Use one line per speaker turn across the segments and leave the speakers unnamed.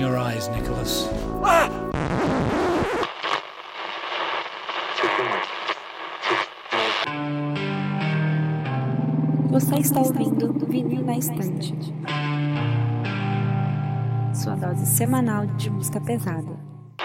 your eyes, Nicholas.
Você está ouvindo Vinil na Estante, sua dose semanal de música pesada.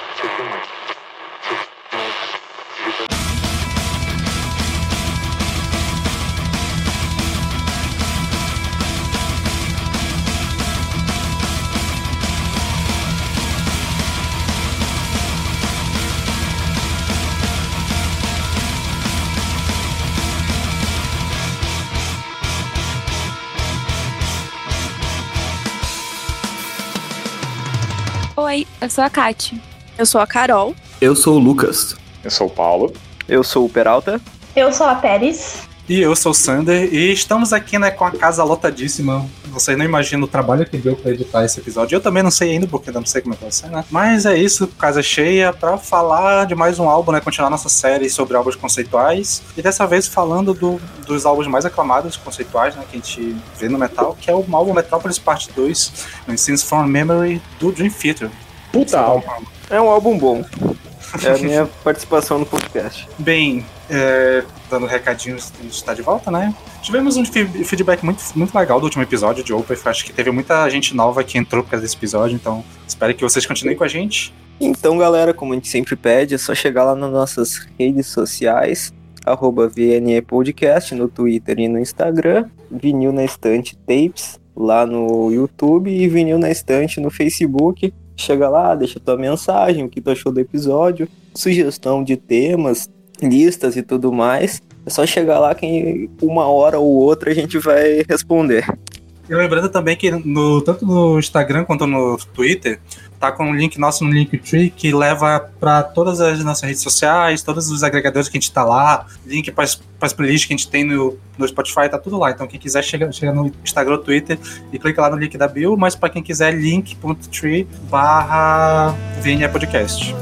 Oi, eu sou a Kati.
Eu sou a Carol.
Eu sou o Lucas.
Eu sou o Paulo.
Eu sou o Peralta.
Eu sou a Pérez.
E eu sou o Sander. E estamos aqui, né, com a casa lotadíssima. Vocês não imaginam o trabalho que deu pra editar esse episódio. Eu também não sei ainda, porque ainda não sei como é que vai ser, né? Mas é isso, casa cheia, pra falar de mais um álbum, né? Continuar nossa série sobre álbuns conceituais. E dessa vez falando dos álbuns mais aclamados conceituais, né? Que a gente vê no metal, que é o álbum Metropolis Part 2, Scenes from Memory, do Dream Theater.
Puta álbum.
É um álbum bom. É a minha participação no podcast.
Bem, dando recadinhos, a gente está de volta, né? Tivemos um feedback muito, muito legal do último episódio de Opeth. Acho que teve muita gente nova que entrou por causa desse episódio, então espero que vocês continuem com a gente.
Então, galera, como a gente sempre pede, é só chegar lá nas nossas redes sociais, @VNE Podcast, no Twitter e no Instagram, Vinil na Estante Tapes, lá no YouTube, e Vinil na Estante no Facebook. Chega lá, deixa tua mensagem, o que tu achou do episódio, sugestão de temas, listas e tudo mais. É só chegar lá que uma hora ou outra a gente vai responder.
E lembrando também que tanto no Instagram quanto no Twitter, tá com um link nosso no Linktree que leva para todas as nossas redes sociais, todos os agregadores que a gente tá lá, link para as playlists que a gente tem no Spotify, tá tudo lá. Então quem quiser chega no Instagram ou Twitter e clica lá no link da bio, mas para quem quiser link.tree/VNE Podcast.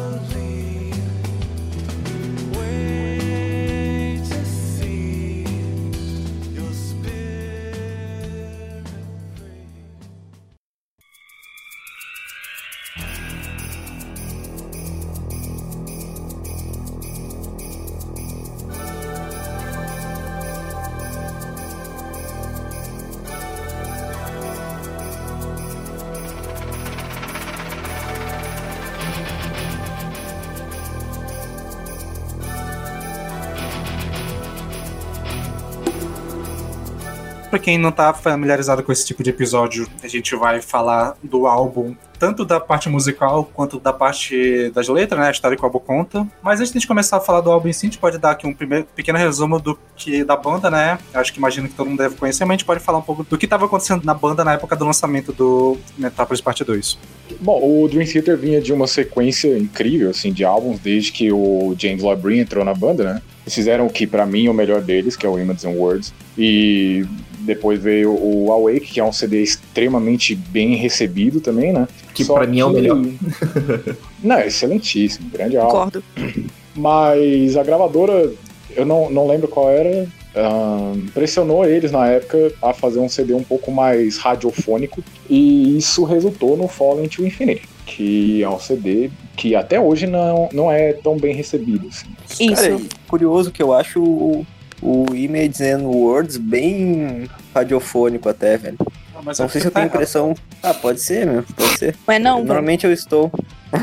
Pra quem não tá familiarizado com esse tipo de episódio, a gente vai falar do álbum, tanto da parte musical quanto da parte das letras, né? A história que o álbum conta. Mas antes de começar a falar do álbum em si, a gente pode dar aqui um pequeno resumo da banda, né? Acho que imagino que todo mundo deve conhecer, mas a gente pode falar um pouco do que estava acontecendo na banda na época do lançamento do Metropolis Part 2.
Bom, o Dream Theater vinha de uma sequência incrível, assim, de álbuns desde que o James Labrie entrou na banda, né? Eles fizeram o que, pra mim, é o melhor deles, que é o Images and Words. E depois veio o Awake, que é um CD extremamente bem recebido também, né?
Que pra mim é o melhor.
Não, é excelentíssimo, grande álbum.
Concordo.
Mas a gravadora, eu não lembro qual era, pressionou eles na época a fazer um CD um pouco mais radiofônico, e isso resultou no Fallen to Infinity, que é um CD que até hoje não é tão bem recebido. Assim.
Isso.
Cara, curioso que eu acho o Images and Words bem radiofônico até, velho.
Mas
não sei se eu tenho impressão... Ah, pode ser, meu, pode ser.
Mas não,
normalmente eu estou...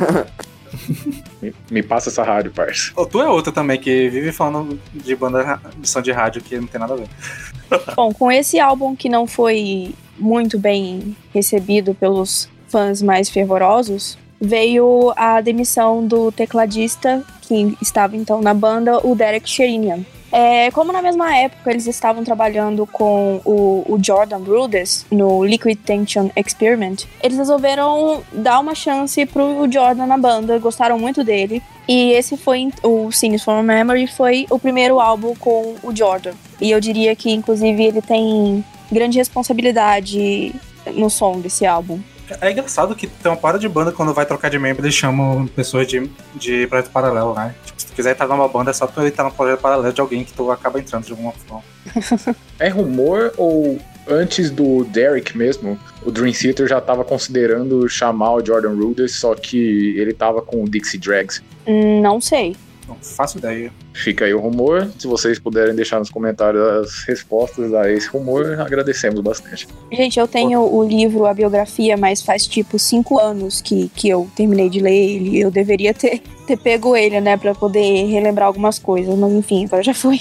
me passa essa rádio, parça.
Tu é outra também, que vive falando de banda de som de rádio que não tem nada a ver.
Bom, com esse álbum que não foi muito bem recebido pelos fãs mais fervorosos, veio a demissão do tecladista, que estava então na banda, o Derek Sherinian. Como na mesma época eles estavam trabalhando com o Jordan Brothers no Liquid Tension Experiment, eles resolveram dar uma chance pro Jordan na banda, gostaram muito dele. E esse foi, o Scenes from Memory, foi o primeiro álbum com o Jordan. E eu diria que, inclusive, ele tem grande responsabilidade no som desse álbum.
É engraçado que tem uma parada de banda, quando vai trocar de membro, eles chamam pessoas de projeto paralelo, né? Tipo, se tu quiser entrar numa banda, é só tu entrar num projeto paralelo de alguém que tu acaba entrando de alguma forma.
É rumor ou antes do Derek mesmo, o Dream Theater já tava considerando chamar o Jordan Rudess, só que ele tava com o Dixie Dregs.
Não sei.
Não faço ideia.
Fica aí o rumor. Se vocês puderem deixar nos comentários as respostas a esse rumor, agradecemos bastante.
Gente, eu tenho o livro, a biografia, mas faz tipo 5 anos que eu terminei de ler ele. Eu deveria ter pego ele, né, pra poder relembrar algumas coisas. Mas enfim, agora já foi.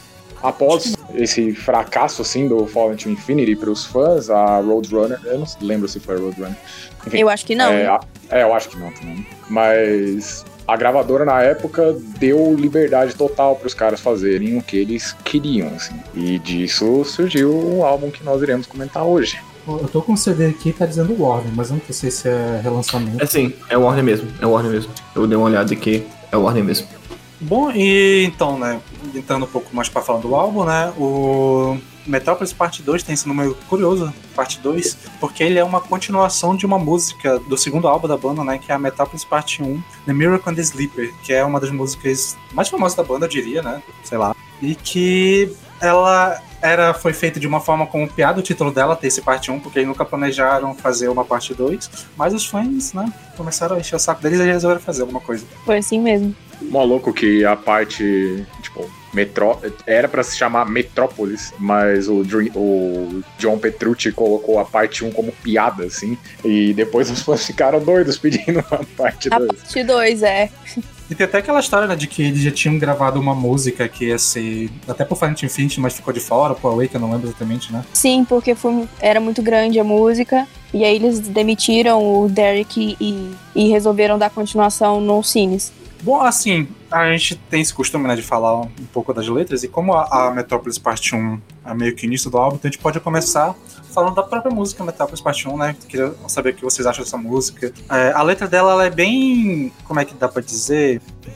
Após esse fracasso, assim, do Fallen to Infinity pros fãs, a Roadrunner... Eu não lembro se foi a Roadrunner. Enfim,
Eu acho que não.
eu acho que não também. Mas a gravadora, na época, deu liberdade total pros caras fazerem o que eles queriam, assim. E disso surgiu o álbum que nós iremos comentar hoje.
Eu tô com o CD aqui e tá dizendo Warner, mas eu não sei se é relançamento.
É sim, é o Warner mesmo. Eu dei uma olhada aqui, é o Warner mesmo.
Bom, e então, né, entrando um pouco mais pra falar do álbum, né, o Metropolis Parte 2 tem esse número curioso, Parte 2, porque ele é uma continuação de uma música do segundo álbum da banda, né, que é a Metropolis Parte 1, The Miracle and the Sleeper, que é uma das músicas mais famosas da banda, eu diria, né, sei lá, e que ela foi feita de uma forma como piada o título dela, ter esse parte 1, porque eles nunca planejaram fazer uma parte 2, mas os fãs, né, começaram a encher o saco deles e resolveram fazer alguma coisa.
Foi assim mesmo.
Maluco que a parte, tipo, era pra se chamar Metrópolis, mas o John Petrucci colocou a parte 1 como piada, assim, e depois os fãs ficaram doidos pedindo uma parte 2.
A parte 2,
E tem até aquela história, né, de que eles já tinham gravado uma música que ia ser até pro Fallen to Infinity, mas ficou de fora, pro Awake, eu não lembro exatamente, né?
Sim, porque era muito grande a música, e aí eles demitiram o Derek e resolveram dar continuação no Cines.
Bom, assim, a gente tem esse costume, né, de falar um pouco das letras, e como a Metropolis Parte 1 é meio que início do álbum, então a gente pode começar falando da própria música Metropolis Parte 1, né? Queria saber o que vocês acham dessa música. A letra dela, ela é bem... Como é que dá pra dizer?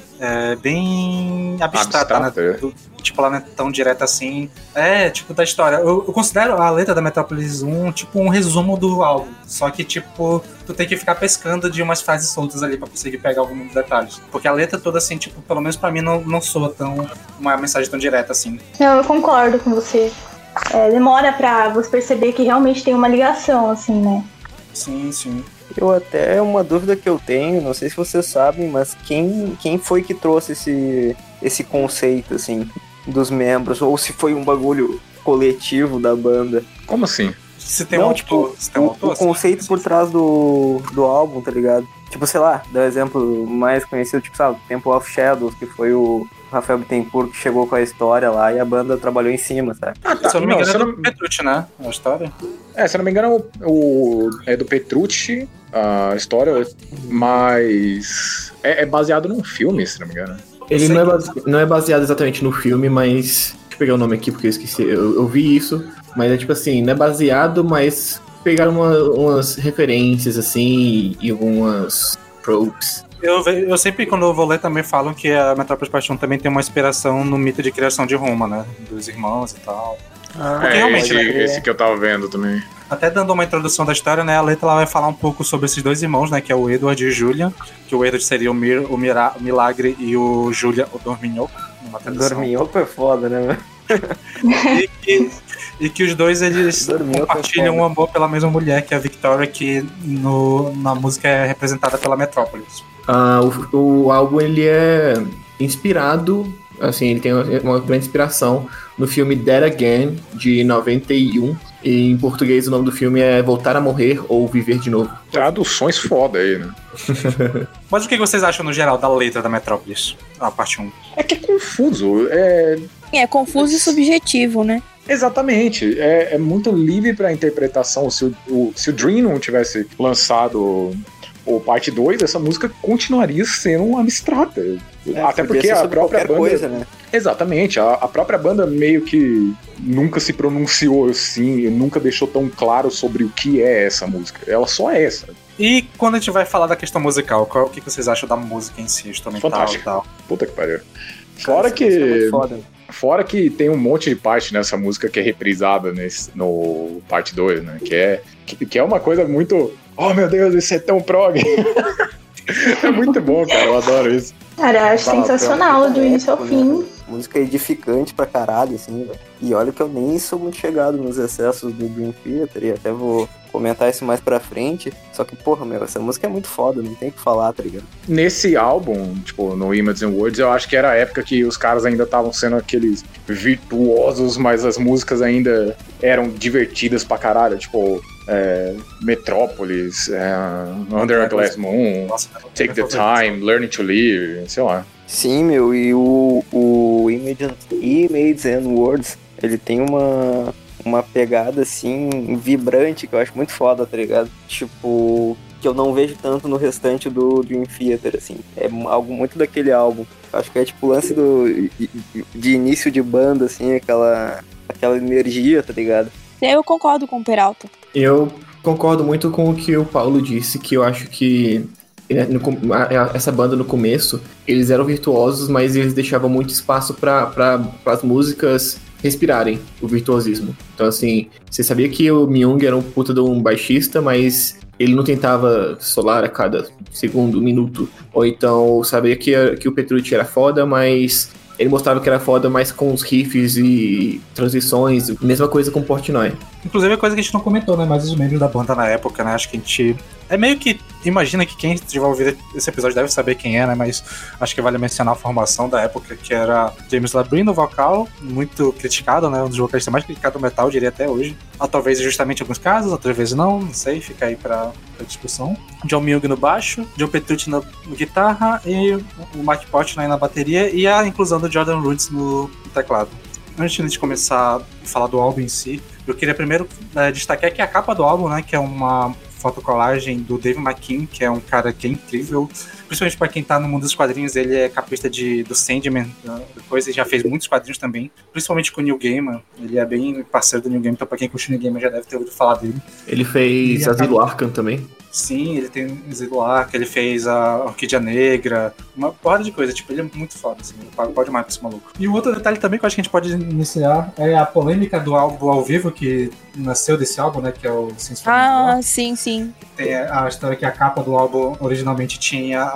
Bem abstrata, né? Tipo, ela não é tão direta assim. Tipo, da história. Eu considero a letra da Metropolis 1, tipo, um resumo do álbum. Só que, tipo, tu tem que ficar pescando de umas frases soltas ali pra conseguir pegar alguns detalhes. Porque a letra toda, assim, tipo, pelo menos pra mim, não soa tão... uma mensagem tão direta, assim.
Não, eu concordo com você. Demora pra você perceber que realmente tem uma ligação, assim, né?
Sim, sim.
Uma dúvida que eu tenho, não sei se vocês sabem, mas quem foi que trouxe esse conceito, assim, dos membros, ou se foi um bagulho coletivo da banda?
Como assim?
Se tem um autor,
o conceito por trás do álbum, tá ligado? Tipo, sei lá, dá um exemplo mais conhecido, tipo, sabe, Temple of Shadows, que foi o Rafael Bittencourt que chegou com a história lá e a banda trabalhou em cima, sabe?
Se eu não me engano, é do Petrucci, né? A história.
Se eu não me engano, é do Petrucci a história, mas é baseado num filme, se não me engano.
Ele não é baseado exatamente no filme, mas... Deixa eu pegar o nome aqui porque eu esqueci. Eu vi isso, mas é tipo assim, não é baseado, mas pegaram umas referências, assim, e algumas tropes.
Eu sempre, quando eu vou ler, também falam que a Metropolis Parte 1 também tem uma inspiração no mito de criação de Roma, né? Dos irmãos e tal.
Porque realmente, esse que eu tava vendo também.
Até dando uma introdução da história, né? A letra ela vai falar um pouco sobre esses dois irmãos, né? Que é o Edward e o Julian. Que o Edward seria o Milagre e o Julian o Dorminhoco.
Dorminhoco é foda, né?
E que os dois, eles compartilham um amor pela mesma mulher, que é a Victoria, que na música é representada pela Metrópolis.
O álbum, ele é inspirado, assim, ele tem uma grande inspiração no filme Dead Again, de 91. E em português o nome do filme é Voltar a Morrer ou Viver de Novo.
Traduções foda aí, né?
Mas o que vocês acham no geral da letra da Metrópolis, a parte 1?
É que é confuso.
É confuso e subjetivo, né?
Exatamente. É muito livre pra interpretação. Se o Dream não tivesse lançado o parte 2, essa música continuaria sendo abstrata. Até porque a própria banda...
coisa, né?
Exatamente. A própria banda meio que nunca se pronunciou assim, nunca deixou tão claro sobre o que é essa música. Ela só é essa.
E quando a gente vai falar da questão musical, o que vocês acham da música em si, instrumental e tal?
Puta que pariu. Fora que tem um monte de parte nessa música que é reprisada no parte 2, né? Que é uma coisa muito... Oh, meu Deus, isso é tão prog! É muito bom, cara. Eu adoro isso.
Cara, eu acho sensacional, do início ao fim.
Música edificante pra caralho, assim, velho. E olha que eu nem sou muito chegado nos excessos do Dream Theater, e até vou comentar isso mais pra frente. Só que, porra, meu, essa música é muito foda, não tem o que falar, tá ligado?
Nesse álbum, tipo, no Images and Words, eu acho que era a época que os caras ainda estavam sendo aqueles virtuosos, mas as músicas ainda eram divertidas pra caralho, tipo... Metrópolis, Under a Glass Moon,
Nossa,
Take the Time, Learning to Live, sei lá.
Sim, meu, e o Images and Words, ele tem uma pegada, assim, vibrante, que eu acho muito foda, tá ligado? Tipo, que eu não vejo tanto no restante do Dream Theater, assim. É algo muito daquele álbum. Acho que é tipo o lance de início de banda, assim, aquela energia, tá ligado?
Eu concordo com o Peralta.
Eu concordo muito com o que o Paulo disse, que eu acho que essa banda no começo, eles eram virtuosos, mas eles deixavam muito espaço para as músicas respirarem o virtuosismo. Então, assim, você sabia que o Myung era um puta de um baixista, mas ele não tentava solar a cada segundo, minuto. Ou então, sabia que o Petrucci era foda, mas ele mostrava que era foda mais com os riffs e transições, mesma coisa com o Portnoy.
Inclusive é coisa que a gente não comentou, né? Mas os membros da banda na época, né? Acho que a gente... É meio que... Imagina que quem estiver ouvindo esse episódio deve saber quem é, né? Mas acho que vale mencionar a formação da época, que era James Labrie no vocal, muito criticado, né? Um dos vocalistas mais criticados do metal, eu diria até hoje. Talvez justamente em alguns casos, outras vezes não sei, fica aí pra discussão. John Myung no baixo, John Petrucci no guitarra e o Mark Portnoy na bateria e a inclusão do Jordan Rudess no teclado. Antes de começar a falar do álbum em si, eu queria primeiro destacar aqui a capa do álbum, né, que é uma fotocolagem do Dave McKean, que é um cara que é incrível, principalmente para quem tá no mundo dos quadrinhos. Ele é capista do Sandman, depois ele já fez muitos quadrinhos também, principalmente com o Neil Gaiman. Ele é bem parceiro do Neil Gaiman, então pra quem curte o Neil Gaiman já deve ter ouvido falar dele.
Ele fez Asilo Arkham também.
Sim, ele tem Asilo Arkham, ele fez a Orquídea Negra, uma porrada de coisa, tipo, ele é muito foda, assim, pode mais pra esse maluco. E o outro detalhe também que eu acho que a gente pode iniciar é a polêmica do álbum ao vivo, que nasceu desse álbum, né, que é o Sense for
Ah, sim, sim.
Tem a história que a capa do álbum originalmente tinha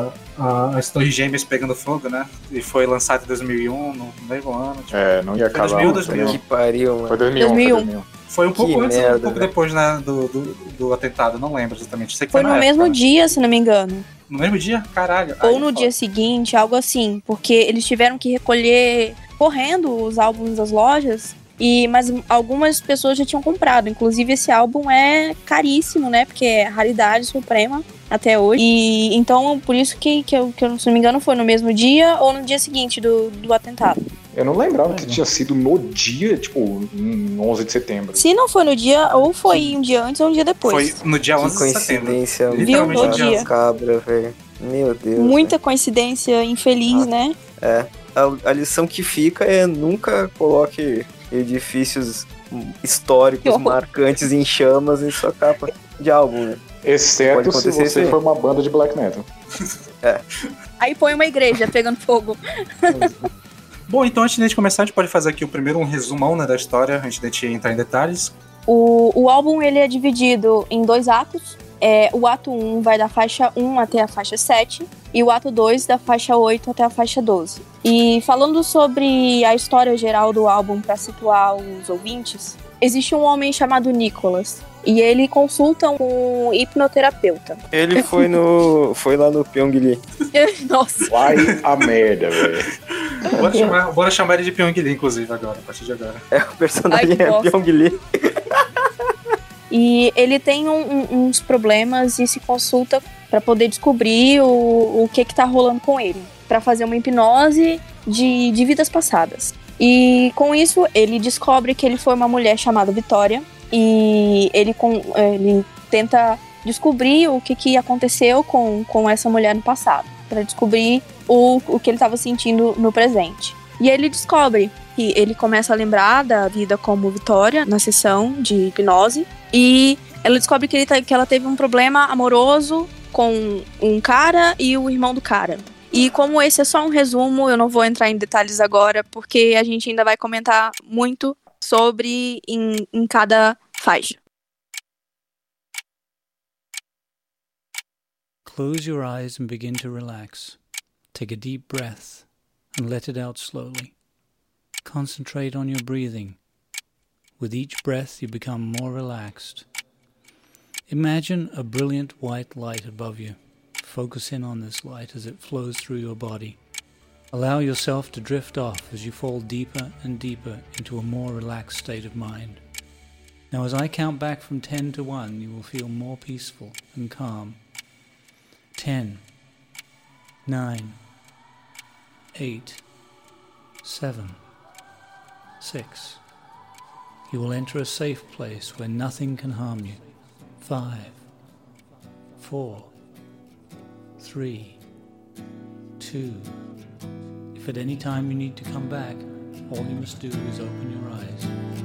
as Torres Gêmeas pegando fogo, né, e foi lançado em 2001, no mesmo ano. Tipo,
não ia acabar.
2000.
Que pariu, mano.
Foi 2001.
Foi um pouco antes
merda,
ou um pouco depois, né, do atentado, não lembro exatamente. Sei que
Foi
na
no
época,
mesmo
né?
dia, se não me engano.
No mesmo dia? Caralho.
Ou
Aí,
no
foda.
dia seguinte, algo assim. Porque eles tiveram que recolher correndo os álbuns das lojas. Mas algumas pessoas já tinham comprado. Inclusive, esse álbum é caríssimo, né? Porque é raridade suprema até hoje. E então, por isso que eu, se não me engano, foi no mesmo dia ou no dia seguinte do atentado.
Eu não lembrava que tinha sido no dia, tipo, em 11 de setembro.
Se não foi no dia, ou foi um dia antes ou um dia depois.
Foi no dia
Que
11 de setembro.
coincidência.
Viu no dia.
Cabra, velho. Meu Deus.
Muita coincidência infeliz, né?
A lição que fica é nunca coloque edifícios históricos marcantes em chamas em sua capa de álbum, né?
Exceto se você for uma banda de black metal.
Aí põe uma igreja pegando fogo.
Bom, então antes de a gente começar, a gente pode fazer aqui um resumão, né, da história, antes de a gente entrar em detalhes.
O álbum ele é dividido em 2 atos. O ato 1 vai da faixa 1 até a faixa 7 e o ato 2 da faixa 8 até a faixa 12. E falando sobre a história geral do álbum para situar os ouvintes, existe um homem chamado Nicholas e ele consulta um hipnoterapeuta.
Ele foi lá no Pyongyi.
Nossa.
Vai a merda, velho.
Bora chamar ele de Pyongyi, inclusive, agora, a partir de agora.
O personagem
Ai,
é Pyongyi.
E ele tem uns problemas e se consulta para poder descobrir o que tá rolando com ele, para fazer uma hipnose de vidas passadas. E com isso ele descobre que ele foi uma mulher chamada Vitória e ele tenta descobrir o que aconteceu com essa mulher no passado, para descobrir o que ele estava sentindo no presente. E ele descobre que ele começa a lembrar da vida como Vitória na sessão de hipnose e ela descobre que ela teve um problema amoroso com um cara e o irmão do cara. E como esse é só um resumo, eu não vou entrar em detalhes agora, porque a gente ainda vai comentar muito sobre em cada faixa.
Close your eyes and begin to relax. Take a deep breath and let it out slowly. Concentrate on your breathing. With each breath, you become more relaxed. Imagine a brilliant white light above you. Focus in on this light as it flows through your body. Allow yourself to drift off as you fall deeper and deeper into a more relaxed state of mind. Now, as I count back from 10 to 1, you will feel more peaceful and calm. 10, 9, 8, 7, 6. You will enter a safe place where nothing can harm you. 5, 4, 3, 2. If at any time you need to come back, all you must do is open your eyes.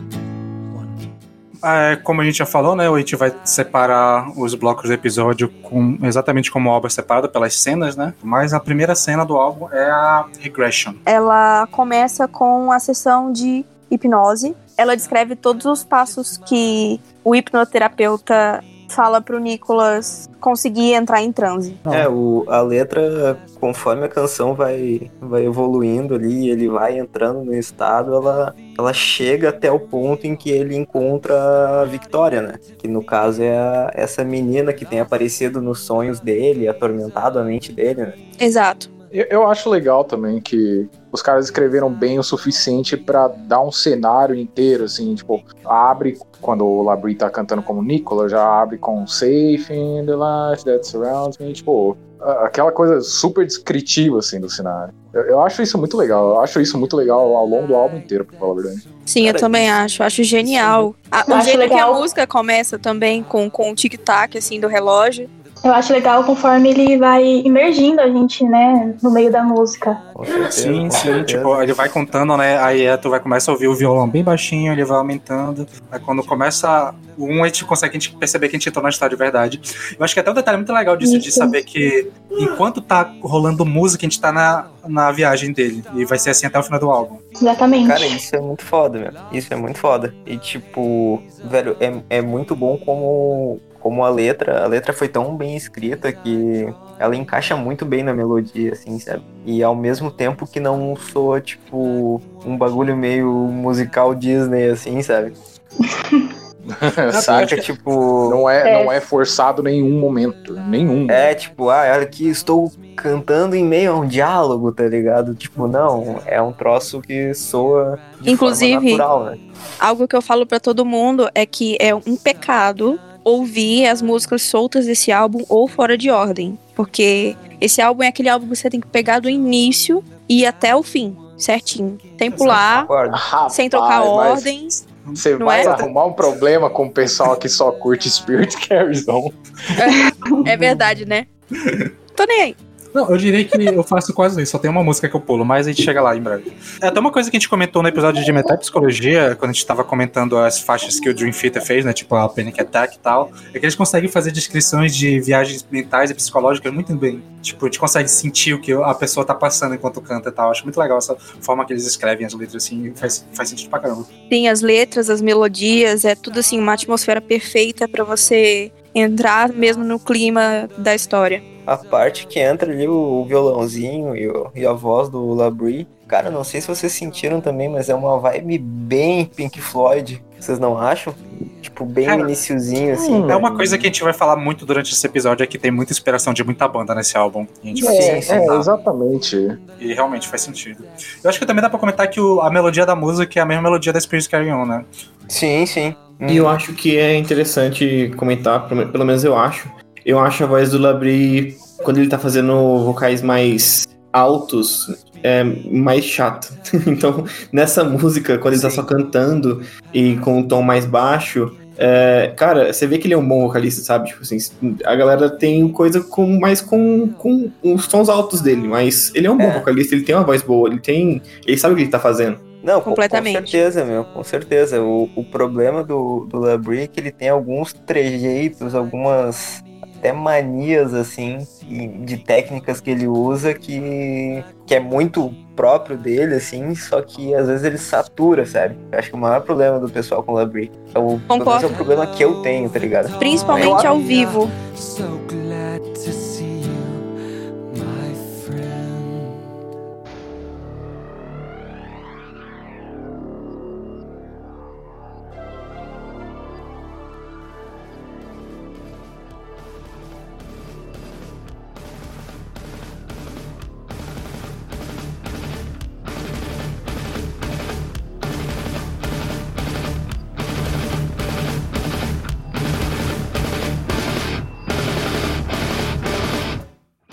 1.
Como a gente já falou, né, a gente vai separar os blocos do episódio exatamente como obra separada pelas cenas, né? Mas a primeira cena do álbum é a Regression.
Ela começa com a sessão de hipnose. Ela descreve todos os passos que o hipnoterapeuta fala pro Nicholas conseguir entrar em transe.
A letra, conforme a canção vai evoluindo ali, ele vai entrando no estado, ela chega até o ponto em que ele encontra a Victoria, né? Que no caso é essa menina que tem aparecido nos sonhos dele, atormentado a mente dele, né?
Exato.
Eu acho legal também que os caras escreveram bem o suficiente pra dar um cenário inteiro, assim, tipo, abre, quando o Labrie tá cantando como Nicola, já abre com Safe in the light that surrounds me, tipo, aquela coisa super descritiva, assim, do cenário. Eu acho isso muito legal, ao longo do álbum inteiro, pra falar a verdade.
Sim, eu também acho genial. O jeito que a música começa também, com o tic-tac, assim, do relógio.
Eu acho legal conforme ele vai imergindo a gente, né, no meio da música.
Sim, tipo, ele vai contando, né, aí tu começa a ouvir o violão bem baixinho, ele vai aumentando, aí quando começa a gente consegue perceber que a gente entrou na história de verdade. Eu acho que até um detalhe muito legal disso, de saber que enquanto tá rolando música, a gente tá na viagem dele, e vai ser assim até o final do álbum.
Exatamente.
Cara, isso é muito foda, meu. Isso é muito foda. E tipo, velho, é muito bom como a letra foi tão bem escrita que ela encaixa muito bem na melodia, assim, sabe? E ao mesmo tempo que não soa, tipo, um bagulho meio musical Disney, assim, sabe? Saca, tipo...
Não é forçado nenhum momento, nenhum.
Tipo, olha aqui, estou cantando em meio a um diálogo, tá ligado? Tipo, não, é um troço que soa de forma natural, né?
Algo que eu falo pra todo mundo é que é um pecado ouvir as músicas soltas desse álbum ou fora de ordem, porque esse álbum é aquele álbum que você tem que pegar do início e ir até o fim, certinho, sem pular, sem trocar ordem.
Você vai arrumar um problema com o pessoal que só curte Spirit Carries On.
É verdade, né? Tô nem aí.
Não, eu diria que eu faço quase isso, só tem uma música que eu pulo, mas a gente chega lá em breve. Até uma coisa que a gente comentou no episódio de Metapsicologia, quando a gente tava comentando as faixas que o Dream Theater fez, né, tipo a Panic Attack e tal, é que eles conseguem fazer descrições de viagens mentais e psicológicas muito bem. Tipo, a gente consegue sentir o que a pessoa tá passando enquanto canta e tal. Acho muito legal essa forma que eles escrevem as letras, assim, faz sentido pra caramba.
Sim, as letras, as melodias, é tudo assim, uma atmosfera perfeita pra você entrar mesmo no clima da história.
A parte que entra ali o violãozinho e a voz do Labrie, cara, não sei se vocês sentiram também, mas é uma vibe bem Pink Floyd, vocês não acham? Tipo, bem iniciozinho, assim.
É uma coisa que a gente vai falar muito durante esse episódio, é que tem muita inspiração de muita banda nesse álbum. A gente
exatamente.
E realmente faz sentido. Eu acho que também dá pra comentar que a melodia da música é a mesma melodia da Spirit Carry On, né?
Sim, sim.
E eu acho que é interessante comentar, pelo menos eu acho a voz do Labrie, quando ele tá fazendo vocais mais altos, é mais chato. Então, nessa música, quando ele tá só cantando e com um tom mais baixo, cara, você vê que ele é um bom vocalista, sabe? Tipo assim, a galera tem coisa mais com os tons altos dele, mas ele é um bom vocalista, ele tem uma voz boa, ele sabe o que ele tá fazendo.
Não,
completamente.
Com certeza, meu, com certeza. O problema do Labrie é que ele tem alguns trejeitos, algumas até manias, assim, de técnicas que ele usa que é muito próprio dele, assim, só que às vezes ele satura, sabe? Eu acho que o maior problema do pessoal com o Labrie é o problema que eu tenho, tá ligado?
Principalmente ao vivo.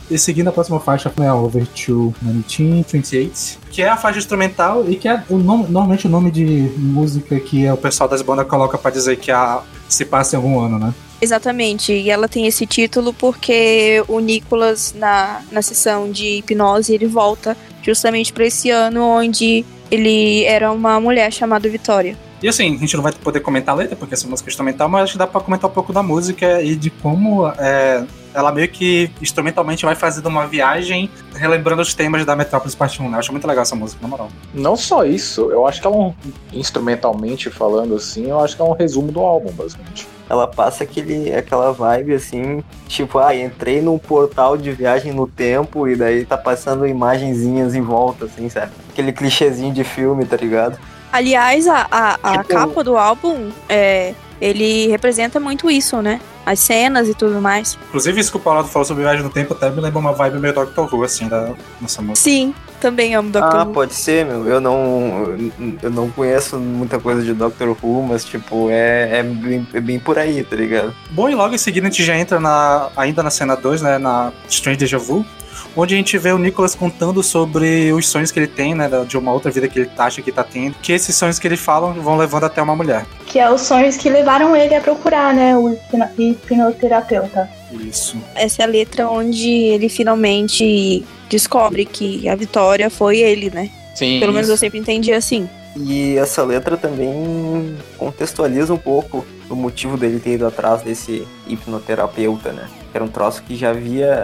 E seguindo a próxima faixa, né, Over to 1928, que é a faixa instrumental e que é normalmente o nome de música que o pessoal das bandas coloca pra dizer que se passa em algum ano, né?
Exatamente, e ela tem esse título porque o Nicholas, na sessão de hipnose, ele volta justamente pra esse ano onde ele era uma mulher chamada Vitória.
E assim, a gente não vai poder comentar a letra, porque essa música é instrumental, mas acho que dá pra comentar um pouco da música e de como ela meio que instrumentalmente vai fazendo uma viagem relembrando os temas da Metrópolis Parte 1, né? Eu acho muito legal essa música, na moral.
Não só isso, eu acho que ela, instrumentalmente falando assim, eu acho que é um resumo do álbum, basicamente.
Ela passa aquela vibe assim, tipo, entrei num portal de viagem no tempo e daí tá passando imagenzinhas em volta, assim, sabe? Aquele clichêzinho de filme, tá ligado?
Aliás, a capa do álbum, ele representa muito isso, né? As cenas e tudo mais.
Inclusive, isso que o Paulo falou sobre viagem no tempo até me lembra uma vibe meio Doctor Who, assim, nessa música.
Sim, também amo Doctor Who.
Pode ser, meu. Eu não conheço muita coisa de Doctor Who, mas, tipo, é bem por aí, tá ligado?
Bom, e logo em seguida a gente já entra ainda na cena 2, né, na Strange Deja Vu, onde a gente vê o Nicholas contando sobre os sonhos que ele tem, né, de uma outra vida que ele acha que tá tendo, que esses sonhos que ele fala vão levando até uma mulher.
Que é os sonhos que levaram ele a procurar, né, o hipnoterapeuta.
Isso.
Essa é a letra onde ele finalmente descobre que a Vitória foi ele, né?
Sim.
Pelo menos eu sempre entendi assim.
E essa letra também contextualiza um pouco o motivo dele ter ido atrás desse hipnoterapeuta, né? Que era um troço que já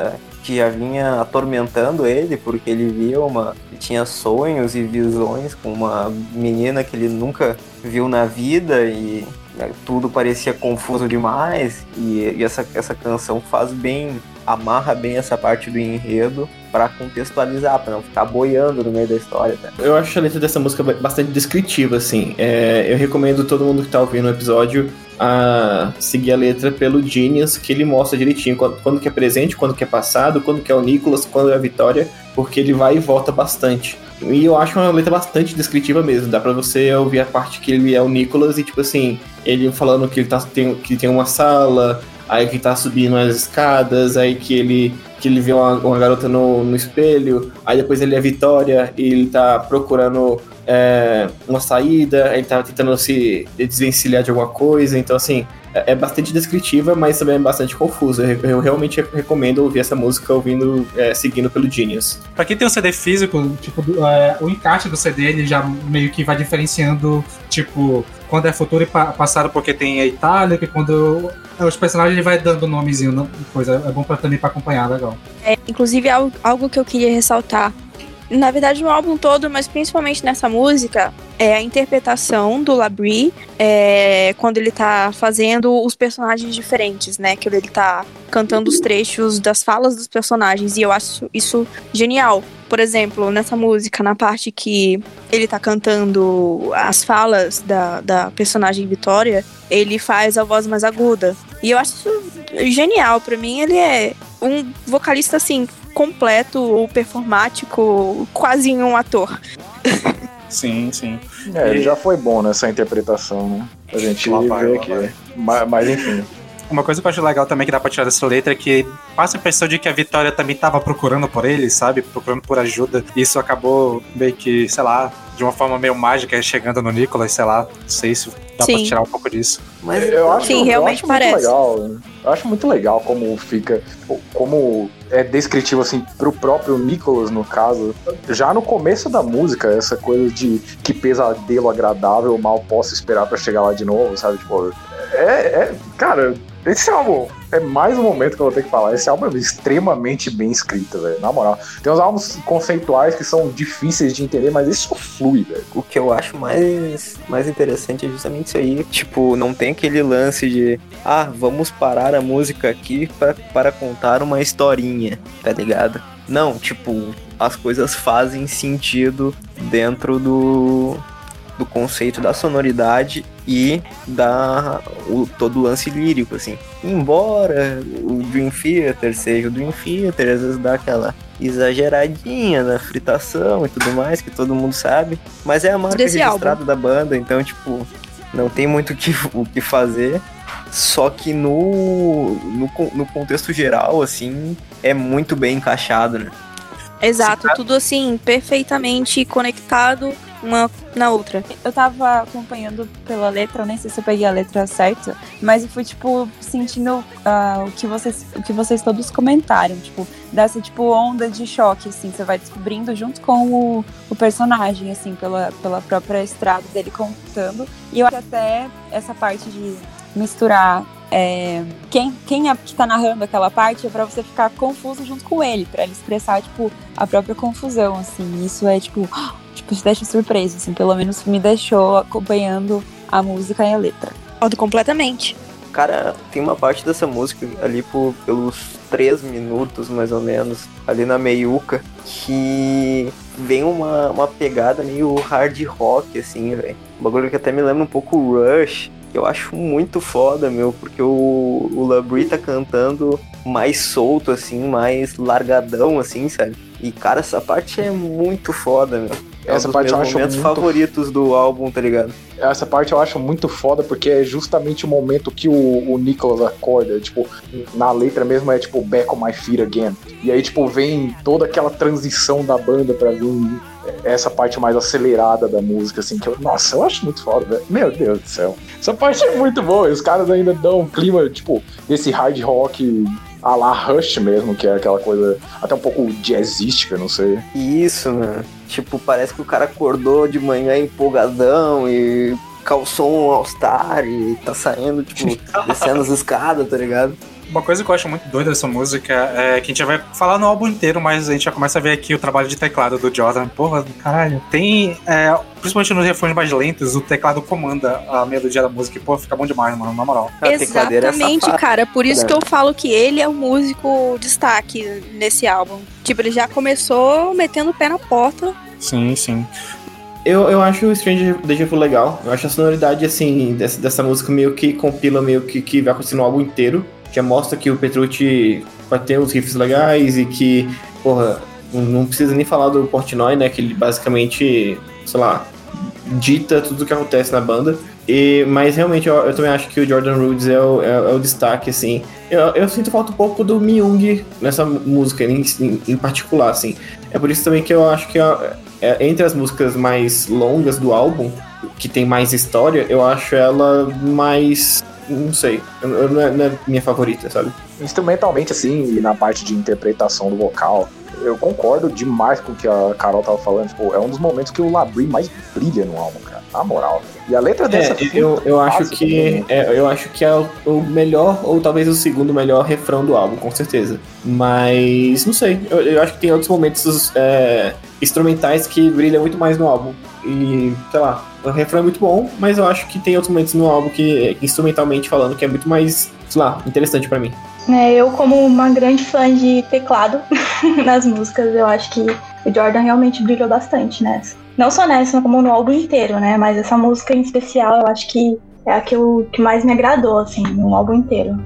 vinha atormentando ele, porque ele tinha sonhos e visões com uma menina que ele nunca viu na vida e tudo parecia confuso demais, e essa canção amarra bem essa parte do enredo para contextualizar, para não ficar boiando no meio da história, tá?
Eu acho a letra dessa música bastante descritiva, assim. Eu recomendo todo mundo que tá ouvindo o episódio a seguir a letra pelo Genius, que ele mostra direitinho quando que é presente, quando que é passado, quando que é o Nicholas, quando é a Vitória, porque ele vai e volta bastante. E eu acho uma letra bastante descritiva mesmo. Dá pra você ouvir a parte que ele é o Nicholas e, tipo assim, ele falando que ele tem uma sala, aí que tá subindo as escadas, aí que ele vê uma garota no espelho, aí depois ele é Vitória e ele tá procurando uma saída, ele tá tentando se desvencilhar de alguma coisa. Então, assim, é bastante descritiva, mas também é bastante confusa. Eu realmente recomendo ouvir essa música seguindo pelo Genius.
Pra quem tem um CD físico, tipo, o encarte do CD, ele já meio que vai diferenciando, tipo, quando é futuro e passado, porque tem a Itália, que quando os personagens ele vai dando nomezinho, coisa. É bom também pra acompanhar, legal.
Inclusive, algo que eu queria ressaltar, na verdade no álbum todo, mas principalmente nessa música, é a interpretação do Labrie, quando ele tá fazendo os personagens diferentes, né? Que ele tá cantando os trechos das falas dos personagens, e eu acho isso genial. Por exemplo, nessa música, na parte que ele tá cantando as falas da personagem Vitória, ele faz a voz mais aguda. E eu acho isso genial. Pra mim, ele é um vocalista, assim, completo, ou performático, quase um ator.
Sim, sim.
Ele já foi bom nessa interpretação, né? A gente vê aqui. Mas enfim.
Uma coisa que eu acho legal também que dá pra tirar dessa letra é que passa a impressão de que a Vitória também tava procurando por ele, sabe? Procurando por ajuda. E isso acabou meio que, sei lá, de uma forma meio mágica, chegando no Nicholas, sei lá. Não sei se dá pra tirar um pouco disso.
Mas eu acho,
realmente
eu acho
parece.
Muito legal. Eu acho muito legal como fica, como é descritivo assim pro próprio Nicholas, no caso. Já no começo da música, essa coisa de que pesadelo agradável, eu mal posso esperar pra chegar lá de novo, sabe? Tipo, cara, esse álbum é mais um momento que eu vou ter que falar. Esse álbum é extremamente bem escrito, velho. Na moral. Tem uns álbuns conceituais que são difíceis de entender, mas isso flui, velho.
O que eu acho mais interessante é justamente isso aí. Tipo, não tem aquele lance de vamos parar a música aqui para contar uma historinha, tá ligado? Não, tipo, as coisas fazem sentido dentro do conceito da sonoridade e todo o lance lírico, assim. Embora o Dream Theater seja o Dream Theater, às vezes dá aquela exageradinha na fritação e tudo mais, que todo mundo sabe, mas é a marca registrada da banda, então, tipo, não tem muito o que fazer. Só que no contexto geral, assim, é muito bem encaixado, né?
Exato, tudo assim, perfeitamente conectado uma na outra.
Eu tava acompanhando pela letra, eu nem sei se eu peguei a letra certa, mas eu fui, tipo, sentindo o que vocês todos comentaram, tipo, dessa, tipo, onda de choque, assim, você vai descobrindo junto com o personagem, assim, pela própria estrada dele contando. E eu acho que até essa parte de misturar quem é que tá narrando aquela parte é pra você ficar confuso junto com ele, pra ele expressar, tipo, a própria confusão, assim. Isso é, tipo, te deixa surpreso, assim, pelo menos me deixou acompanhando a música e a letra.
Concordo completamente.
Cara, tem uma parte dessa música ali pelos 3 minutos, mais ou menos, ali na meiuca, que vem uma pegada meio hard rock, assim, velho. Um bagulho que até me lembra um pouco o Rush, que eu acho muito foda, meu, porque o Labrie tá cantando mais solto, assim, mais largadão, assim, sabe? E, cara, essa parte é muito foda, meu.
Essa parte eu acho
momentos
muito
favoritos do álbum, tá ligado?
Essa parte eu acho muito foda, porque é justamente o momento que o Nicholas acorda, tipo, na letra mesmo é tipo, Back on my feet again. E aí, tipo, vem toda aquela transição da banda pra vir essa parte mais acelerada da música, assim, que nossa, eu acho muito foda, velho. Meu Deus do céu. Essa parte é muito boa, e os caras ainda dão um clima, tipo, desse hard rock a la Rush mesmo, que é aquela coisa até um pouco jazzística, não sei.
Isso, mano. Tipo, parece que o cara acordou de manhã empolgadão e calçou um All-Star e tá saindo, tipo, descendo as escadas, tá ligado?
Uma coisa que eu acho muito doida dessa música é que a gente já vai falar no álbum inteiro, mas a gente já começa a ver aqui o trabalho de teclado do Jordan. Porra, caralho. Tem, principalmente nos refrões mais lentos, o teclado comanda a melodia da música e, pô, fica bom demais, mano, na moral.
Exatamente, cara. Por isso que eu falo que ele é o músico destaque nesse álbum. Tipo, ele já começou metendo o pé na porta.
Sim, sim.
Eu acho o Strange Deja Vu legal. Eu acho a sonoridade, assim, dessa música meio que compila, meio que vai acontecer no álbum inteiro. Já mostra que o Petrucci vai ter uns riffs legais e que, porra, não precisa nem falar do Portnoy, né? Que ele basicamente, sei lá, dita tudo o que acontece na banda. Mas realmente eu também acho que o Jordan Rudess é o destaque, assim. Eu sinto falta um pouco do Myung nessa música em particular, assim. É por isso também que eu acho que entre as músicas mais longas do álbum, que tem mais história, eu acho ela mais... Não sei, não é minha favorita, sabe?
Instrumentalmente, assim, e na parte de interpretação do vocal, eu concordo demais com o que a Carol tava falando. Tipo, é um dos momentos que o Labrie mais brilha no álbum, cara. Na moral. E a letra dessa...
Eu acho que é o melhor, ou talvez o segundo melhor refrão do álbum, com certeza. Mas, não sei, eu acho que tem outros momentos instrumentais que brilham muito mais no álbum. E, sei lá, o refrão é muito bom, mas eu acho que tem outros momentos no álbum que, instrumentalmente falando, que é muito mais, sei lá, interessante pra mim.
Eu, como uma grande fã de teclado nas músicas, eu acho que o Jordan realmente brilhou bastante nessa. Não só nessa, como no álbum inteiro, né? Mas essa música em especial, eu acho que é a que mais me agradou, assim, no álbum inteiro.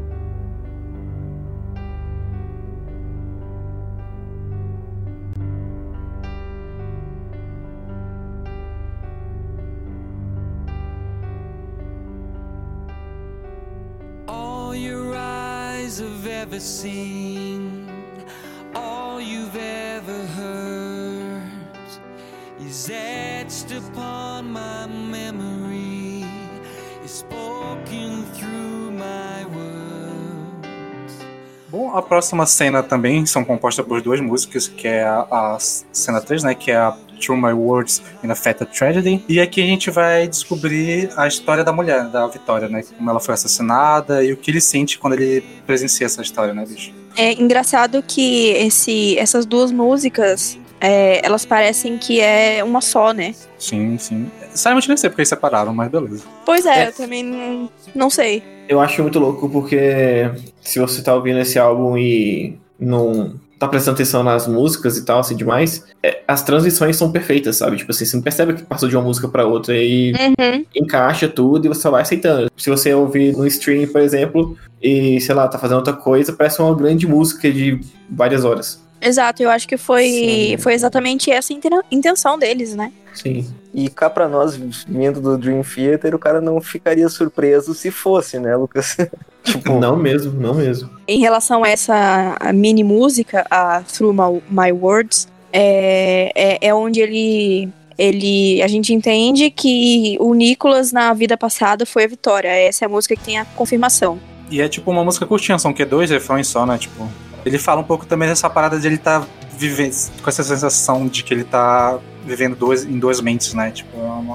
Ever seen, all you've ever heard is etched upon my memory, is spoken through my words.
Bom, a próxima cena também são compostas por 2 músicas, que é a cena 3, né, que é a Through My Words in a Fatal Tragedy. E aqui a gente vai descobrir a história da mulher, da Vitória, né? Como ela foi assassinada e o que ele sente quando ele presencia essa história, né, bicho?
É engraçado que essas 2 músicas, elas parecem que é uma só, né?
Sim, sim. Sinceramente nem sei porque eles separaram, mas beleza.
Pois eu também não sei.
Eu acho muito louco porque se você tá ouvindo esse álbum e não tá prestando atenção nas músicas e tal, assim, demais, as transições são perfeitas, sabe? Tipo assim, você não percebe que passou de uma música pra outra e encaixa tudo e você só vai aceitando. Se você ouvir no stream, por exemplo, e, sei lá, tá fazendo outra coisa, parece uma grande música de várias horas.
Exato, eu acho que foi exatamente essa a intenção deles, né?
Sim.
E cá pra nós, vindo do Dream Theater, o cara não ficaria surpreso se fosse, né, Lucas?
Tipo, não mesmo.
Em relação a essa mini música, a Through My Words, é onde a gente entende que o Nicholas na vida passada foi a Vitória. Essa é a música que tem a confirmação.
E é tipo uma música curtinha, são 2 refrões só, né? Tipo, ele fala um pouco também dessa parada de ele tá vivendo com essa sensação de que ele tá vivendo em 2 mentes, né? Tipo,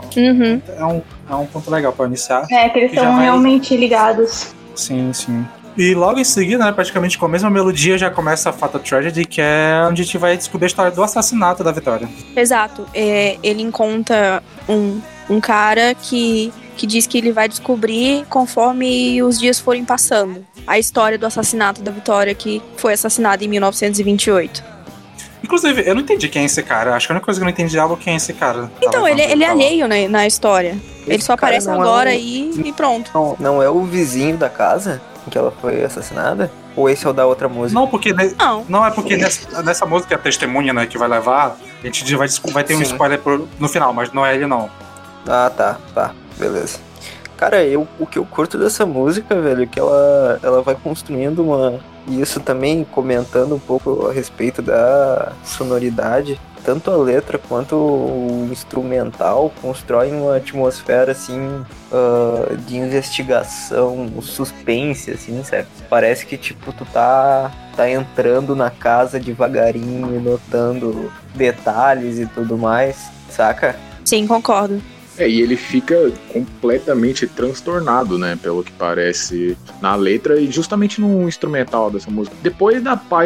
é um ponto legal pra iniciar.
Que eles estão realmente ligados.
Sim. E logo em seguida, né, praticamente com a mesma melodia, já começa a Fatal Tragedy, que é onde a gente vai descobrir a história do assassinato da Vitória.
Exato. Ele encontra um cara que diz que ele vai descobrir conforme os dias forem passando a história do assassinato da Vitória, que foi assassinada em 1928.
Inclusive, eu não entendi quem é esse cara. Acho que a única coisa que eu não entendi é quem é esse cara.
Então, ele é alheio, né, na história. Ele só aparece agora e pronto.
Não é o vizinho da casa em que ela foi assassinada? Ou esse é o da outra música?
Não, porque não é porque nessa música é a testemunha, né, que vai levar, a gente vai ter um spoiler no final, mas não é ele, não.
Ah, tá, beleza. Cara, o que eu curto dessa música, velho, é que ela vai construindo e isso também comentando um pouco a respeito da sonoridade. Tanto a letra quanto o instrumental constroem uma atmosfera, assim, de investigação, suspense, assim, certo? Parece que, tipo, tu tá entrando na casa devagarinho, notando detalhes e tudo mais, saca?
Sim, concordo.
E ele fica completamente transtornado, né, pelo que parece na letra e justamente no instrumental dessa música. Depois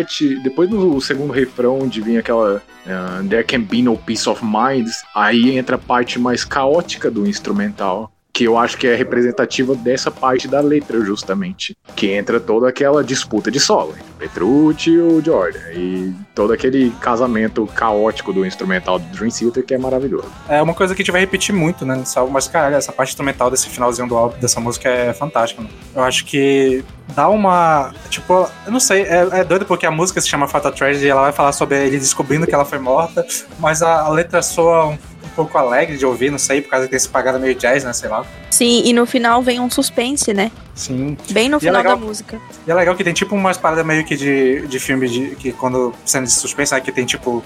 do segundo refrão, onde vinha aquela There Can Be No Peace of Mind, aí entra a parte mais caótica do instrumental, que eu acho que é representativa dessa parte da letra, justamente. Que entra toda aquela disputa de solo entre o Petrucci e o Jordan. E todo aquele casamento caótico do instrumental do Dream Theater, que é maravilhoso.
É uma coisa que a gente vai repetir muito, né, nesse álbum, mas, caralho, essa parte instrumental desse finalzinho do álbum, dessa música é fantástica, né? Eu acho que dá uma... Tipo, eu não sei, é doido porque a música se chama Fatal Tragedy e ela vai falar sobre ele descobrindo que ela foi morta, mas a letra soa um pouco alegre de ouvir, não sei, por causa desse pagada meio jazz, né, sei lá.
Sim, e no final vem um suspense, né?
Sim.
Bem no final da música.
E é legal que tem tipo umas paradas meio que de filme que quando cena de suspense, né, que tem tipo...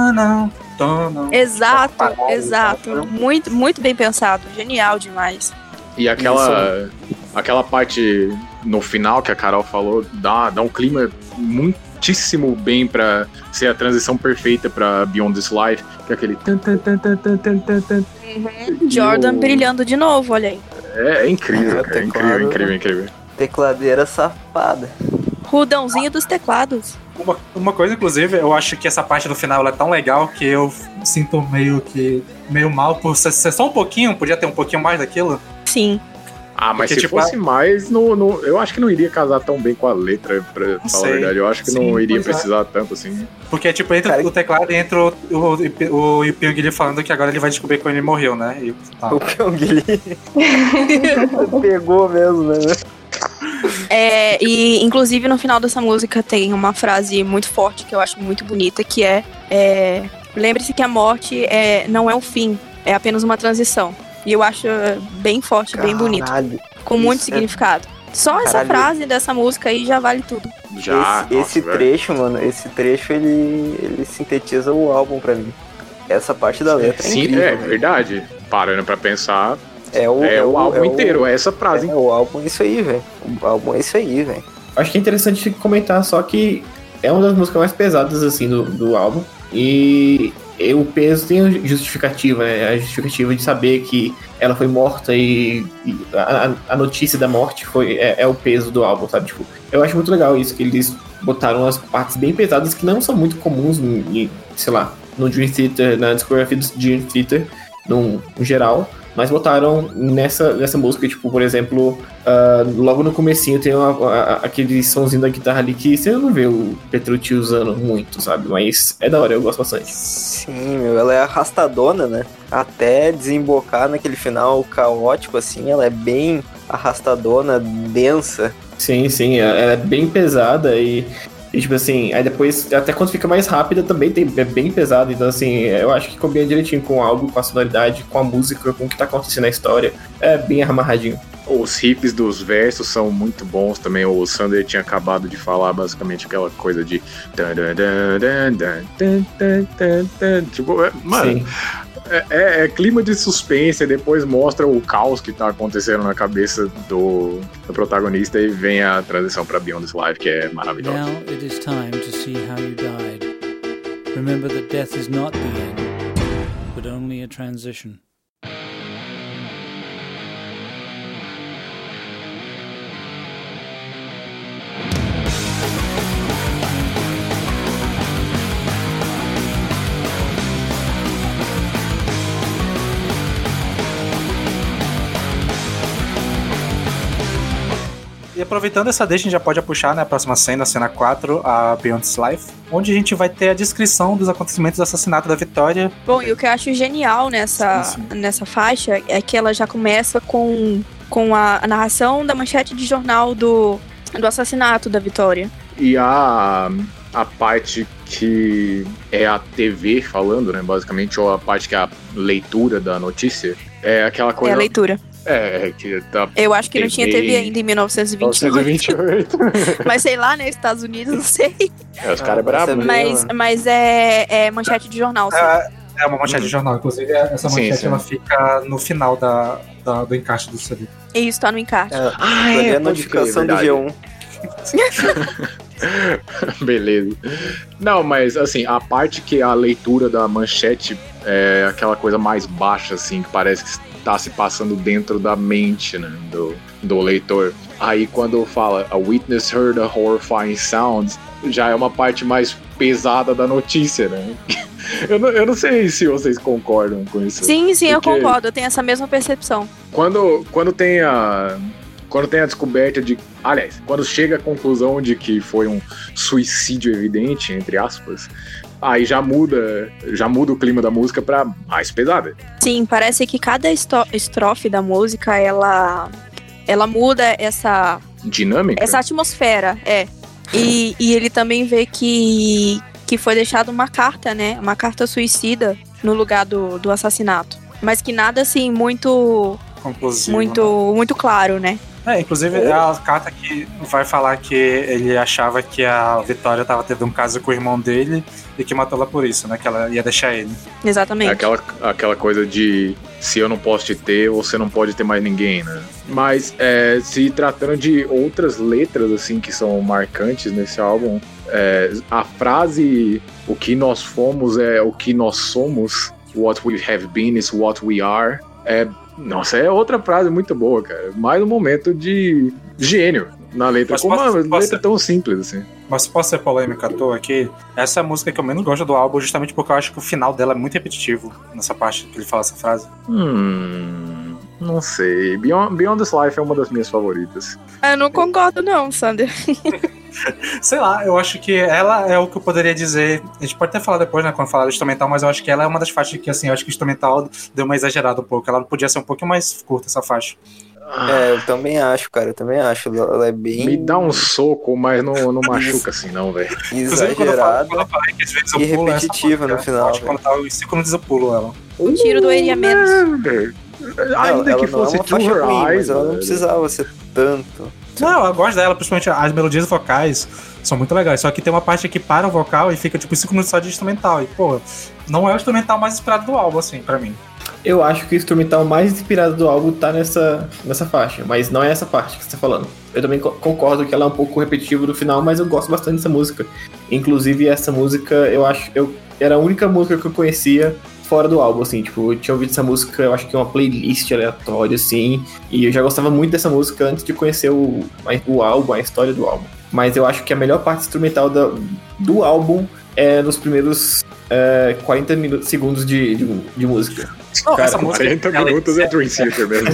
Exato. Muito, muito bem pensado. Genial demais.
E aquela parte no final que a Carol falou, dá um clima muitíssimo bem pra ser a transição perfeita pra Beyond This Life, que é aquele...
Jordan brilhando de novo, olha aí.
É incrível, cara, incrível.
Tecladeira safada.
Rudãozinho dos teclados.
Uma coisa, inclusive, eu acho que essa parte do final ela é tão legal que eu sinto meio mal por ser só um pouquinho, podia ter um pouquinho mais daquilo.
Sim.
Ah, mas porque, se fosse mais, eu acho que não iria casar tão bem com a letra, pra falar a verdade. Eu acho que não iria precisar tanto assim.
Porque, tipo, entre o teclado e entre o Pyong falando que agora ele vai descobrir quando ele morreu, né? E, tá.
O Pyong pegou mesmo, né?
E inclusive no final dessa música tem uma frase muito forte que eu acho muito bonita, que lembre-se que a morte não é o fim, é apenas uma transição. E eu acho bem forte, bem bonito. Com muito significado. Só essa frase dessa música aí já vale tudo.
Esse trecho, mano, ele sintetiza o álbum pra mim. Essa parte da letra é incrível.
É verdade. Parando pra pensar,
é o
álbum inteiro, é essa frase.
O álbum é isso aí, velho.
Acho que é interessante comentar só que é uma das músicas mais pesadas, assim, do álbum. E o peso tem a justificativa, né? A justificativa de saber que ela foi morta e a notícia da morte é o peso do álbum, sabe? Tipo, eu acho muito legal isso, que eles botaram as partes bem pesadas que não são muito comuns, sei lá, no Dream Theater, na discografia do Dream Theater, no geral. Mas botaram nessa música, tipo, por exemplo, logo no comecinho tem aquele sonzinho da guitarra ali que você não vê o Petrucci usando muito, sabe? Mas é da hora, eu gosto bastante.
Sim, ela é arrastadona, né? Até desembocar naquele final caótico, assim, ela é bem arrastadona, densa.
Sim, ela é bem pesada e E tipo assim, aí depois, até quando fica mais rápida também é bem pesado. Então assim, eu acho que combina direitinho com o álbum, com a sonoridade, com a música, com o que tá acontecendo na história. É bem amarradinho.
Os riffs dos versos são muito bons também. O Sander tinha acabado de falar basicamente aquela coisa de... Tipo, mano...
Sim.
É clima de suspense, e depois mostra o caos que tá acontecendo na cabeça do protagonista e vem a transição pra Beyond This Life, que é maravilhosa.
Now it is time to see how you died. Remember that death is not the end, but only a transition.
E aproveitando essa deixa, a gente já pode puxar, né, a próxima cena, a cena 4, a Beyond This Life, onde a gente vai ter a descrição dos acontecimentos do assassinato da Vitória.
Bom, e o que eu acho genial nessa faixa é que ela já começa com a narração da manchete de jornal do assassinato da Vitória.
E a parte que é a TV falando, né, basicamente, ou a parte que é a leitura da notícia, é aquela coisa...
É a leitura.
Que tá.
Eu acho que não tinha TV ainda em 1928. Mas sei lá, né? Estados Unidos, não sei.
Os caras é brabo, né?
Mas é manchete de jornal.
É uma manchete de jornal. Inclusive, essa manchete ela fica no final do encarte do CD.
Isso, tá no encarte.
É a notificação do G1.
Beleza. Não, mas assim, a parte que a leitura da manchete é aquela coisa mais baixa, assim, que parece que tá se passando dentro da mente, né, do leitor. Aí quando fala a witness heard a horrifying sound, já é uma parte mais pesada da notícia, né? Eu não sei se vocês concordam com isso.
Sim, eu concordo, eu tenho essa mesma percepção.
Quando tem a descoberta de... Aliás, quando chega à conclusão de que foi um suicídio evidente, entre aspas, aí já muda o clima da música pra mais pesada.
Sim, parece que cada estrofe da música, ela muda essa...
dinâmica?
Essa atmosfera, E ele também vê que foi deixada uma carta, né? Uma carta suicida no lugar do assassinato. Mas que nada, assim, muito...
conclusivo,
muito claro, né?
Inclusive é a carta que vai falar que ele achava que a Vitória tava tendo um caso com o irmão dele e que matou ela por isso, né? Que ela ia deixar ele.
Exatamente.
Aquela coisa de se eu não posso te ter, você não pode ter mais ninguém, né? Mas se tratando de outras letras, assim, que são marcantes nesse álbum, a frase o que nós fomos é o que nós somos, what we have been is what we are, nossa, é outra frase muito boa, cara. Mais um momento de gênio na letra. Mas como uma letra tão simples, assim.
Mas posso ser polêmica à toa aqui? Essa é a música que eu menos gosto do álbum, justamente porque eu acho que o final dela é muito repetitivo, nessa parte que ele fala essa frase.
Não sei. Beyond This Life é uma das minhas favoritas.
Eu não concordo não, Sander.
Sei lá, eu acho que ela é o que eu poderia dizer. A gente pode até falar depois, né, quando falar do instrumental, mas eu acho que ela é uma das faixas que, assim, eu acho que o instrumental deu uma exagerada um pouco. Ela podia ser um pouquinho mais curta, essa faixa.
Eu também acho, cara, Ela é bem...
Me dá um soco, mas não machuca assim, não, velho.
Exagerada e repetitiva no final.
Acho que quando tá em 5 minutos eu pulo ela.
Um tiro doeria menos.
Ainda que fosse
não é uma faixa
Her
ruim,
Eyes,
mas ela não precisava ser tanto.
Não, eu gosto dela, principalmente as melodias vocais são muito legais. Só que tem uma parte que para o vocal e fica tipo 5 minutos só de instrumental. E, pô, não é o instrumental mais inspirado do álbum, assim, pra mim.
Eu acho que o instrumental mais inspirado do álbum tá nessa faixa, mas não é essa parte que você tá falando. Eu também concordo que ela é um pouco repetitiva no final, mas eu gosto bastante dessa música. Inclusive, essa música, era a única música que eu conhecia fora do álbum, assim, tipo, eu tinha ouvido essa música, eu acho que é uma playlist aleatória, assim, e eu já gostava muito dessa música antes de conhecer o álbum, a história do álbum. Mas eu acho que a melhor parte instrumental do álbum é nos primeiros 40 segundos de música.
Cara, essa música
40 minutos é Dream Theater mesmo.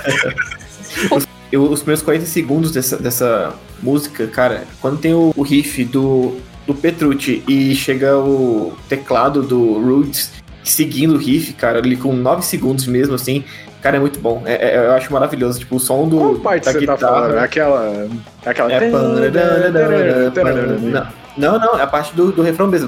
Os primeiros 40 segundos dessa música, cara, quando tem o riff do Petrucci e chega o teclado do Rhodes seguindo o riff, cara, ali com 9 segundos mesmo, assim, cara, é muito bom. Eu acho maravilhoso, tipo, o som da
parte
guitarra.
Tá falando? Aquela...
Não, é a parte do refrão mesmo.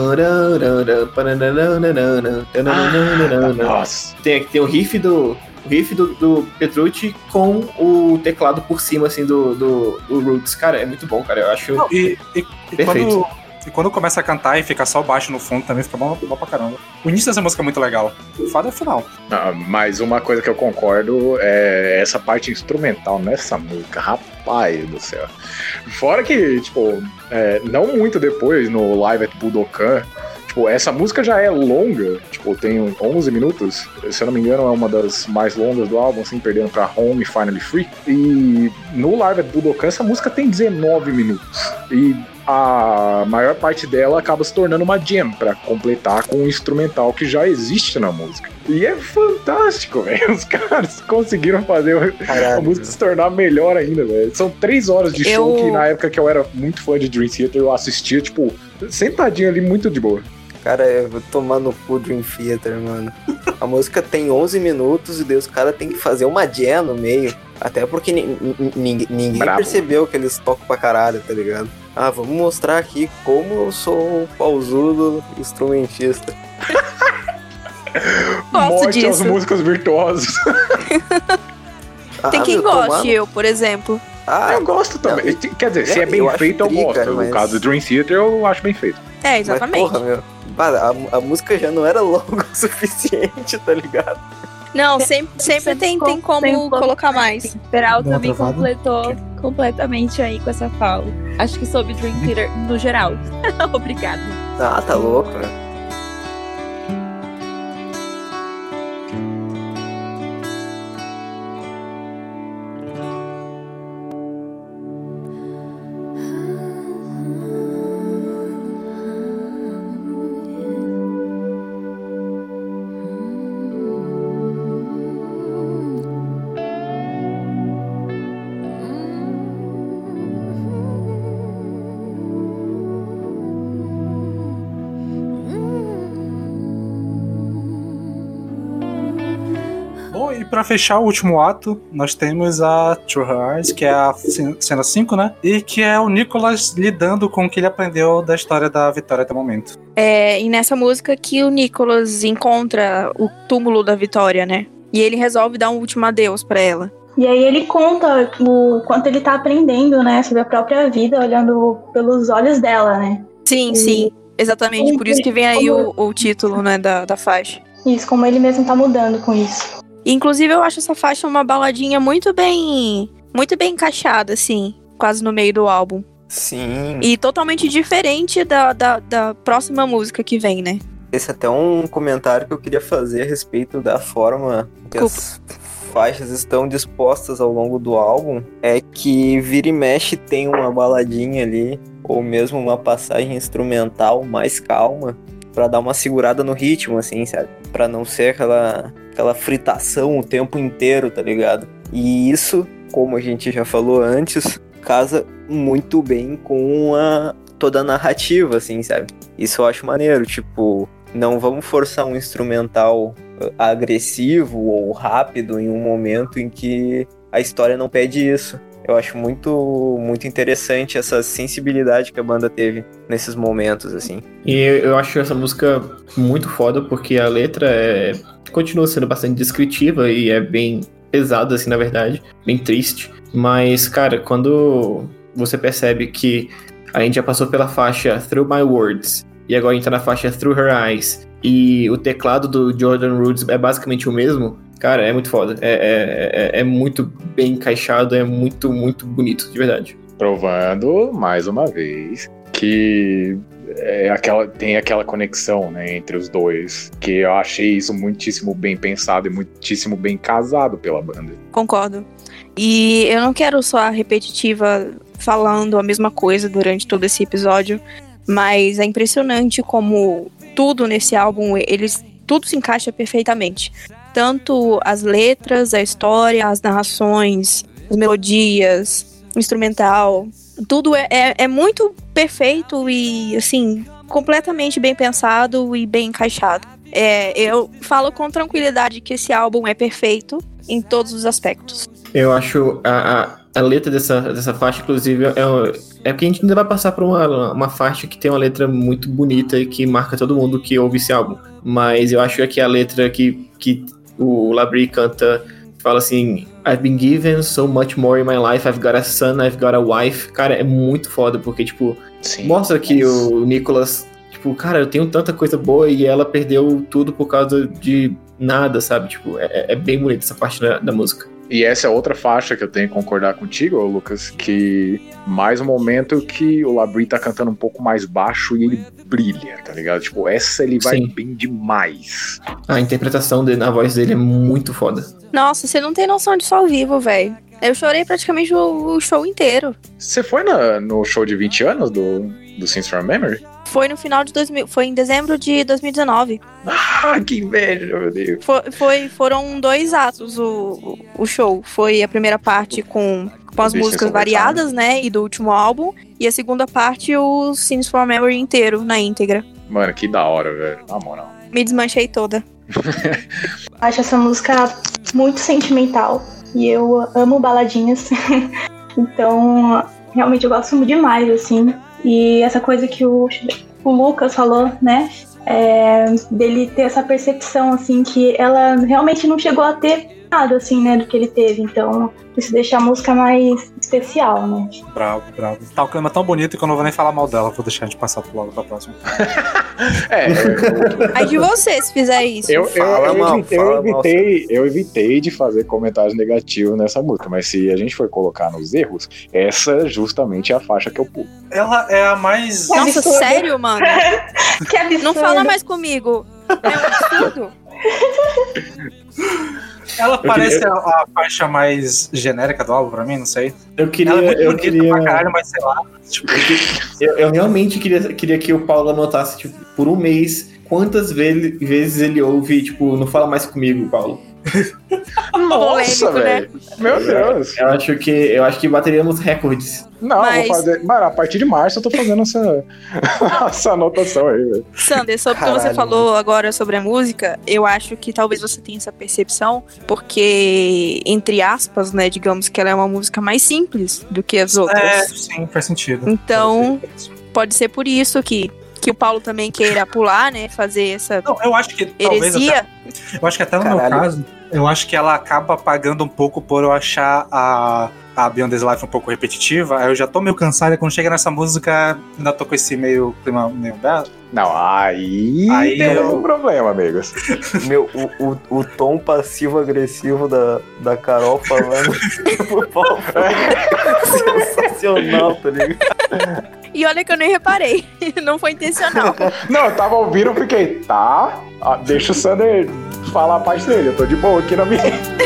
Nossa.
Tem o riff do Petrucci com o teclado por cima, assim, do Roots. Cara, é muito bom, cara. Eu acho perfeito.
Quando começa a cantar e fica só o baixo no fundo, também fica bom pra caramba. O início dessa música é muito legal. O fado é o final.
Mas uma coisa que eu concordo é essa parte instrumental nessa música. Rapaz do céu. Fora que, tipo, não muito depois, no Live at Budokan, tipo, essa música já é longa, tipo, tem 11 minutos, se eu não me engano é uma das mais longas do álbum, assim, perdendo pra Home e Finally Free, e no Live at Budokan essa música tem 19 minutos, e a maior parte dela acaba se tornando uma jam pra completar com o instrumental que já existe na música. E é fantástico, velho. Os caras conseguiram fazer a música se tornar melhor ainda, velho. São 3 horas de show que na época que eu era muito fã de Dream Theater, eu assistia, tipo, sentadinho ali, muito de boa.
Cara, eu vou tomar no cu Dream Theater, mano. A música tem 11 minutos e daí os caras tem que fazer uma jam no meio. Até porque ninguém percebeu que eles tocam pra caralho, tá ligado? Vamos mostrar aqui como eu sou um pausudo instrumentista.
Morte aos músicos virtuosos.
Tem quem goste, eu, por exemplo.
Eu gosto também. Quer dizer, se é bem feito, eu gosto. No caso do Dream Theater, eu acho bem feito.
Exatamente.
Mas, porra, meu, a música já não era longa o suficiente, tá ligado?
Não, sempre tem como colocar mais.
Peral também completou completamente aí com essa fala. Acho que sobre Dream Theater no geral. Obrigada.
Tá louco, né?
Pra fechar o último ato, nós temos a Through Her Eyes, que é a cena 5, né? E que é o Nicholas lidando com o que ele aprendeu da história da Vitória até o momento.
E nessa música que o Nicholas encontra o túmulo da Vitória, né? E ele resolve dar um último adeus pra ela.
E aí ele conta o quanto ele tá aprendendo, né? Sobre a própria vida, olhando pelos olhos dela, né?
Sim, exatamente. Por isso que vem aí o título, né, da faixa.
Isso, como ele mesmo tá mudando com isso.
Inclusive, eu acho essa faixa uma baladinha muito bem encaixada, assim, quase no meio do álbum.
Sim.
E totalmente diferente da próxima música que vem, né?
Esse é até um comentário que eu queria fazer a respeito da forma que as faixas estão dispostas ao longo do álbum. É que vira e mexe tem uma baladinha ali, ou mesmo uma passagem instrumental mais calma, pra dar uma segurada no ritmo, assim, sabe? Pra não ser aquela fritação o tempo inteiro, tá ligado? E isso, como a gente já falou antes, casa muito bem com toda a narrativa, assim, sabe? Isso eu acho maneiro, tipo, não vamos forçar um instrumental agressivo ou rápido em um momento em que a história não pede isso. Eu acho muito, muito interessante essa sensibilidade que a banda teve nesses momentos, assim.
E eu acho essa música muito foda, porque a letra continua sendo bastante descritiva e é bem pesada, assim, na verdade. Bem triste. Mas, cara, quando você percebe que a gente já passou pela faixa Through My Words, e agora a gente tá na faixa Through Her Eyes, e o teclado do Jordan Rhodes é basicamente o mesmo, cara, é muito foda. É muito bem encaixado, é muito, muito bonito, de verdade.
Provando, mais uma vez, que tem aquela conexão, né, entre os dois, que eu achei isso muitíssimo bem pensado e muitíssimo bem casado pela banda.
Concordo. E eu não quero soar repetitiva falando a mesma coisa durante todo esse episódio, mas é impressionante como tudo nesse álbum, tudo se encaixa perfeitamente. Tanto as letras, a história, as narrações, as melodias, o instrumental, tudo é muito perfeito e, assim, completamente bem pensado e bem encaixado. Eu falo com tranquilidade que esse álbum é perfeito em todos os aspectos.
Eu acho a letra dessa faixa, inclusive, é porque a gente ainda vai passar por uma faixa que tem uma letra muito bonita e que marca todo mundo que ouve esse álbum. Mas eu acho que a letra que o Labrie canta, fala assim: I've been given so much more in my life, I've got a son, I've got a wife. Cara, é muito foda, porque, tipo, mostra que o Nicholas, tipo, cara, eu tenho tanta coisa boa e ela perdeu tudo por causa de nada, sabe? Tipo, é bem bonita essa parte da música.
E essa é outra faixa que eu tenho que concordar contigo, Lucas, que mais um momento que o Labrie tá cantando um pouco mais baixo e ele brilha, tá ligado? Tipo, essa ele vai bem demais.
A interpretação na voz dele é muito foda.
Nossa, você não tem noção disso ao vivo, velho. Eu chorei praticamente o show inteiro.
Você foi no show de 20 anos do Sins from Memory?
Foi no final de 2000, foi em dezembro de 2019.
Ah, que inveja, meu Deus.
Foram 2 atos o show. Foi a primeira parte com as músicas variadas, né, e do último álbum. E a segunda parte, o Sins from Memory inteiro, na íntegra.
Mano, que da hora, velho. Na moral.
Me desmanchei toda.
Acho essa música muito sentimental. E eu amo baladinhas. Então, realmente eu gosto demais, assim. E essa coisa que o Lucas falou, né? Dele ter essa percepção, assim, que ela realmente não chegou a ter nada, assim, né? Do que ele teve. Então, isso deixa a música mais especial, né?
Bravo. Tá um clima tão bonito que eu não vou nem falar mal dela. Vou deixar a gente passar logo pra próxima.
Aí de você, se fizer isso.
Eu evitei de fazer comentários negativos nessa música, mas se a gente for colocar nos erros, essa justamente é a faixa que eu pulo.
Ela é a mais...
Nossa, sério, mano?
Que absurdo.
Não fala mais comigo. É um absurdo.
Ela parece a faixa mais genérica do álbum pra mim, não sei.
Eu queria...
Ela é muito bonita pra caralho, mas sei lá. Tipo...
Eu realmente queria que o Paulo anotasse, tipo, por um mês, quantas vezes ele ouve, tipo, não fala mais comigo, Paulo.
Nossa, velho. Né? Meu Deus.
Eu acho que bateríamos recordes.
Não, eu vou fazer. Mano, a partir de março eu tô fazendo essa anotação aí, velho.
Sander, sobre o que você falou agora sobre a música, eu acho que talvez você tenha essa percepção, porque, entre aspas, né, digamos que ela é uma música mais simples do que as outras.
Sim, faz sentido.
Então, pode ser por isso que o Paulo também queira pular, né, fazer essa
Não, eu acho que
heresia.
Eu acho que até no meu caso, eu acho que ela acaba apagando um pouco por eu achar a Beyond This Life um pouco repetitiva. Aí eu já tô meio cansado e quando chega nessa música, ainda tô com esse clima meio belo.
Não, aí temos um problema, amigos.
O tom passivo-agressivo da Carol falando pro Paulo foi sensacional, tá ligado?
E olha que eu nem reparei, não foi intencional.
Não, eu tava ouvindo, eu fiquei, tá, deixa o Sander falar a parte dele, eu tô de boa aqui na minha.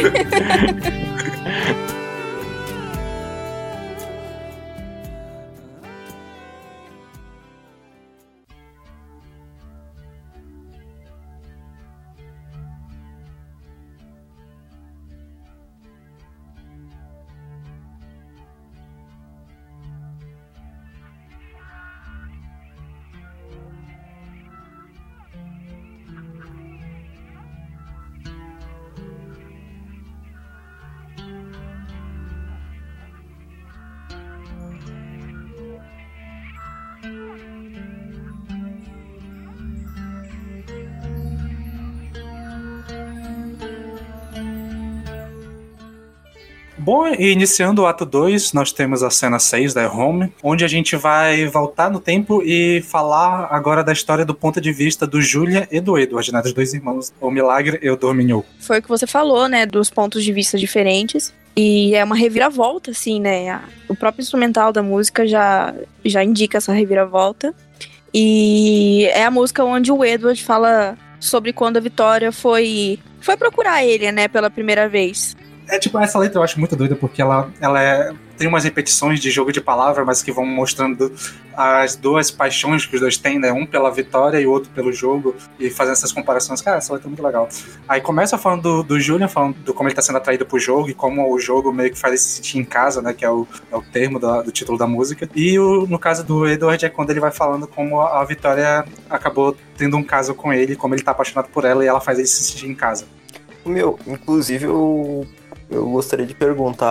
Bom, e iniciando o ato 2, nós temos a cena 6 da Home, onde a gente vai voltar no tempo e falar agora da história do ponto de vista do Julia e do Edward, né, dos 2 irmãos, o Milagre e o Dorminhoc.
Foi o que você falou, né, dos pontos de vista diferentes, e é uma reviravolta, assim, né, o próprio instrumental da música já indica essa reviravolta, e é a música onde o Edward fala sobre quando a Vitória foi procurar ele, né, pela primeira vez.
Essa letra eu acho muito doida, porque ela tem umas repetições de jogo de palavras, mas que vão mostrando as duas paixões que os dois têm, né? Um pela vitória e o outro pelo jogo, e fazendo essas comparações. Cara, essa letra é muito legal. Aí começa falando do Julian, falando do como ele tá sendo atraído pro jogo, e como o jogo meio que faz ele se sentir em casa, né? Que é o termo do título da música. E no caso do Edward é quando ele vai falando como a Vitória acabou tendo um caso com ele, como ele tá apaixonado por ela, e ela faz ele se sentir em casa.
Inclusive eu gostaria de perguntar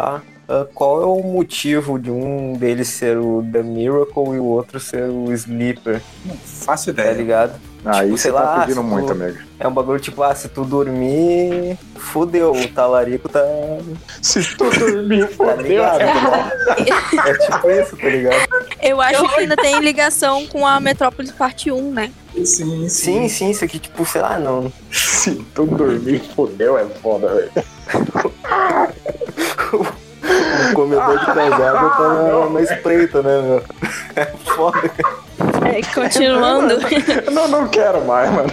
qual é o motivo de um deles ser o The Miracle e o outro ser o Sleeper?
Não faço
Tá
ideia.
ligado?
Aí
sei
você tá
lá,
pedindo
se
muito,
tu-
amigo.
É um bagulho tipo, se tu dormir, fudeu, o talarico tá
Se tu dormir, fodeu.
ligado? É tipo isso, tá ligado?
Eu acho que ainda tem ligação com a Metrópolis Parte 1, né?
Sim.
Sim, isso aqui, tipo, sei lá, não.
Se tu dormir, fodeu, é foda, velho.
O comedor de casado tá na espreita, né, meu? É foda, cara.
Continuando.
Não quero mais, mano.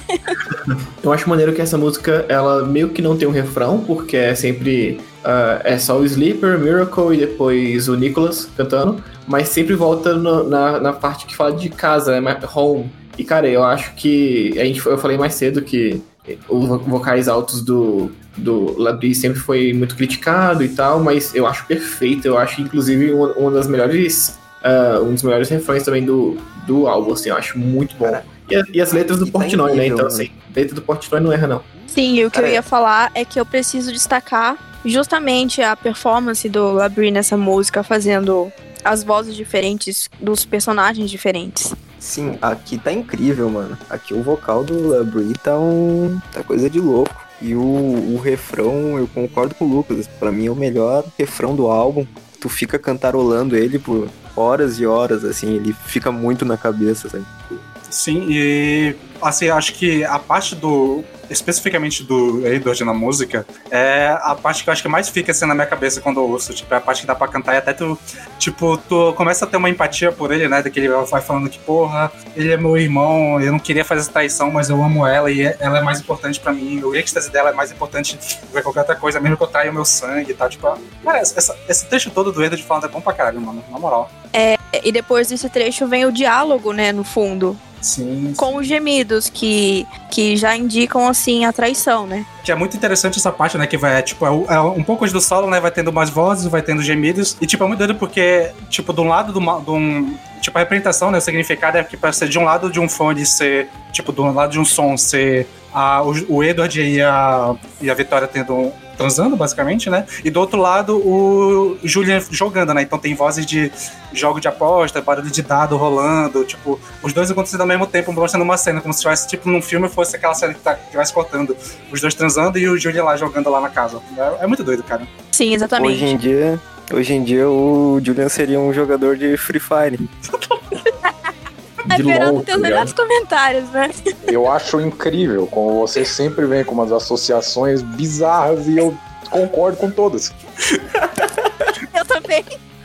Eu acho maneiro que essa música, ela meio que não tem um refrão, porque é sempre... é só o Sleeper, Miracle e depois o Nicholas cantando, mas sempre volta na parte que fala de casa, né? Home. E, cara, eu acho que... eu falei mais cedo que os vocais altos do Labrie sempre foi muito criticado e tal, mas eu acho perfeito. Eu acho, inclusive, uma das melhores... um dos melhores refrões também do álbum, assim, eu acho muito bom. E as letras do
e tá
Portnoy, né?
incrível,
Então,
mano.
assim, letra do Portnoy não erra, não.
Sim, e o que
Cara,
eu ia falar é que eu preciso destacar justamente a performance do Labrie nessa música, fazendo as vozes diferentes dos personagens diferentes.
Sim, aqui tá incrível, mano. Aqui o vocal do Labrie tá coisa de louco. E o refrão, eu concordo com o Lucas, pra mim é o melhor refrão do álbum. Tu fica cantarolando ele por horas e horas, assim, ele fica muito na cabeça, sabe?
Sim, e assim, acho que a parte especificamente do Edward na música, é a parte que eu acho que mais fica assim na minha cabeça quando eu ouço, tipo, é a parte que dá pra cantar e até tu começa a ter uma empatia por ele, né, daquele vai falando que, porra, ele é meu irmão, eu não queria fazer essa traição, mas eu amo ela e ela é mais importante pra mim, o êxtase dela é mais importante do que qualquer outra coisa, mesmo que eu traia o meu sangue e tal, tipo, cara, esse trecho todo do Edward falando é bom pra caralho, mano, na moral.
E depois desse trecho vem o diálogo, né, no fundo,
Sim.
com os gemidos, que já indicam, assim, a traição, né?
Que é muito interessante essa parte, né? Que vai, tipo, é um pouco antes do solo, né? Vai tendo umas vozes, vai tendo gemidos. E, tipo, é muito doido porque, tipo, de um lado tipo, a representação, né? O significado é que pra ser de um lado de um fone ser, tipo, do lado de um som ser o Edward e a Vitória transando, basicamente, né? E do outro lado, o Julian jogando, né? Então tem vozes de jogo de aposta, barulho de dado rolando, tipo, os dois acontecendo ao mesmo tempo, mostrando uma cena, como se tivesse, tipo, num filme fosse aquela cena que vai se cortando. Os dois transando e o Julian lá jogando lá na casa. É muito doido, cara.
Sim, exatamente.
Hoje em dia o Julian seria um jogador de Free Fire.
Esperando teus melhores comentários, né?
Eu acho incrível como você sempre vem com umas associações bizarras e eu concordo com todas.
Eu também.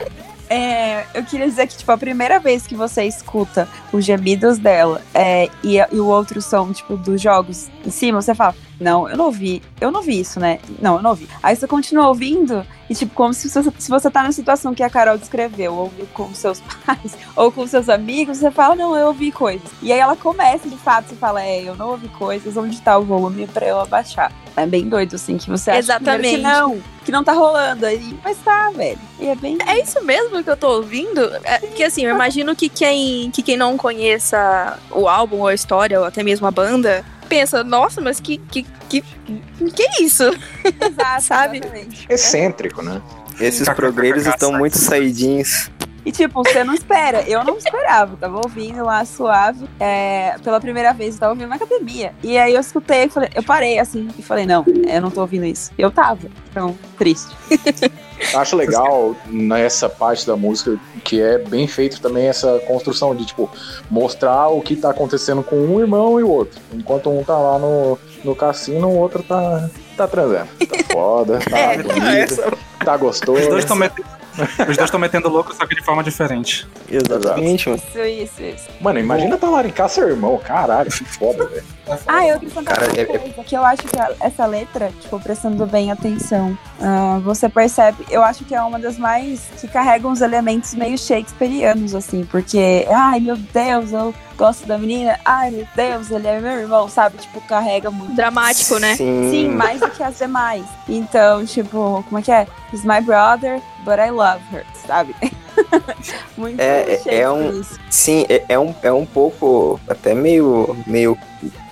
Eu queria dizer que, tipo, a primeira vez que você escuta os gemidos dela e o outro som, tipo, dos jogos em cima, você fala, não, eu não ouvi isso, né? Não, eu não ouvi. Aí você continua ouvindo e, tipo, como se você tá na situação que a Carol descreveu, ouviu com seus pais ou com seus amigos, você fala, não, eu ouvi coisas. E aí ela começa, de fato, você fala, eu não ouvi coisas, onde tá o volume pra eu abaixar? É bem doido, assim, que você acha
Exatamente.
que não tá rolando. Aí, mas tá, velho. E é bem...
É isso mesmo que eu tô ouvindo? Que assim, eu imagino que quem não conheça o álbum ou a história, ou até mesmo a banda, pensa, nossa, mas que é isso?
Exato,
sabe?
Exatamente.
Excêntrico, né?
Esses progreiros estão muito saidinhos.
E tipo, você não espera. Eu não esperava. Tava ouvindo lá suave. Pela primeira vez, eu tava ouvindo na academia. E aí eu escutei, eu parei assim e falei, não, eu não tô ouvindo isso. Eu tava. Então, triste.
Acho legal nessa parte da música que é bem feito também essa construção de, tipo, mostrar o que tá acontecendo com um irmão e o outro. Enquanto um tá lá no cassino, o outro tá transando. Tá foda, tá bonito, tá gostoso.
Os dois estão metendo louco, só que de forma diferente.
Exatamente, mano.
Isso.
Mano, imagina talaricar seu irmão. Caralho, que foda, velho.
Eu queria contar uma coisa, que eu acho que essa letra, tipo, prestando bem atenção, você percebe, eu acho que é uma das mais que carregam os elementos meio shakespearianos, assim, porque, ai meu Deus, eu gosto da menina, ai meu Deus, ele é meu irmão, sabe? Tipo, carrega muito.
Dramático, né?
Sim, mais do que as demais. Então, tipo, como é que é? He's my brother, but I love her, sabe? Muito
Sim, é um pouco até meio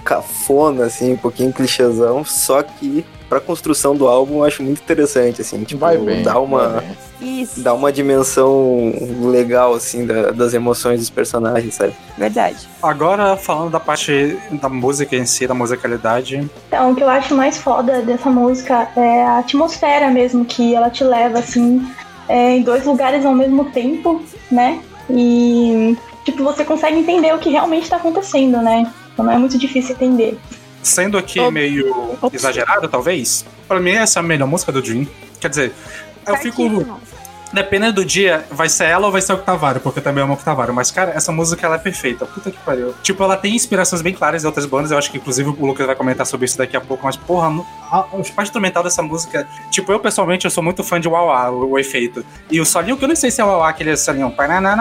cafona, assim, um pouquinho clichêzão, só que pra construção do álbum eu acho muito interessante, assim, tipo,
Vai bem,
dá uma...
vai bem.
Isso,
Dá uma dimensão legal, assim, das emoções dos personagens, sabe?
verdade.
Agora, falando da parte da música em si, da musicalidade,
Então, o que eu acho mais foda dessa música é a atmosfera mesmo, que ela te leva, assim, em dois lugares ao mesmo tempo, né? E, tipo, você consegue entender o que realmente tá acontecendo, né? Então não é muito difícil entender.
sendo aqui meio exagerado, talvez, pra mim essa é a melhor música do Dream. Quer dizer, eu fico... Dependendo do dia, vai ser ela ou vai ser o Octavário, porque eu também amo o Octavário. Mas, cara, essa música, ela é perfeita. Puta que pariu. Tipo, ela tem inspirações bem claras em outras bandas. Eu acho que, inclusive, o Lucas vai comentar sobre isso daqui a pouco. Mas, porra, a parte instrumental dessa música... Tipo, eu, pessoalmente, eu sou muito fã de Wah-Wah, o efeito. E o solinho, que eu não sei se é Wah-Wah, aquele solinho...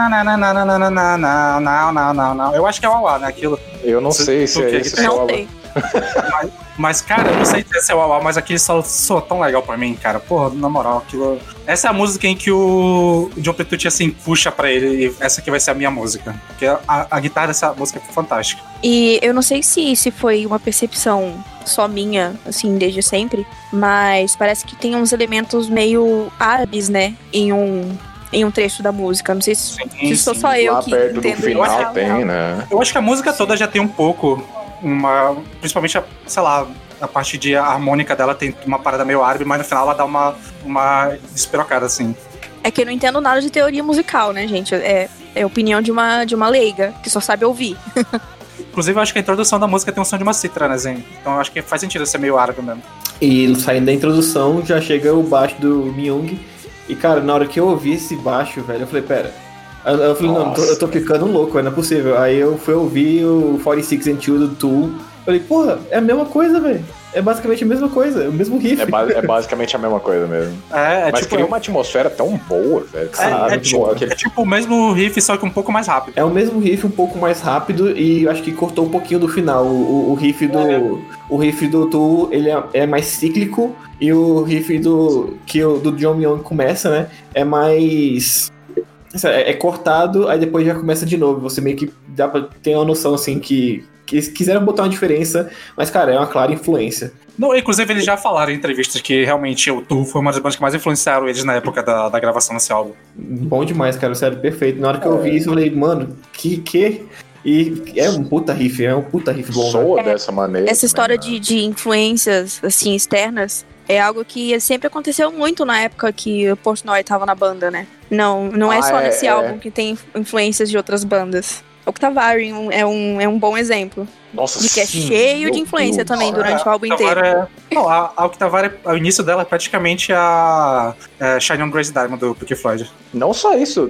Eu acho que é Wah-Wah, né? Aquilo...
Eu não sei se é esse
Não
solo.
tem.
Mas, cara, eu não sei se é o Wah-Wah, mas aquele solo soa tão legal pra mim, cara. Porra, na moral, aquilo... Essa é a música em que o John Petrucci, assim, puxa pra ele, e essa aqui vai ser a minha música. Porque a guitarra dessa música é fantástica.
E eu não sei se foi uma percepção só minha, assim, desde sempre, mas parece que tem uns elementos meio árabes, né, em um trecho da música. Não sei se sou só eu
Lá
que
perto do
entendo
final
isso.
tem, né?
Eu acho que a música toda já tem um pouco principalmente, sei lá, a parte de harmônica dela tem uma parada meio árabe, mas no final ela dá uma despirocada, assim.
É que eu não entendo nada de teoria musical, né, gente? É opinião de uma leiga, que só sabe ouvir.
Inclusive, eu acho que a introdução da música tem um som de uma cítara, né, Zen? Então eu acho que faz sentido ser meio árabe mesmo.
E saindo da introdução, já chega o baixo do Myung. E, cara, na hora que eu ouvi esse baixo, velho, eu falei, pera... Eu falei, não, eu tô ficando louco, não é possível. Aí eu fui ouvir o 46 and 2 do Tool. Falei, porra, é a mesma coisa, velho. É basicamente a mesma coisa, é o mesmo riff.
É basicamente a mesma coisa mesmo. Mas
tipo,
cria uma atmosfera tão boa, velho.
É tipo o mesmo riff, só que um pouco mais rápido.
É o mesmo riff, um pouco mais rápido, e eu acho que cortou um pouquinho do final. O riff do Tool, ele é mais cíclico, e o riff do John Myung começa, né, é mais... É cortado, aí depois já começa de novo. Você meio que dá pra ter uma noção, assim, que eles quiseram botar uma diferença, mas, cara, é uma clara influência.
Não, inclusive, eles já falaram em entrevistas que realmente o Tool foi uma das bandas que mais influenciaram eles na época da gravação desse álbum.
Bom demais, cara, sério, perfeito. Na hora que eu ouvi isso, eu falei, mano, que... E é um puta riff bom.
Soa dessa maneira.
Essa história de influências, assim, externas, é algo que sempre aconteceu muito na época que o Portnoy tava na banda, né? Não é só nesse álbum que tem influências de outras bandas. Octavari é um bom exemplo.
Nossa,
de que é cheio de influência também durante o álbum inteiro.
A Octavari, o início dela é praticamente a Shine on Grace Diamond do Pink Floyd.
Não só isso,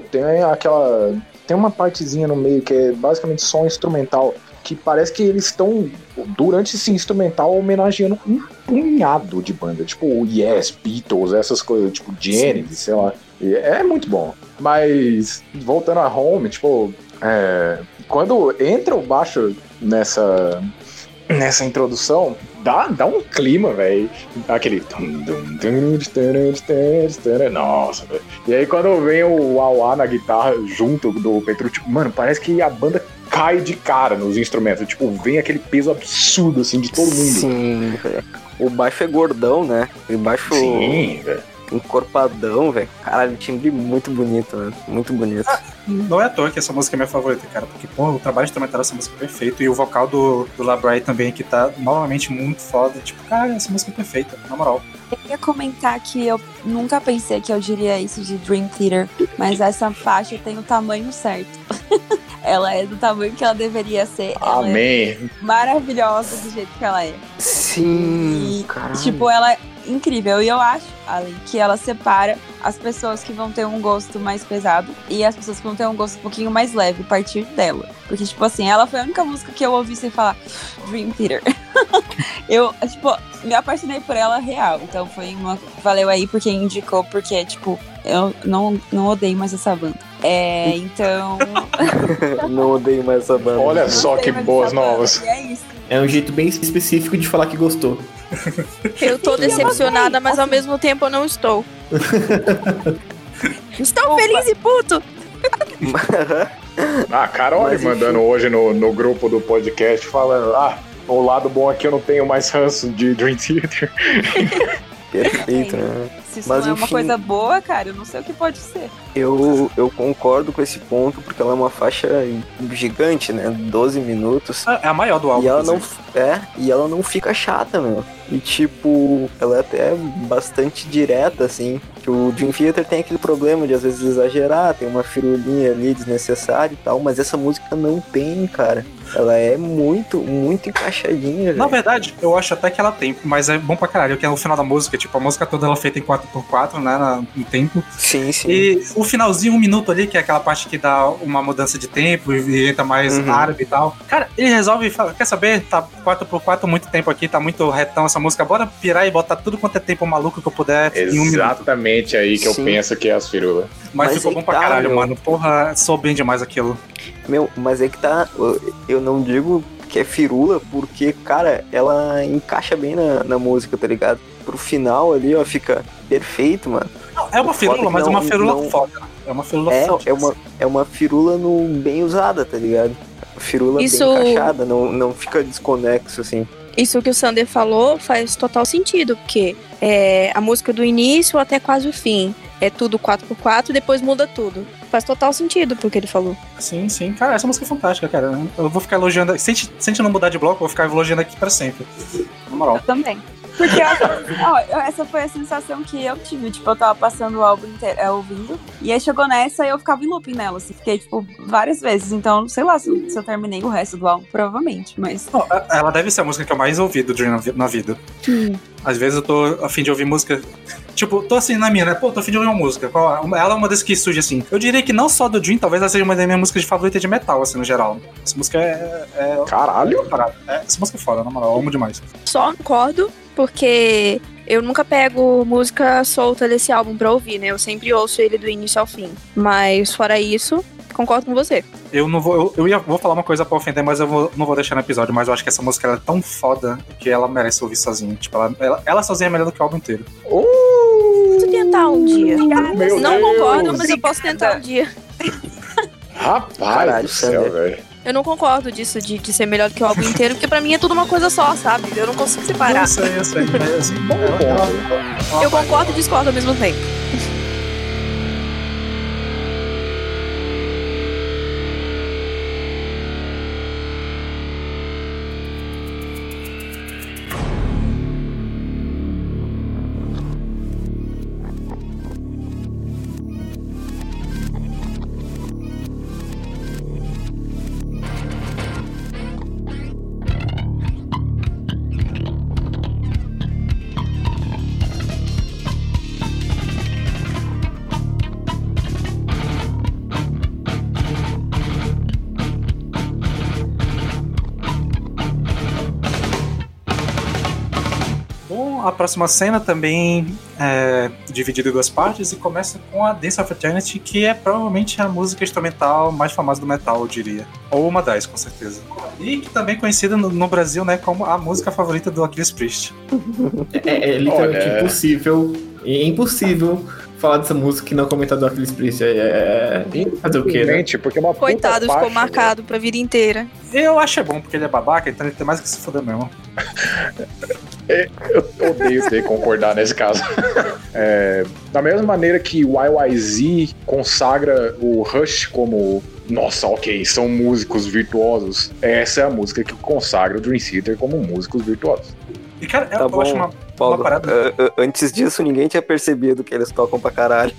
tem uma partezinha no meio que é basicamente só instrumental, que parece que eles estão, durante esse instrumental, homenageando um punhado de banda, tipo Yes, Beatles, essas coisas, tipo Genesis, sei lá. E é muito bom. Mas, voltando a Home, tipo, quando entra o baixo nessa introdução, dá um clima, velho. Aquele... Nossa, velho. E aí quando vem o Wah-Wah na guitarra junto do Petrucci, mano, parece que a banda cai de cara nos instrumentos. Tipo, vem aquele peso absurdo, assim, de todo mundo.
Sim, velho. O baixo é gordão, né? O baixo...
Sim, velho.
Encorpadão, velho. Caralho, timbre muito bonito, né? Muito bonito.
Não é à toa que essa música é minha favorita, cara. Porque, pô, o trabalho instrumental dessa música é perfeito. E o vocal do Labrie também, que tá novamente muito foda. Tipo, cara, essa música é perfeita, na moral.
Eu ia comentar que eu nunca pensei que eu diria isso de Dream Theater, mas essa faixa tem o tamanho certo. Ela é do tamanho que ela deveria ser.
Amém.
Ela é maravilhosa do jeito que ela é.
Sim,
e, tipo, ela é incrível. E eu acho, além que ela separa as pessoas que vão ter um gosto mais pesado e as pessoas que vão ter um gosto um pouquinho mais leve a partir dela. Porque, tipo assim, ela foi a única música que eu ouvi sem falar Dream Theater. Eu, tipo, me apaixonei por ela real. Então foi uma... Valeu aí porque indicou, porque, tipo, eu não odeio mais essa banda. Então...
Não odeio mais essa banda.
Olha só que boas novas.
E é isso.
É um jeito bem específico de falar que gostou.
Eu tô decepcionada, mas ao mesmo tempo eu não estou. Estou feliz e puto!
A Carol mandando hoje no grupo do podcast falando, O lado bom é que eu não tenho mais ranço de Dream Theater.
Perfeito, né?
Se isso
Mas,
não é uma
enfim,
coisa boa, cara, eu não sei o que pode ser.
Eu concordo com esse ponto, porque ela é uma faixa gigante, né? 12 minutos.
É a maior do álbum.
E ela não,
inclusive.
e ela não fica chata, meu. E tipo, ela é até bastante direta, assim. Que o Dream Theater tem aquele problema de às vezes exagerar, tem uma firulinha ali desnecessária e tal, mas essa música não tem, cara. Ela é muito, muito encaixadinha,
Na
velho.
verdade, eu acho até que ela tem, mas é bom pra caralho, que é no final da música, tipo, a música toda ela é feita em 4x4, né, no tempo.
Sim, sim.
E o finalzinho, 1 minuto ali, que é aquela parte que dá uma mudança de tempo e entra mais árabe e tal. Cara, ele resolve e fala, quer saber, tá 4x4 muito tempo aqui, tá muito retão essa música, bora pirar e botar tudo quanto é tempo maluco que eu puder em 1 minuto.
Exatamente aí que
Sim.
eu penso que é as firulas.
Mas
Mas
ficou
aí
bom pra
tá,
caralho,
meu.
mano. Porra, soube bem demais aquilo.
Meu, mas é que tá, eu não digo que é firula, porque, cara, ela encaixa bem na música, tá ligado? Pro final ali, ó, fica perfeito, mano.
Não, é uma firula,
Foda que
mas é uma
não-
firula
não-
foda. É uma firula foda.
É uma firula bem usada, tá ligado? Firula
Isso-
bem encaixada, não fica desconexo, assim.
Isso que o Sander falou faz total sentido, porque a música do início até quase o fim é tudo 4x4 e depois muda tudo. Faz total sentido pro que ele falou.
Sim, sim. Cara, essa música é fantástica, cara. Eu vou ficar elogiando. Se a gente não mudar de bloco, eu vou ficar elogiando aqui pra sempre. Na moral.
Eu também. Porque essa foi a sensação que eu tive. Tipo, eu tava passando o álbum inteiro, ouvindo. E aí chegou nessa e eu ficava em looping nela. Assim, fiquei, tipo, várias vezes. Então, sei lá se eu terminei o resto do álbum. Provavelmente, mas...
Não, ela deve ser a música que eu mais ouvi do Dream na vida. Às vezes eu tô a fim de ouvir música... Tipo, tô assim na minha, né? Pô, tô a fim de ouvir uma música. Ela é uma das que surge assim. Eu diria que não só do Dream, talvez ela seja uma das minhas músicas de favorita de metal, assim, no geral. Essa música é
Caralho!
essa música é foda, na moral. Eu amo demais.
Só concordo, porque eu nunca pego música solta desse álbum pra ouvir, né? Eu sempre ouço ele do início ao fim. Mas fora isso, concordo com você.
Eu não vou. Vou falar uma coisa pra ofender, mas não vou deixar no episódio. Mas eu acho que essa música ela é tão foda que ela merece ouvir sozinha. Tipo, ela sozinha é melhor do que o álbum inteiro.
Posso tentar um dia.
Meu
Não
Deus.
concordo, mas eu posso tentar um dia.
Rapaz
Caralho,
do céu,
Sander.
velho.
Eu não concordo disso, de ser melhor do que o álbum inteiro, porque pra mim é tudo uma coisa só, sabe? Eu não consigo separar.
Eu sei. É, assim,
Eu concordo e discordo ao mesmo tempo.
A próxima cena também é dividida em 2 partes e começa com a Dance of Eternity, que é provavelmente a música instrumental mais famosa do metal, eu diria. Ou uma das, com certeza. E que também é conhecida no Brasil, né, como a música favorita do Aquiles Priest.
É literalmente
Olha.
impossível. É impossível falar dessa música e não comentar do Aquiles Priest. Fazer o quê, né?
Infelizmente, porque é uma puta
Coitado, ficou
faixa,
marcado pra vida inteira.
Eu acho bom, porque ele é babaca, então ele tem mais que se foder mesmo.
Eu odeio ter que concordar nesse caso. Da mesma maneira que o YYZ consagra o Rush como nossa, ok, são músicos virtuosos, essa é a música que consagra o Dream Theater como músicos virtuosos.
E cara,
Tá
eu
bom,
acho uma
Paulo,
parada...
antes disso, ninguém tinha percebido que eles tocam pra caralho.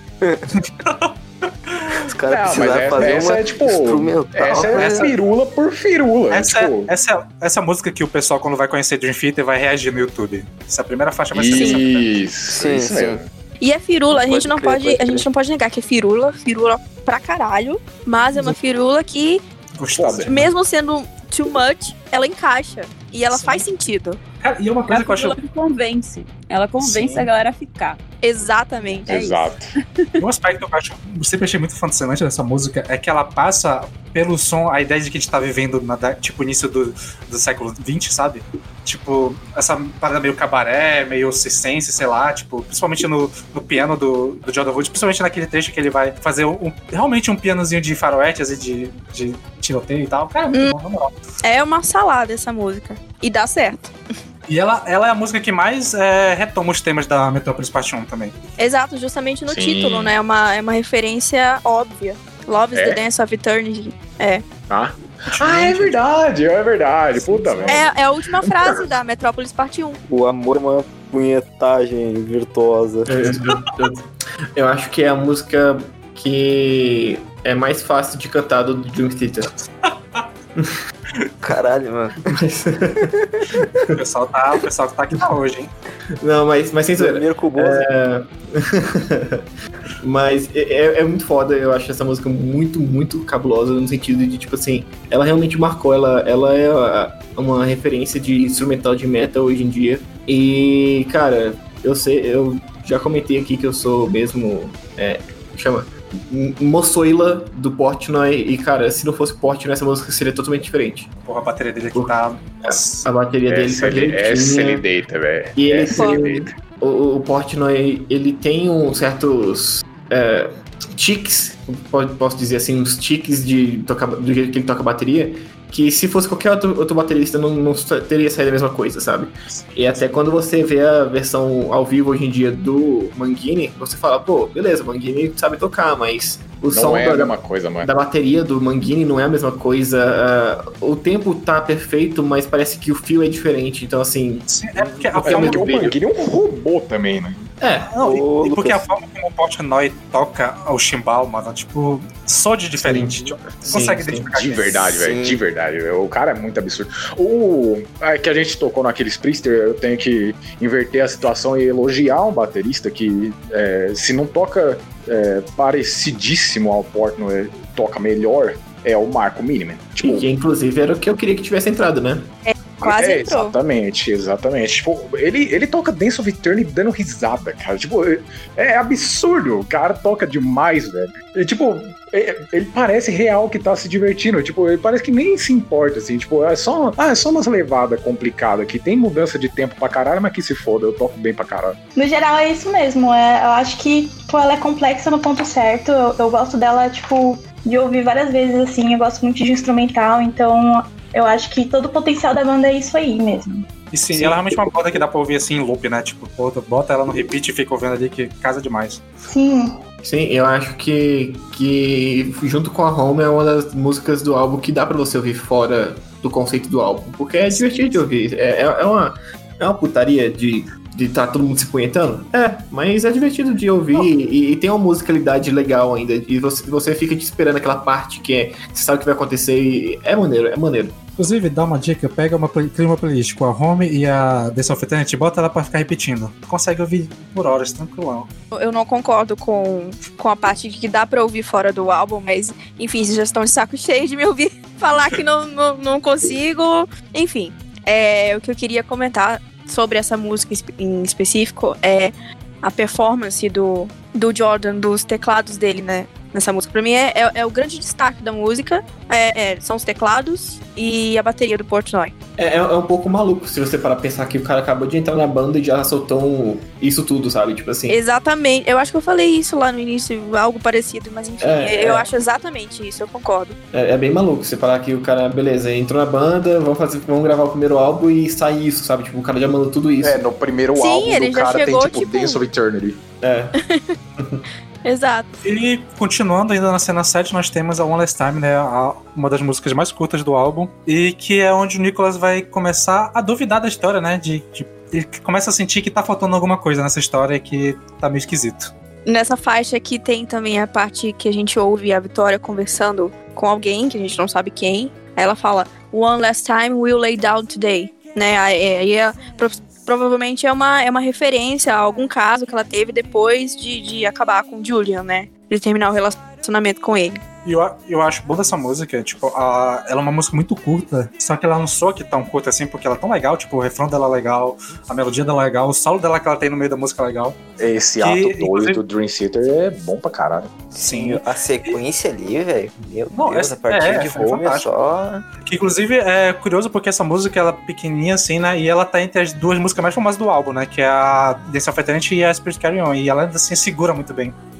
Os caras precisaram fazer
essa
uma
é tipo.
instrumental.
Essa é firula por firula.
Essa música que o pessoal, quando vai conhecer Dream Theater, vai reagir no YouTube. Essa primeira faixa vai ser
Isso,
Sim,
isso
sim.
mesmo.
E é firula, a gente não
Pode crer.
a gente não pode negar que é firula pra caralho, mas é uma firula que,
gostosa.
mesmo sendo too much, ela encaixa. E ela faz sentido.
Cara, e uma coisa que eu acho...
Ela convence. Ela convence
Sim.
a galera a ficar.
Exatamente.
Exato.
Um aspecto que eu sempre achei muito fascinante dessa música é que ela passa pelo som, a ideia de que a gente tá vivendo tipo início do século XX, sabe? Tipo, essa parada meio cabaré, meio circense, sei lá, tipo, principalmente no piano do Jordan Wood, principalmente naquele trecho que ele vai fazer realmente um pianozinho de faroeste, assim, de tiroteio e tal. Cara, muito bom, na moral.
É uma salada essa música. E dá certo.
E ela é a música que mais retoma os temas da Metrópolis Parte 1 também.
Exato, justamente no
Sim.
título, né? É uma referência óbvia. Love is the Dance of Eternity. É.
É verdade. Puta merda.
É a última frase da Metrópolis Parte 1.
O amor é uma punhetagem virtuosa.
Eu acho que é a música que é mais fácil de cantar do Dream Theater.
Caralho, mano.
O pessoal que tá aqui tá hoje, hein?
Não, mas sem zoeira.
Primeiro cuboso.
Mas é muito foda, eu acho essa música muito, muito cabulosa, no sentido de, tipo assim, ela realmente marcou, ela é uma referência de instrumental de metal hoje em dia. E, cara, eu já comentei aqui que eu sou mesmo, moçoila do Portnoy, e, cara, se não fosse Portnoy, essa música seria totalmente diferente.
Porra, a bateria dele aqui tá...
A bateria dele tá
Essa ele deita, velho.
E o Portnoy, ele tem certos tiques, posso dizer assim, uns tiques de tocar, do jeito que ele toca a bateria, que se fosse qualquer outro baterista não teria saído a mesma coisa, sabe? E até quando você vê a versão ao vivo hoje em dia do Mangini, você fala, pô, beleza, o Mangini sabe tocar, mas o som
a mesma coisa, mano.
Da bateria do Mangini não é a mesma coisa. O tempo tá perfeito, mas parece que o fio é diferente, então assim...
Sim, é porque
o Mangini é um robô também, né?
Porque a forma como o Portnoy toca o chimbal, mano, tipo, soa de diferente. Tipo, consegue identificar.
De verdade, velho. De verdade. O cara é muito absurdo. Que a gente tocou naqueles Priester, eu tenho que inverter a situação e elogiar um baterista que, se não toca parecidíssimo ao Portnoy, toca melhor, é o Marco Miniman.
Tipo, que inclusive era o que eu queria que tivesse entrado, né?
Quase entrou.
Exatamente. Tipo, ele toca Dance of Eternity dando risada, cara. Tipo, é absurdo. O cara toca demais, velho. E, tipo, ele parece real que tá se divertindo. Tipo, ele parece que nem se importa, assim. Tipo, é só umas levadas complicadas que tem mudança de tempo pra caralho, mas que se foda, eu toco bem pra caralho.
No geral, é isso mesmo. Eu acho que ela é complexa no ponto certo. Eu gosto dela, tipo, de ouvir várias vezes, assim. Eu gosto muito de instrumental, então... Eu acho que todo o potencial da banda é isso aí mesmo.
E sim, ela é realmente uma banda que dá pra ouvir assim em loop, né? Tipo, bota ela no repeat e fica ouvindo ali que casa demais.
Sim.
Sim, eu acho que junto com a Home é uma das músicas do álbum que dá pra você ouvir fora do conceito do álbum. Porque é divertido de ouvir. É uma putaria de tá todo mundo se punhetando? Mas é divertido de ouvir e tem uma musicalidade legal ainda. E você fica te esperando aquela parte que você sabe o que vai acontecer e é maneiro.
Inclusive, dá uma dica, cria uma playlist com a Home e a Dance of Eternity, bota ela pra ficar repetindo. Tu consegue ouvir por horas, tranquilão.
Eu não concordo com a parte que dá pra ouvir fora do álbum, mas, enfim, vocês já estão de saco cheio de me ouvir falar que não consigo. Enfim, o que eu queria comentar sobre essa música em específico é a performance do Jordan, dos teclados dele, né? Nessa música. Pra mim é o grande destaque da música. São os teclados e a bateria do Portnoy.
É um pouco maluco se você parar pra pensar que o cara acabou de entrar na banda e já soltou isso tudo, sabe? Tipo assim.
Exatamente. Eu acho que eu falei isso lá no início, algo parecido, mas enfim, eu acho exatamente isso, eu concordo.
É bem maluco você falar que o cara, beleza, entrou na banda, vamos gravar o primeiro álbum e sai isso, sabe? Tipo, o cara já mandou tudo isso.
No primeiro álbum
ele
do
já
cara
chegou,
tem tipo Dance of Eternity.
Exato.
E continuando ainda na cena 7, nós temos a One Last Time, né? Uma das músicas mais curtas do álbum. E que é onde o Nicholas vai começar a duvidar da história, né? Ele começa a sentir que tá faltando alguma coisa nessa história e que tá meio esquisito.
Nessa faixa aqui tem também a parte que a gente ouve a Vitória conversando com alguém, que a gente não sabe quem. Aí ela fala, One Last Time we'll lay down today. Né? Aí provavelmente é uma referência a algum caso que ela teve depois de acabar com o Julian, né? De terminar o relacionamento com ele.
E eu acho bom dessa música, tipo, ela é uma música muito curta, só que ela não soa que tão curta assim, porque ela é tão legal, tipo, o refrão dela é legal, a melodia dela é legal, o solo dela que ela tem no meio da música é legal.
Esse ato 2 do Dream Theater é bom pra caralho.
Sim, a sequência ali, velho, meu Deus, a partir de Home é só...
Que inclusive é curioso porque essa música, ela é pequenininha assim, né, e ela tá entre as duas músicas mais famosas do álbum, né, que é a Dance of Eternity e a Spirit Carry On, e ela assim segura muito bem.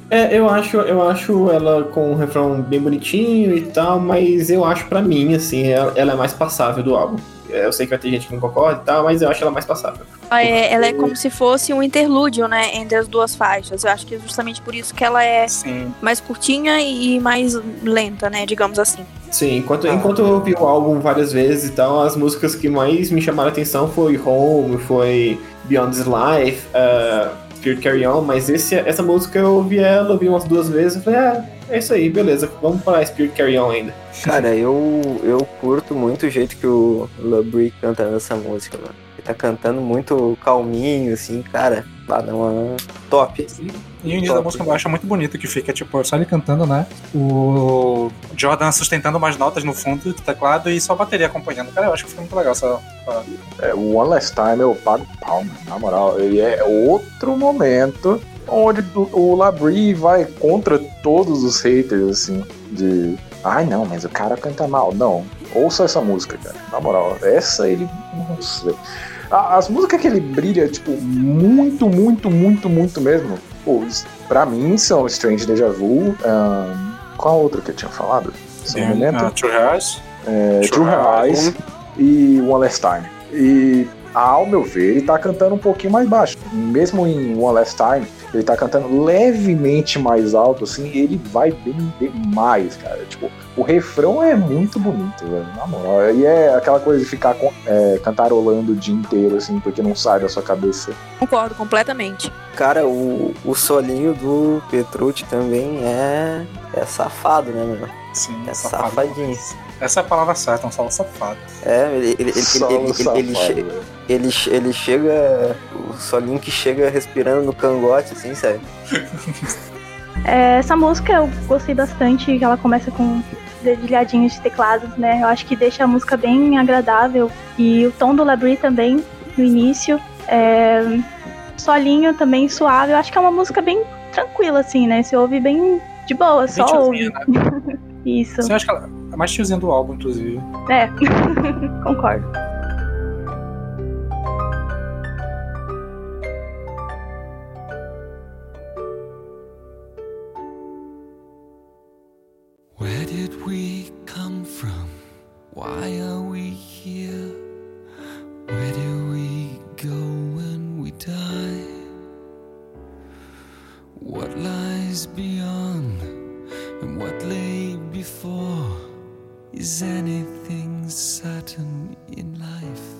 Eu acho ela com um refrão bem bonitinho e tal, mas eu acho pra mim, assim, ela é mais passável do álbum. Eu sei que vai ter gente que não concorda e tal, mas eu acho ela mais passável.
Ela é como se fosse um interlúdio, né, entre as duas faixas. Eu acho que é justamente por isso que ela é mais curtinha e mais lenta, né, digamos assim.
Sim, enquanto eu ouvi o álbum várias vezes e tal, as músicas que mais me chamaram a atenção foi Home, foi Beyond This Life, Spirit Carry On, mas essa música eu ouvi umas 2 vezes e falei, é isso aí, beleza, vamos para Spirit Carry On ainda.
Cara, eu curto muito o jeito que o LaBrie canta nessa música, mano. Ele tá cantando muito calminho, assim, cara, não, top.
E o início da música eu acho muito bonito, que fica, tipo, só ele cantando, né? O Jordan sustentando umas notas no fundo do teclado e só a bateria acompanhando. Cara, eu acho que fica muito legal essa...
O One Last Time eu pago palma, na moral. E é outro momento onde o LaBrie vai contra todos os haters, assim, de... Ai, não, mas o cara canta mal. Não, ouça essa música, cara. Na moral, essa ele... Nossa. As músicas que ele brilha, tipo, muito, muito, muito, muito mesmo, pô, pra mim são Strange Deja Vu, qual outra que eu tinha falado?
True Eyes.
True Eyes e One Last Time. E, ao meu ver, ele tá cantando um pouquinho mais baixo. Mesmo em One Last Time, ele tá cantando levemente mais alto, assim, e ele vai bem demais, cara. Tipo, o refrão é muito bonito, velho, na moral. E é aquela coisa de ficar cantarolando o dia inteiro, assim, porque não sai da sua cabeça.
Concordo completamente.
Cara, o solinho do Petrucci também é safado, né, mano?
Sim,
é safadinho.
Essa é a palavra certa, um solo safado.
Ele chega, o solinho que chega respirando no cangote, assim, sério.
Essa música eu gostei bastante, ela começa com dedilhadinhos de teclados, né? Eu acho que deixa a música bem agradável. E o tom do LaBrie também, no início. Solinho também suave. Eu acho que é uma música bem tranquila, assim, né? Você ouve bem de boa, só ouve. Né? Isso.
Você acha que ela é mais tiozinha do álbum, inclusive?
Concordo.
Where did we come from? Why are we here? Where do we go when we die? What lies beyond and what lay before? Is anything certain in life?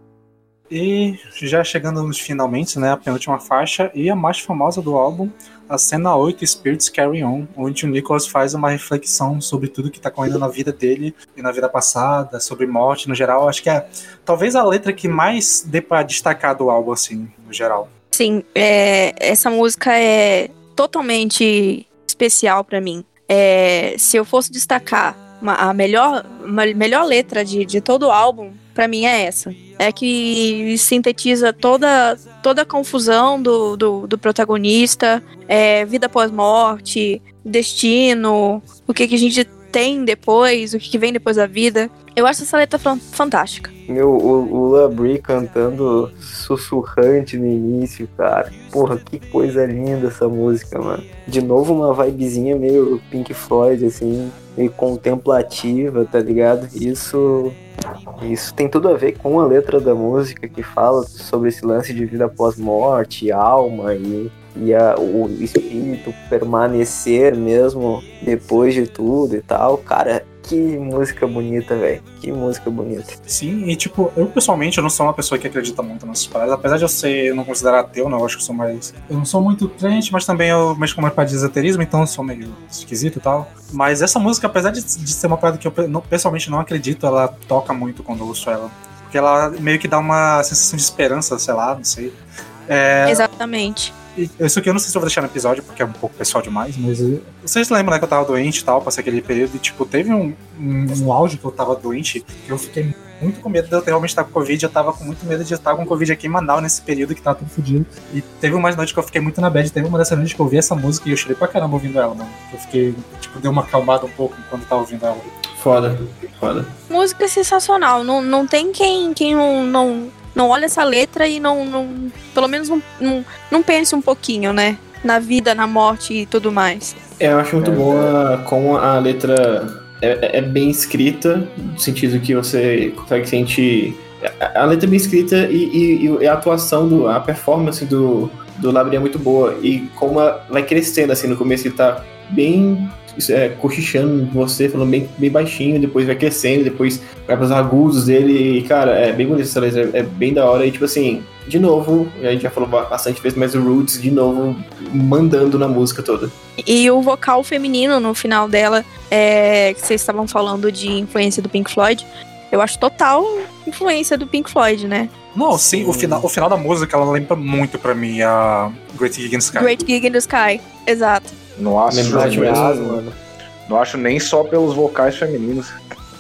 E já chegando nos finalmente, né, a penúltima faixa e a mais famosa do álbum, a cena 8, Spirits Carry On, onde o Nicholas faz uma reflexão sobre tudo que está ocorrendo na vida dele e na vida passada, sobre morte no geral. Acho que é talvez a letra que mais dê para destacar do álbum, assim, no geral.
Sim, essa música é totalmente especial para mim. Se eu fosse destacar a melhor letra de todo o álbum, pra mim é essa. É que sintetiza toda a confusão do protagonista, vida pós-morte, destino, o que a gente tem depois, o que vem depois da vida. Eu acho essa letra fantástica.
O LaBrie cantando sussurrante no início, cara. Porra, que coisa linda essa música, mano. De novo uma vibezinha meio Pink Floyd, assim, meio contemplativa, tá ligado? Isso tem tudo a ver com a letra da música, que fala sobre esse lance de vida pós-morte, alma e o espírito permanecer mesmo depois de tudo e tal. Cara, que música bonita, velho. Que música bonita.
Sim, e tipo, eu pessoalmente eu não sou uma pessoa que acredita muito nessas paradas. Apesar de eu não considerar ateu, né? Eu acho que eu não sou muito crente, mas também eu mexo com uma parte de esoterismo, então eu sou meio esquisito e tal. Mas essa música, apesar de ser uma parada que eu pessoalmente não acredito, ela toca muito quando eu ouço ela. Porque ela meio que dá uma sensação de esperança, sei lá, não sei.
Exatamente.
Isso aqui eu não sei se eu vou deixar no episódio, porque é um pouco pessoal demais, mas vocês lembram, né, que eu tava doente e tal, passei aquele período e, tipo, teve um auge que eu tava doente, que eu fiquei muito com medo de eu realmente estar com Covid, eu tava com muito medo de estar com Covid aqui em Manaus nesse período que tava tudo fodido. E teve umas noites que eu fiquei muito na bad, teve uma dessas noites que eu ouvi essa música e eu chorei pra caramba ouvindo ela, mano. Eu fiquei, tipo, deu uma acalmada um pouco enquanto eu tava ouvindo ela.
Foda.
Música sensacional, não tem quem não olha essa letra e pelo menos não pense um pouquinho, né? na vida, na morte e tudo mais.
Eu acho muito boa como a letra é bem escrita, no sentido que você consegue sentir. A letra é bem escrita e a atuação, a performance do Labrie é muito boa. E como ela vai crescendo, assim, no começo ele tá bem cochichando você, falando bem baixinho, depois vai crescendo, depois vai pros agudos dele. E, cara, é bem bonito essa letra, é bem da hora. E, tipo assim, de novo, a gente já falou bastante vezes, mas o Roots, de novo, mandando na música toda.
E o vocal feminino no final dela, que vocês estavam falando de influência do Pink Floyd, eu acho total influência do Pink Floyd, né?
Não, sim, o final da música, ela lembra muito pra mim a Great Gig in the Sky.
Great Gig in the Sky, exato.
Não acho nem só pelos vocais femininos.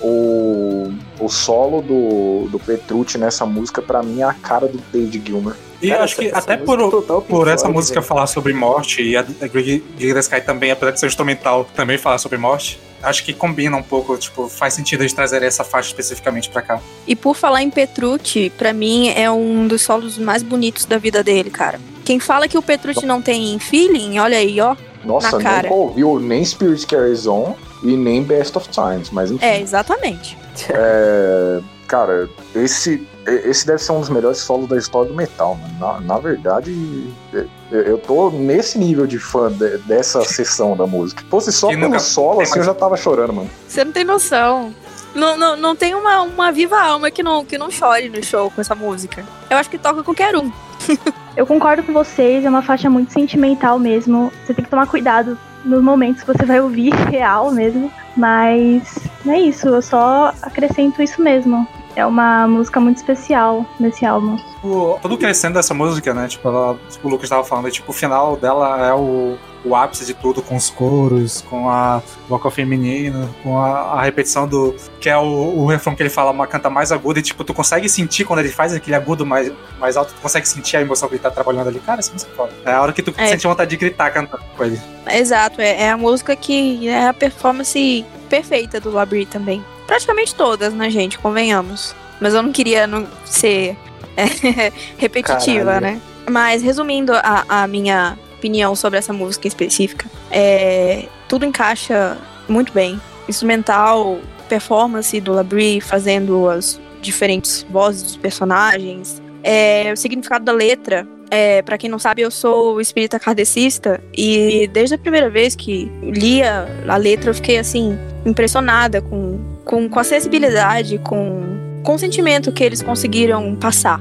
O solo do Petrucci nessa música, pra mim, é a cara do David Gilmour.
E eu acho que até por essa música falar sobre morte, e a Great Gig in the Sky também, apesar de ser instrumental, também falar sobre morte, acho que combina um pouco, tipo, faz sentido eles trazerem essa faixa especificamente pra cá.
E por falar em Petrucci, pra mim é um dos solos mais bonitos da vida dele, cara. Quem fala que o Petrucci não tem feeling, olha aí, ó.
Nossa, nunca ouviu nem Spirit Carries On e nem Best of Times, mas enfim.
Exatamente.
Cara, esse deve ser um dos melhores solos da história do metal, mano. Na verdade, eu tô nesse nível de fã dessa sessão da música. Se fosse só pelo solo, assim, eu já tava chorando, mano.
Você não tem noção. Não tem uma viva alma que não chore no show com essa música. Eu acho que toca qualquer um.
Eu concordo com vocês, é uma faixa muito sentimental mesmo. Você tem que tomar cuidado nos momentos que você vai ouvir real mesmo. Mas não é isso, eu só acrescento isso mesmo. É uma música muito especial nesse álbum.
Todo crescendo dessa música, né? Tipo, o Lucas estava falando, tipo, o final dela é o ápice de tudo, com os coros, com a vocal feminina, com a repetição do... Que é o refrão que ele fala, canta mais aguda, e tipo, tu consegue sentir quando ele faz aquele agudo mais alto, tu consegue sentir a emoção que ele tá trabalhando ali. Cara, isso é foda. É a hora que tu sente vontade de gritar cantando com ele.
Exato, é a música que é a performance perfeita do Labrie também. Praticamente todas, né, gente? Convenhamos. Mas eu não queria ser repetitiva,
Caralho.
né? Mas, resumindo a minha opinião sobre essa música específica, tudo encaixa muito bem. Instrumental, performance do Labrie fazendo as diferentes vozes dos personagens, o significado da letra. Pra quem não sabe, eu sou espírita kardecista e desde a primeira vez que lia a letra eu fiquei assim impressionada com a sensibilidade, com o sentimento que eles conseguiram passar.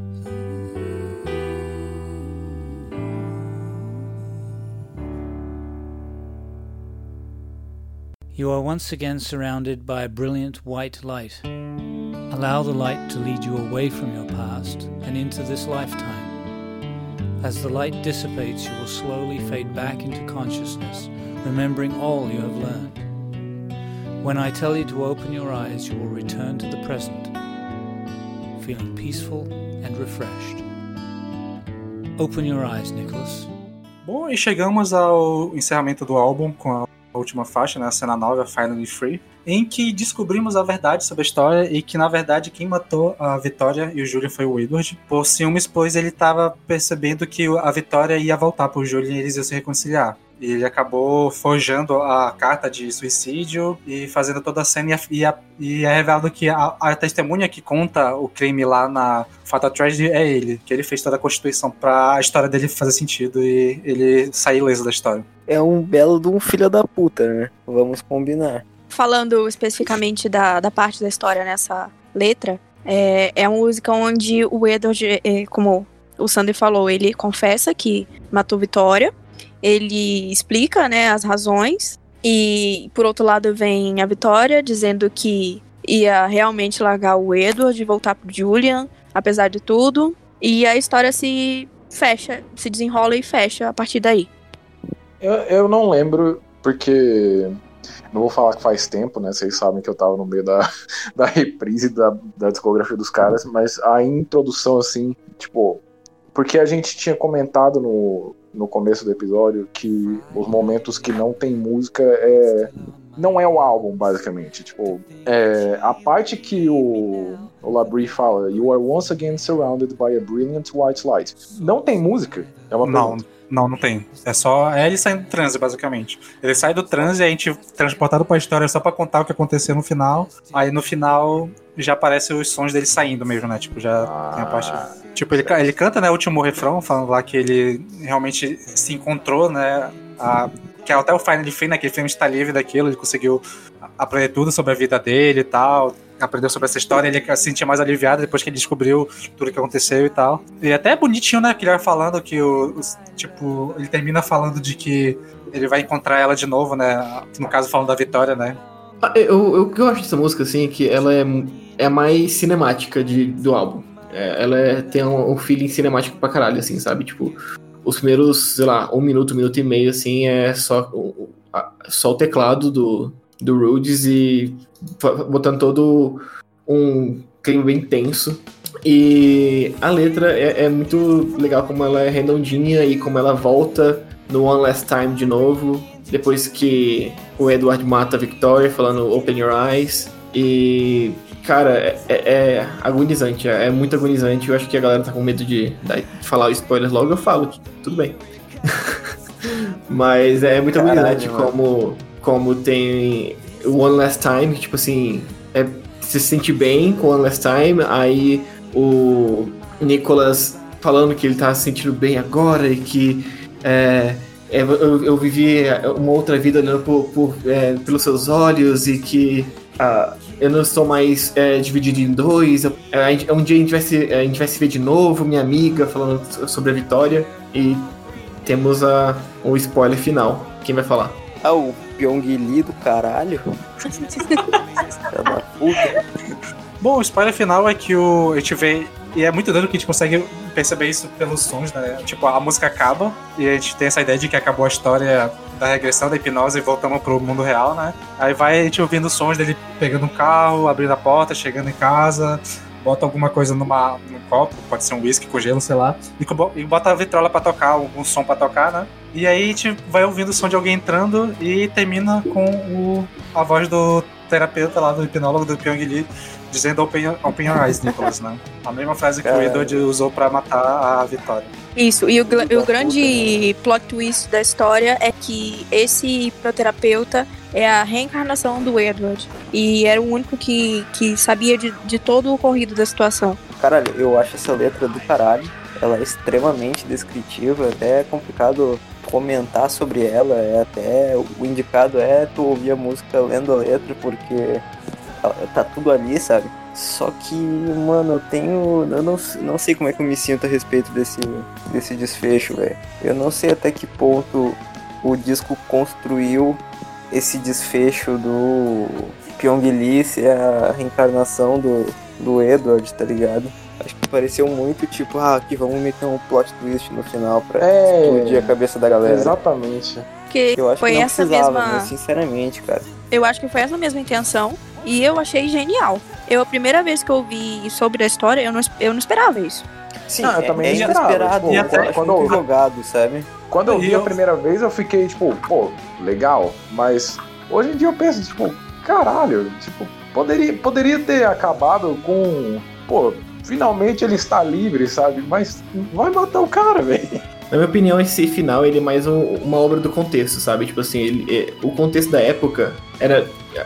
You are once again surrounded by a brilliant white light. Allow the light to lead you away from your past and into this lifetime. As the light dissipates, you will slowly fade back into consciousness, remembering all you have learned. When I tell you to open your eyes, you will return to the present, feeling peaceful and refreshed. Open your eyes, Nicholas.
Bom, e chegamos ao encerramento do álbum com a última faixa, né, a cena 9, a Finally Free, em que descobrimos a verdade sobre a história e que, na verdade, quem matou a Vitória e o Julian foi o Edward. Por ciúmes, pois ele estava percebendo que a Vitória ia voltar pro Julian e eles iam se reconciliar. E ele acabou forjando a carta de suicídio e fazendo toda a cena e é revelado que a testemunha que conta o crime lá na Fatal Tragedy é ele, que ele fez toda a constituição pra a história dele fazer sentido e ele sair ileso da história.
É um belo de um filho da puta, né? Vamos combinar.
Falando especificamente da parte da história nessa letra, é uma música onde o Edward, como o Sander falou, ele confessa que matou Vitória. Ele explica, né, as razões e, por outro lado, vem a Vitória dizendo que ia realmente largar o Edward e voltar pro Julian, apesar de tudo. E a história se desenrola e fecha a partir daí.
Eu não lembro, porque... Não vou falar que faz tempo, né? Vocês sabem que eu tava no meio da reprise da discografia dos caras, mas a introdução, assim, tipo... Porque a gente tinha comentado no começo do episódio que os momentos que não tem música não é o álbum, basicamente. Tipo, a parte que o Labrie fala, "You are once again surrounded by a brilliant white light." Não tem música. É uma pergunta.
Não tem. É ele saindo do transe, basicamente. Ele sai do transe e a gente transportado pra história só pra contar o que aconteceu no final. Aí no final já aparecem os sons dele saindo mesmo, né? Tipo, já tem a parte. Tipo, ele canta, né, o último refrão, falando lá que ele realmente se encontrou, né? Que até o Final Fantasy, né? Que ele finalmente está livre daquilo, ele conseguiu aprender tudo sobre a vida dele e tal. Aprendeu sobre essa história, ele se sentia mais aliviado depois que ele descobriu tudo que aconteceu e tal. E até é bonitinho, né, que ele vai falando que tipo, ele termina falando de que ele vai encontrar ela de novo, né, no caso falando da Vitória, né.
O que eu acho dessa música, assim, é que ela é a mais cinemática do álbum. Ela tem um feeling cinemático pra caralho, assim, sabe, tipo, os primeiros, sei lá, 1 minuto, 1 minuto e meio, assim, é só o teclado do Rhodes e botando todo um clima bem tenso. E a letra é muito legal, como ela é redondinha e como ela volta no One Last Time de novo, depois que o Edward mata a Victoria, falando Open Your Eyes. E, cara, é agonizante, é muito agonizante. Eu acho que a galera tá com medo de falar o spoiler logo, eu falo, tudo bem. Mas é muito agonizante como tem o One Last Time, tipo assim, se sente bem com One Last Time, aí o Nicholas falando que ele tá se sentindo bem agora e que eu vivi uma outra vida olhando pelos seus olhos e que eu não estou mais dividido em dois. Um dia a gente vai se ver de novo, minha amiga, falando sobre a Vitória. E temos o spoiler final. Quem vai falar?
O Pyong-Lee do caralho.
Bom, o spoiler final é que a gente vê. E é muito doido que a gente consegue perceber isso pelos sons, né? Tipo, a música acaba e a gente tem essa ideia de que acabou a história da regressão da hipnose e voltamos pro mundo real, né? Aí vai a gente ouvindo os sons dele pegando um carro, abrindo a porta, chegando em casa, bota alguma coisa num copo, pode ser um whisky com gelo, sei lá, e bota a vitrola pra tocar, algum som pra tocar, né? E aí a gente vai ouvindo o som de alguém entrando e termina com a voz do terapeuta lá, do hipnólogo do Pyong-Lee, dizendo Open Your Eyes, Nicholas, né? A mesma frase que o Edward usou pra matar a Vitória.
Isso, e o grande plot twist da história é que esse hipnoterapeuta é a reencarnação do Edward. E era o único que sabia de todo o ocorrido da situação.
Caralho, eu acho essa letra do caralho. Ela é extremamente descritiva, até é complicado comentar sobre ela. O indicado é tu ouvir a música lendo a letra, porque tá tudo ali, sabe? Só que, mano, eu não sei como é que eu me sinto a respeito desse desfecho, velho. Eu não sei até que ponto o disco construiu esse desfecho do Pyong-Lee ser a reencarnação do Edward, tá ligado? Acho que pareceu muito tipo, aqui vamos meter um plot twist no final pra explodir a cabeça da galera.
Exatamente.
Porque
eu acho
foi
que não
essa
precisava,
mesma...
né? Sinceramente, cara.
Eu acho que foi essa mesma intenção e eu achei genial. A primeira vez que eu ouvi sobre a história, eu não esperava isso.
Sim,
eu também não
inesperado.
Tipo,
e até muito jogado, sabe?
Quando eu vi a primeira vez, eu fiquei tipo, pô, legal. Mas hoje em dia eu penso, tipo, caralho, tipo, poderia ter acabado com, pô, finalmente ele está livre, sabe? Mas vai matar o cara, velho.
Na minha opinião, esse final ele é mais uma obra do contexto, sabe? Tipo assim, o contexto da época era...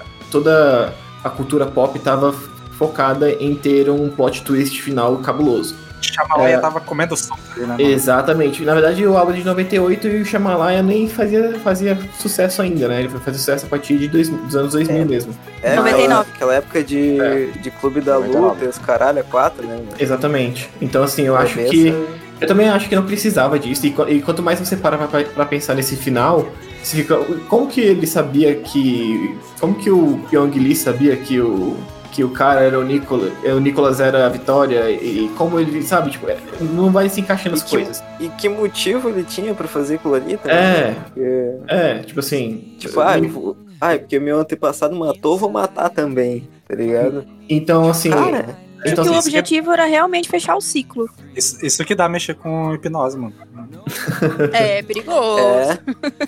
Toda a cultura pop estava focada em ter um plot twist final cabuloso.
Shyamalan tava comendo solto ali, né?
Exatamente. Na verdade, o álbum de 98 e o Shyamalan nem fazia sucesso ainda, né? Ele foi fazer sucesso a partir dos anos 2000 mesmo.
99.
Aquela época de Clube da Luta, os caralho, 4, né?
Exatamente. Então, assim, eu acho que... Eu também acho que não precisava disso. E quanto mais você para pra pensar nesse final, você fica... Como que ele sabia que... Como que o Pyong-Lee sabia que o cara era o Nicholas era a Vitória, e como ele, sabe, tipo, não vai se encaixando as coisas.
E que motivo ele tinha pra fazer aquilo ali também?
Tipo assim...
Tipo, porque meu antepassado matou, vou matar também, tá ligado?
Então, assim...
Cara,
então,
o objetivo era realmente fechar o ciclo.
Isso que dá mexer com hipnose, mano.
É perigoso.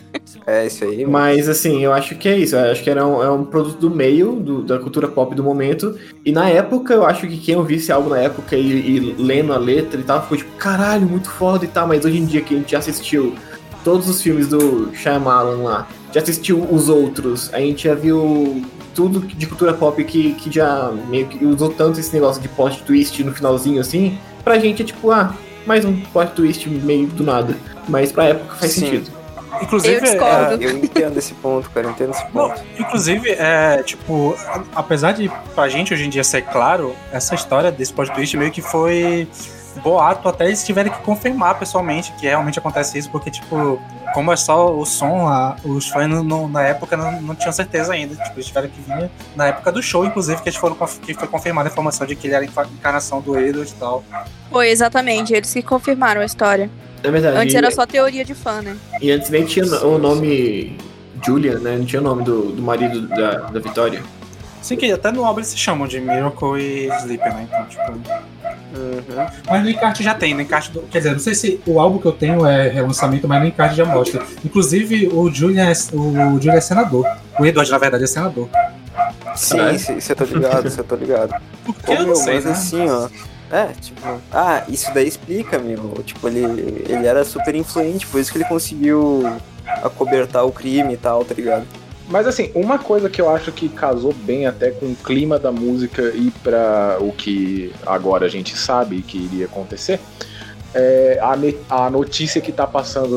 É isso aí.
Mas, assim, eu acho que é isso. Eu acho que é um produto do meio, da cultura pop do momento. E na época, eu acho que quem ouvisse algo na época e lendo a letra e tal, ficou tipo, caralho, muito foda e tal. Mas hoje em dia que a gente já assistiu todos os filmes do Shyamalan lá, já assistiu os outros, a gente já viu tudo de cultura pop que já meio que usou tanto esse negócio de plot twist no finalzinho, assim. Pra gente é tipo, mais um plot twist meio do nada. Mas pra época faz sentido.
Inclusive,
Eu discordo.
Eu entendo esse ponto, cara, eu entendo esse ponto.
Não, inclusive, tipo, apesar de pra gente hoje em dia ser claro, essa história desse plot twist meio que foi boato até eles tiverem que confirmar pessoalmente que realmente acontece isso, porque, tipo, como é só o som, os fãs na época não tinham certeza ainda. Tipo, eles tiveram que vir na época do show, inclusive, que foi confirmada a informação de que ele era a encarnação do Edward e tal.
Foi, exatamente, eles que confirmaram a história.
É verdade.
Antes era só teoria de fã, né?
E antes nem tinha o nome Julian, né? Não tinha o nome do marido da Vitória.
Sim, que até no álbum eles se chamam de Miracle e Sleeper, né? Então, tipo... Mas no encarte já tem, no encarte quer dizer, não sei se o álbum que eu tenho é relançamento, mas no encarte já mostra. Inclusive, o Julian é senador. O Edward, na verdade, é senador.
Sim, você tá ligado, você tá ligado.
Por que eu não sei,
mas
né?
assim, ó... isso daí explica, meu. Tipo, ele era super influente, por isso que ele conseguiu acobertar o crime e tal, tá ligado?
Mas assim, uma coisa que eu acho que casou bem até com o clima da música e pra o que agora a gente sabe que iria acontecer, é a notícia que tá passando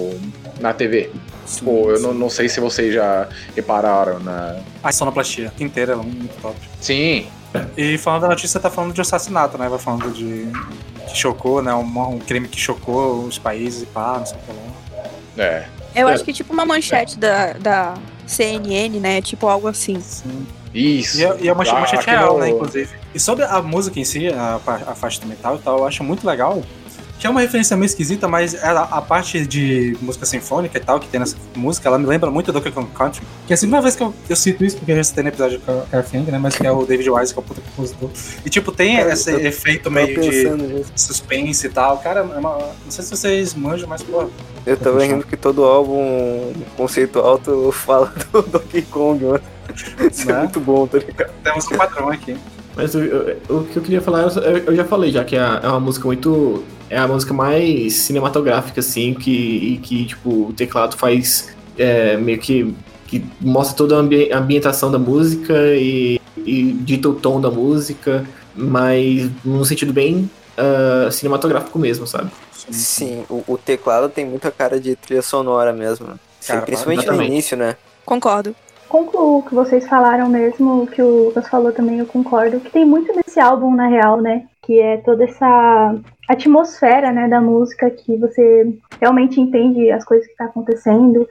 na TV. Pô, eu não sei se vocês já repararam
A sonoplastia inteira, ela é muito top.
Sim.
E falando da notícia, tá falando de assassinato, né? Vai falando de... que chocou, né? Um crime que chocou os países e pá, não sei o que lá.
Eu acho que tipo uma manchete da CNN, né? Tipo algo assim.
Sim.
Isso.
E é uma manchete real, né? Inclusive. E sobre a música em si, a faixa instrumental e tal, eu acho muito legal. Que é uma referência meio esquisita, mas a parte de música sinfônica e tal, que tem nessa música, ela me lembra muito do Donkey Kong Country. Que é a segunda vez que eu cito isso, porque eu já citei no episódio com a Carfeng, né? Mas que é o David Wise, que é o puta compositor. E tipo, tem esse efeito meio de suspense e tal. Cara, não sei se vocês manjam, mas pô...
Eu tava rindo que todo álbum conceitual tu fala do Donkey Kong, mano. Isso é muito bom, tá ligado?
Temos um padrão aqui.
Mas o que eu queria falar, eu já falei já, que é uma música muito... É a música mais cinematográfica, assim, que tipo, o teclado faz meio que mostra toda a ambientação da música e dita o tom da música, mas num sentido bem cinematográfico mesmo, sabe?
Sim, o teclado tem muita cara de trilha sonora mesmo. Cara, principalmente no início, né?
Concordo.
Com o que vocês falaram mesmo, o que o Lucas falou também, eu concordo, que tem muito nesse álbum, na real, né? Que é toda essa atmosfera, né, da música, que você realmente entende as coisas que tá acontecendo,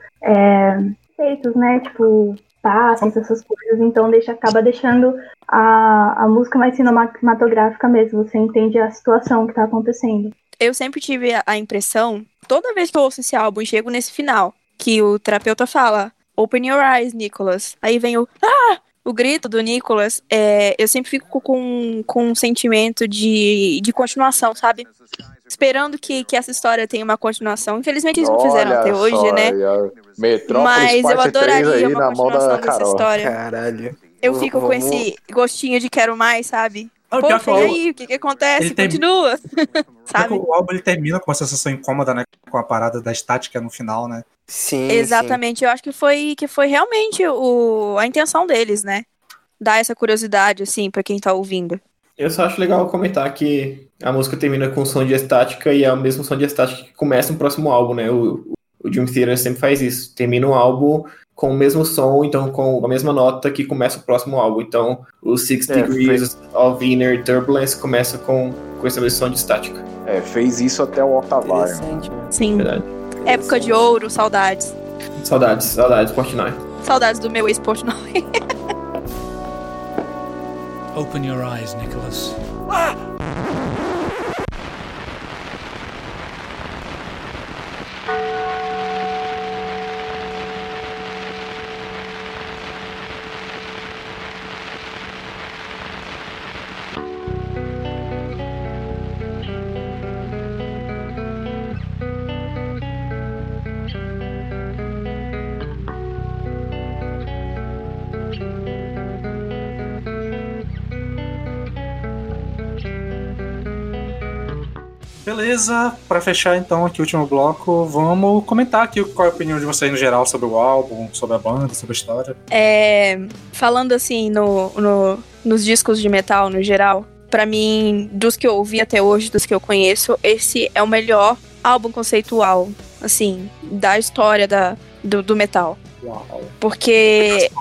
feitos, né, tipo, passos, essas coisas, então acaba deixando a música mais cinematográfica mesmo, você entende a situação que tá acontecendo.
Eu sempre tive a impressão, toda vez que eu ouço esse álbum, chego nesse final, que o terapeuta fala, "Open your eyes, Nicholas." Aí vem o grito do Nicholas, eu sempre fico com um sentimento de continuação, sabe? Esperando que essa história tenha uma continuação. Infelizmente eles não fizeram até hoje, né? Mas eu adoraria uma continuação dessa história.
Caralho.
Eu fico com esse gostinho de quero mais, sabe? Poxa, e aí? O que acontece? Continua. Sabe?
O álbum ele termina com uma sensação incômoda, né? Com a parada da estática no final, né?
Sim.
Exatamente. Sim. Eu acho que foi realmente a intenção deles, né? Dar essa curiosidade, assim, pra quem tá ouvindo.
Eu só acho legal comentar que a música termina com som de estática e é o mesmo som de estática que começa no próximo álbum, né? O Dream Theater sempre faz isso. Termina um álbum com o mesmo som, então com a mesma nota que começa o próximo álbum. Então, o Six Degrees of Inner Turbulence começa com esse mesmo som de estática.
Fez isso até o Octavia.
Sim.
Verdade.
Época de ouro, saudades.
Saudades, Portnoy.
Saudades do meu ex-Portnoy.
Open your eyes, Nicholas.
Beleza, pra fechar então aqui o último bloco, vamos comentar aqui qual é a opinião de vocês no geral sobre o álbum, sobre a banda, sobre a história.
Falando assim nos discos de metal no geral, pra mim, dos que eu ouvi até hoje, dos que eu conheço, esse é o melhor álbum conceitual, assim, da história do metal.
Uau.
Porque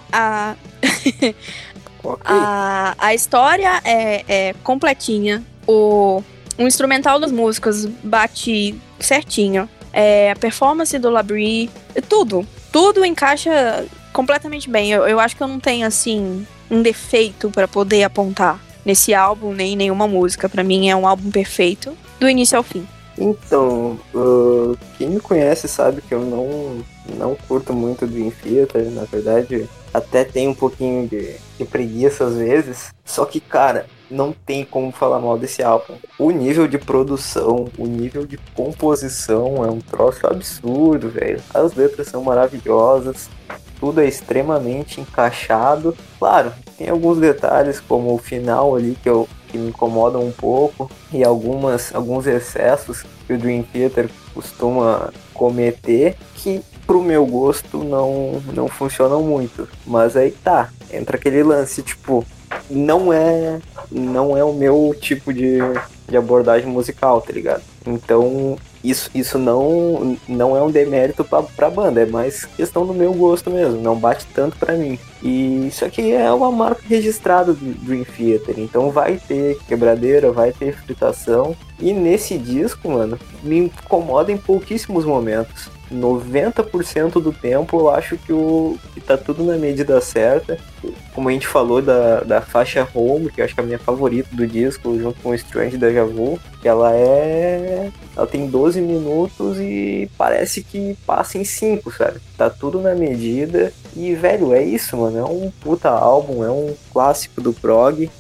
a história é completinha, o instrumental das músicas bate certinho, a performance do Labrie, tudo encaixa completamente bem. Eu acho que eu não tenho, assim, um defeito pra poder apontar nesse álbum, nem nenhuma música. Pra mim é um álbum perfeito, do início ao fim.
Então, quem me conhece sabe que eu não curto muito Dream Theater, na verdade, até tenho um pouquinho de preguiça às vezes, só que, cara, não tem como falar mal desse álbum. O nível de produção, o nível de composição é um troço absurdo, velho. As letras são maravilhosas, tudo é extremamente encaixado. Claro, tem alguns detalhes, como o final ali, que me incomodam um pouco, e alguns excessos que o Dream Theater costuma cometer, que pro meu gosto não funcionam muito. Mas aí tá, entra aquele lance, tipo, não é o meu tipo de abordagem musical, tá ligado? Então isso não é um demérito pra banda, é mais questão do meu gosto mesmo, não bate tanto pra mim. E isso aqui é uma marca registrada do Dream Theater, então vai ter quebradeira, vai ter fritação. E nesse disco, mano, me incomoda em pouquíssimos momentos. 90% do tempo eu acho que tá tudo na medida certa. Como a gente falou da faixa Home, que eu acho que é a minha favorita do disco, junto com o Strange Deja Vu, que ela tem 12 minutos e parece que passa em 5, sabe? Tá tudo na medida e, velho, é isso, mano, é um puta álbum, é um clássico do prog.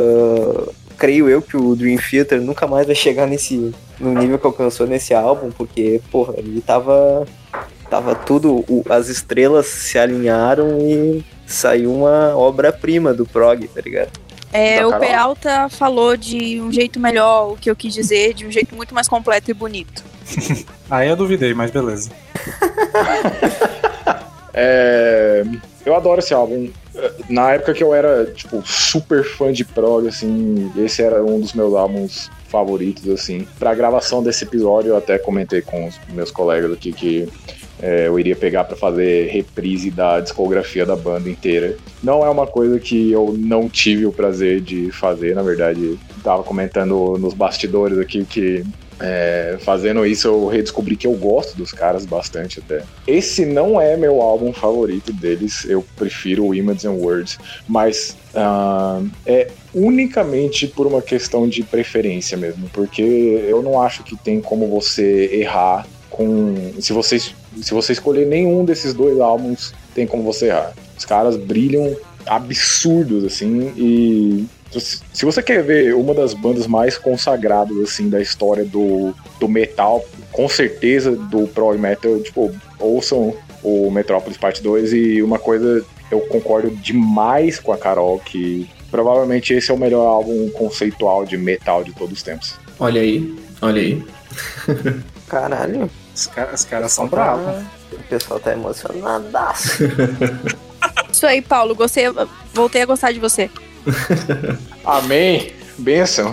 Creio eu que o Dream Theater nunca mais vai chegar no nível que alcançou nesse álbum, porque, porra, ele tava tudo, as estrelas se alinharam e saiu uma obra-prima do prog, tá ligado?
O Peralta falou de um jeito melhor o que eu quis dizer, de um jeito muito mais completo e bonito.
Aí eu duvidei, mas beleza.
Eu adoro esse álbum. Na época que eu era, tipo, super fã de prog, assim, esse era um dos meus álbuns favoritos, assim. Pra gravação desse episódio, eu até comentei com os meus colegas aqui que eu iria pegar pra fazer reprise da discografia da banda inteira. Não é uma coisa que eu não tive o prazer de fazer, na verdade, tava comentando nos bastidores aqui que fazendo isso eu redescobri que eu gosto dos caras bastante até. Esse não é meu álbum favorito deles, eu prefiro o Images and Words, mas é unicamente por uma questão de preferência mesmo, porque eu não acho que tem como você errar se você escolher nenhum desses dois álbuns, tem como você errar. Os caras brilham absurdos, assim, e se você quer ver uma das bandas mais consagradas, assim, da história do metal, com certeza do prog metal, tipo, ouçam o Metrópolis Parte 2, e uma coisa, eu concordo demais com a Carol, que provavelmente esse é o melhor álbum conceitual de metal de todos os tempos.
Olha aí.
Caralho.
Os caras são bravos.
O pessoal tá emocionadaço.
Isso aí, Paulo, voltei a gostar de você.
Amém. Benção.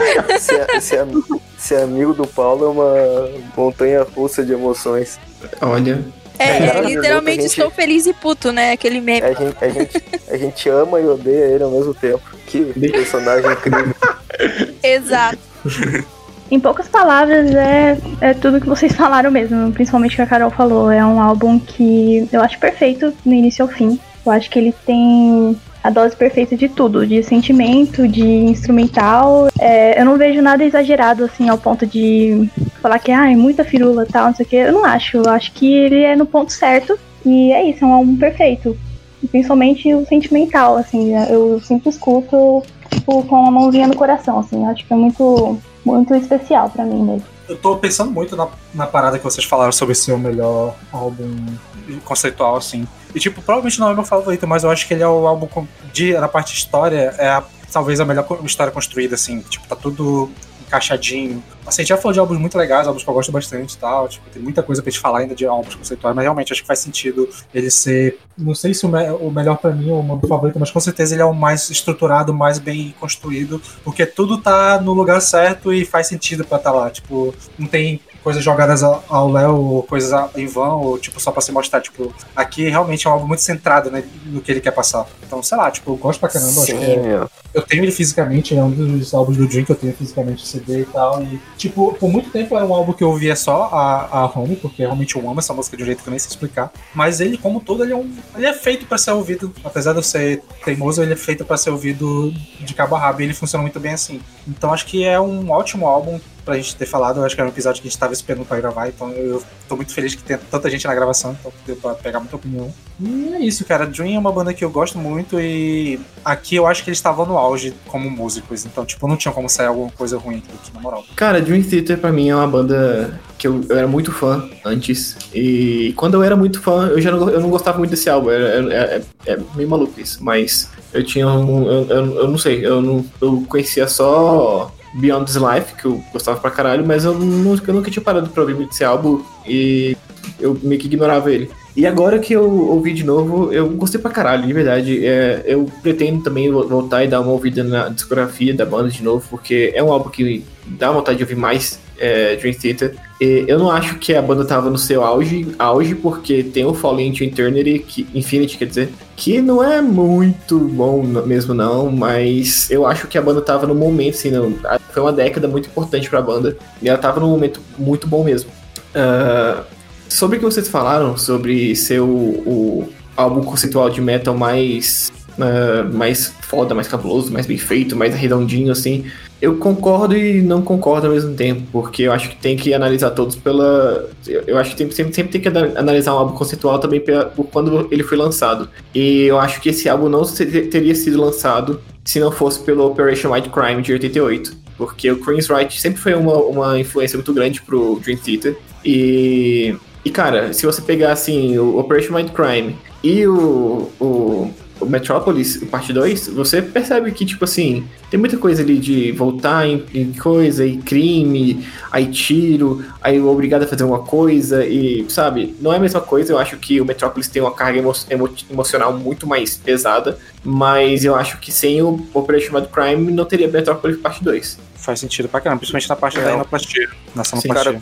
Ser amigo do Paulo é uma montanha russa de emoções.
Olha.
Literalmente estou feliz e puto, né? Aquele meme.
A gente ama e odeia ele ao mesmo tempo. Que personagem incrível.
Exato.
Em poucas palavras, é tudo que vocês falaram mesmo, principalmente o que a Carol falou. É um álbum que eu acho perfeito no início ao fim. Eu acho que ele tem a dose perfeita de tudo, de sentimento, de instrumental. Eu não vejo nada exagerado, assim, ao ponto de falar que é muita firula e tal, não sei o que. Eu não acho. Eu acho que ele é no ponto certo. E é isso, é um álbum perfeito. E principalmente o sentimental, assim. Eu sempre escuto, tipo, com uma mãozinha no coração, assim. Eu acho que é muito especial pra mim mesmo.
Eu tô pensando muito na parada que vocês falaram sobre ser o melhor álbum conceitual, assim. E, tipo, provavelmente não é meu favorito, mas eu acho que ele é o álbum na parte de história, talvez a melhor história construída, assim. Tipo, tá tudo encaixadinho. Assim, a gente já falou de álbuns muito legais, álbuns que eu gosto bastante e tal, tipo, tem muita coisa pra gente falar ainda de álbuns conceituais, mas realmente acho que faz sentido ele ser, não sei se o melhor pra mim ou o meu favorito, mas com certeza ele é o mais estruturado, mais bem construído, porque tudo tá no lugar certo e faz sentido pra estar lá, tipo, não tem coisas jogadas ao léu, ou coisas em vão, ou tipo, só pra se mostrar, tipo, aqui realmente é um álbum muito centrado, né, no que ele quer passar. Então, sei lá, tipo, eu gosto pra caramba, acho que eu tenho ele fisicamente, é um dos álbuns do Dream que eu tenho fisicamente CD e tal, e tipo, por muito tempo era um álbum que eu ouvia só a Home, porque realmente eu amo essa música de um jeito que eu nem sei explicar, mas ele, como todo, ele é feito pra ser ouvido, apesar de eu ser teimoso, ele é feito pra ser ouvido de cabo a rabo, e ele funciona muito bem assim. Então acho que é um ótimo álbum pra gente ter falado, eu acho que era um episódio que a gente tava esperando pra gravar, então eu tô muito feliz que tenha tanta gente na gravação, então deu pra pegar muita opinião. E é isso, cara, Dream é uma banda que eu gosto muito e aqui eu acho que eles estavam no auge como músicos, então tipo, não tinha como sair alguma coisa ruim aqui, na moral.
Cara, Dream Theater pra mim é uma banda que eu era muito fã antes, e quando eu era muito fã, eu não gostava muito desse álbum, é meio maluco isso, mas eu tinha eu não sei, eu conhecia só Beyond This Life, que eu gostava pra caralho, mas eu nunca tinha parado pra ouvir esse álbum e eu meio que ignorava ele. E agora que eu ouvi de novo, eu gostei pra caralho, de verdade. Eu pretendo também voltar e dar uma ouvida na discografia da banda de novo, porque é um álbum que dá vontade de ouvir mais Dream Theater. E eu não acho que a banda tava no seu auge, porque tem o Falling into Infinity, quer dizer, que não é muito bom mesmo não, mas eu acho que a banda tava no momento, assim, foi uma década muito importante pra banda, e ela tava num momento muito bom mesmo. Sobre o que vocês falaram, sobre ser o álbum conceitual de metal mais foda, mais cabuloso, mais bem feito, mais redondinho, assim, eu concordo e não concordo ao mesmo tempo, porque eu acho que tem que analisar todos eu acho que sempre tem que analisar um álbum conceitual também por quando ele foi lançado. E eu acho que esse álbum não teria sido lançado se não fosse pelo Operation White Crime de 88, porque o Queen's Right sempre foi uma influência muito grande pro Dream Theater. E cara, se você pegar assim o Operation White Crime e o Metropolis, parte 2, você percebe que, tipo assim, tem muita coisa ali de voltar em coisa, e crime, aí tiro, aí obrigado a fazer uma coisa, e, sabe, não é a mesma coisa. Eu acho que o Metropolis tem uma carga emocional muito mais pesada, mas eu acho que sem o Operation Mad Crime não teria Metropolis parte 2.
Faz sentido pra caramba, principalmente na parte da inoplastia, na sonoplastia.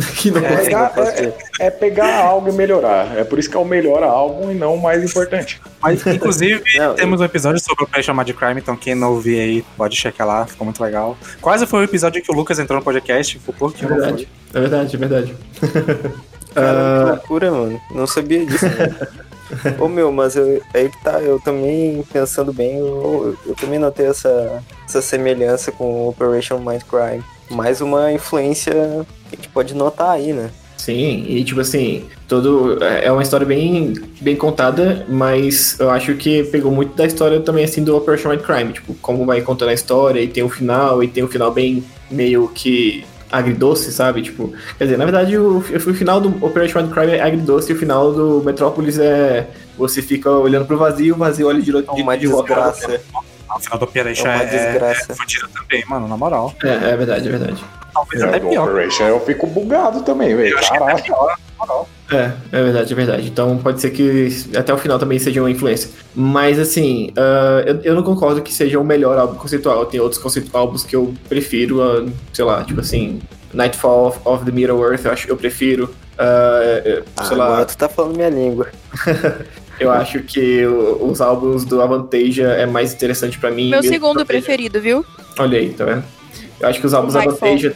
É pegar algo e melhorar. É por isso que é o melhor álbum e não o mais importante.
Mas, inclusive, temos um episódio sobre o Operation Mad Crime, então quem não ouvir aí, pode checar lá, ficou muito legal. Quase foi o episódio que o Lucas entrou no podcast, ficou pouquinho.
É verdade.
Cara, que loucura, mano. Não sabia disso, né? Ô meu, mas aí que tá, eu também, pensando bem, eu também notei essa semelhança com o Operation Mind Crime. Mais uma influência que a gente pode notar aí, né?
Sim, e tipo assim, é uma história bem, bem contada, mas eu acho que pegou muito da história também, assim, do Operation White Crime, tipo, como vai contando a história, e tem um final bem meio que agridoce, sabe? Tipo, quer dizer, na verdade o final do Operation White Crime é agridoce, e o final do Metropolis você fica olhando pro vazio, o vazio olha de
uma desgraça.
O final do Operation é fodido também, mano, na moral.
É verdade.
Talvez até pior.
Operation eu fico bugado também, velho. Caralho.
É verdade. Então pode ser que até o final também seja uma influência. Mas assim, eu não concordo que seja o melhor álbum conceitual. Tem outros álbuns que eu prefiro, sei lá, tipo assim, Nightfall of the Middle-earth, eu prefiro. Sei lá.
Agora tu tá falando minha língua.
Eu acho que os álbuns do Avantasia é mais interessante pra mim.
Meu segundo preferido, viu?
Olha aí, tá vendo? Eu acho que os álbuns da Avantasia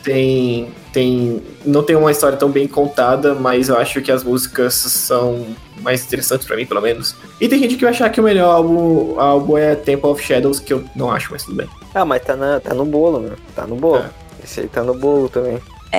não tem uma história tão bem contada, mas eu acho que as músicas são mais interessantes pra mim, pelo menos. E tem gente que vai achar que o melhor álbum é Temple of Shadows, que eu não acho, mas tudo bem.
Mas tá no bolo, né? Tá no bolo. Esse aí tá no bolo também.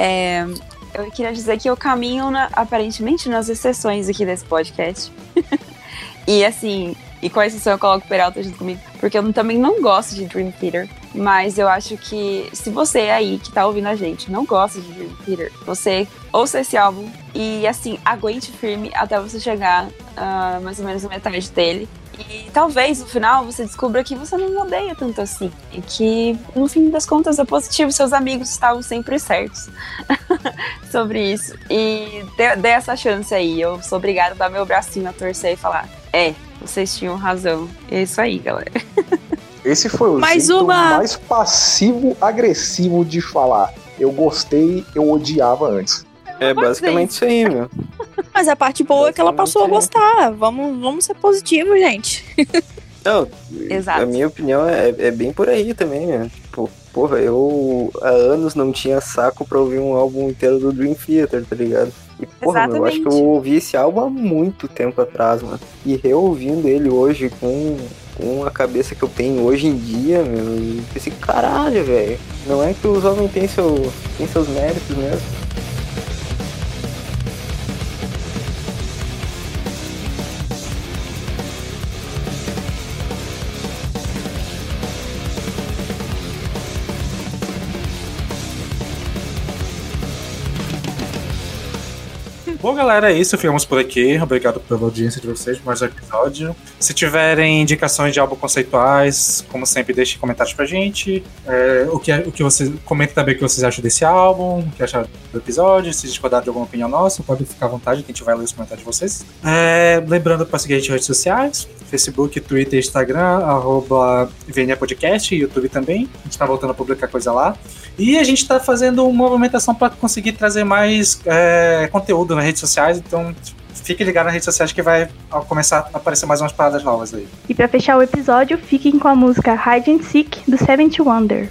Eu queria dizer que eu caminho, aparentemente, nas exceções aqui desse podcast. E assim, com a exceção eu coloco o Peralta junto comigo, porque eu também não gosto de Dream Theater, mas eu acho que se você aí que tá ouvindo a gente não gosta de Dream Theater, você ouça esse álbum e assim, aguente firme até você chegar mais ou menos na metade dele E talvez no final você descubra que você não odeia tanto assim. E que no fim das contas é positivo, seus amigos estavam sempre certos sobre isso. E dê essa chance aí. Eu sou obrigada a dar meu bracinho a torcer e falar: vocês tinham razão. É isso aí, galera.
Esse foi o jeito mais passivo-agressivo de falar. Eu gostei, eu odiava antes.
É basicamente isso aí, meu.
Mas a parte boa é que ela passou a gostar. Vamos ser positivos, gente.
Não,
Exato.
A minha opinião é bem por aí também, meu. Porra, eu há anos não tinha saco pra ouvir um álbum inteiro do Dream Theater, tá ligado? E, porra, meu, eu acho que eu ouvi esse álbum há muito tempo atrás, mano. E reouvindo ele hoje com a cabeça que eu tenho hoje em dia, meu, eu pensei, caralho, velho. Não é que os homens têm seus méritos mesmo.
Bom, galera, é isso. Ficamos por aqui. Obrigado pela audiência de vocês por mais um episódio. Se tiverem indicações de álbum conceituais, como sempre, deixem comentários pra gente. O que vocês comentem também o que vocês acham desse álbum, o que acharam do episódio. Se discordaram de alguma opinião nossa, pode ficar à vontade, que a gente vai ler os comentários de vocês. Lembrando para seguir a gente nas redes sociais: Facebook, Twitter, Instagram, @VNEPodcast, e YouTube também. A gente tá voltando a publicar coisa lá. E a gente tá fazendo uma movimentação para conseguir trazer mais conteúdo nas redes sociais, então fique ligado nas redes sociais que vai começar a aparecer mais umas paradas novas aí.
E pra fechar o episódio, fiquem com a música Hide and Seek, do Seventh Wonder.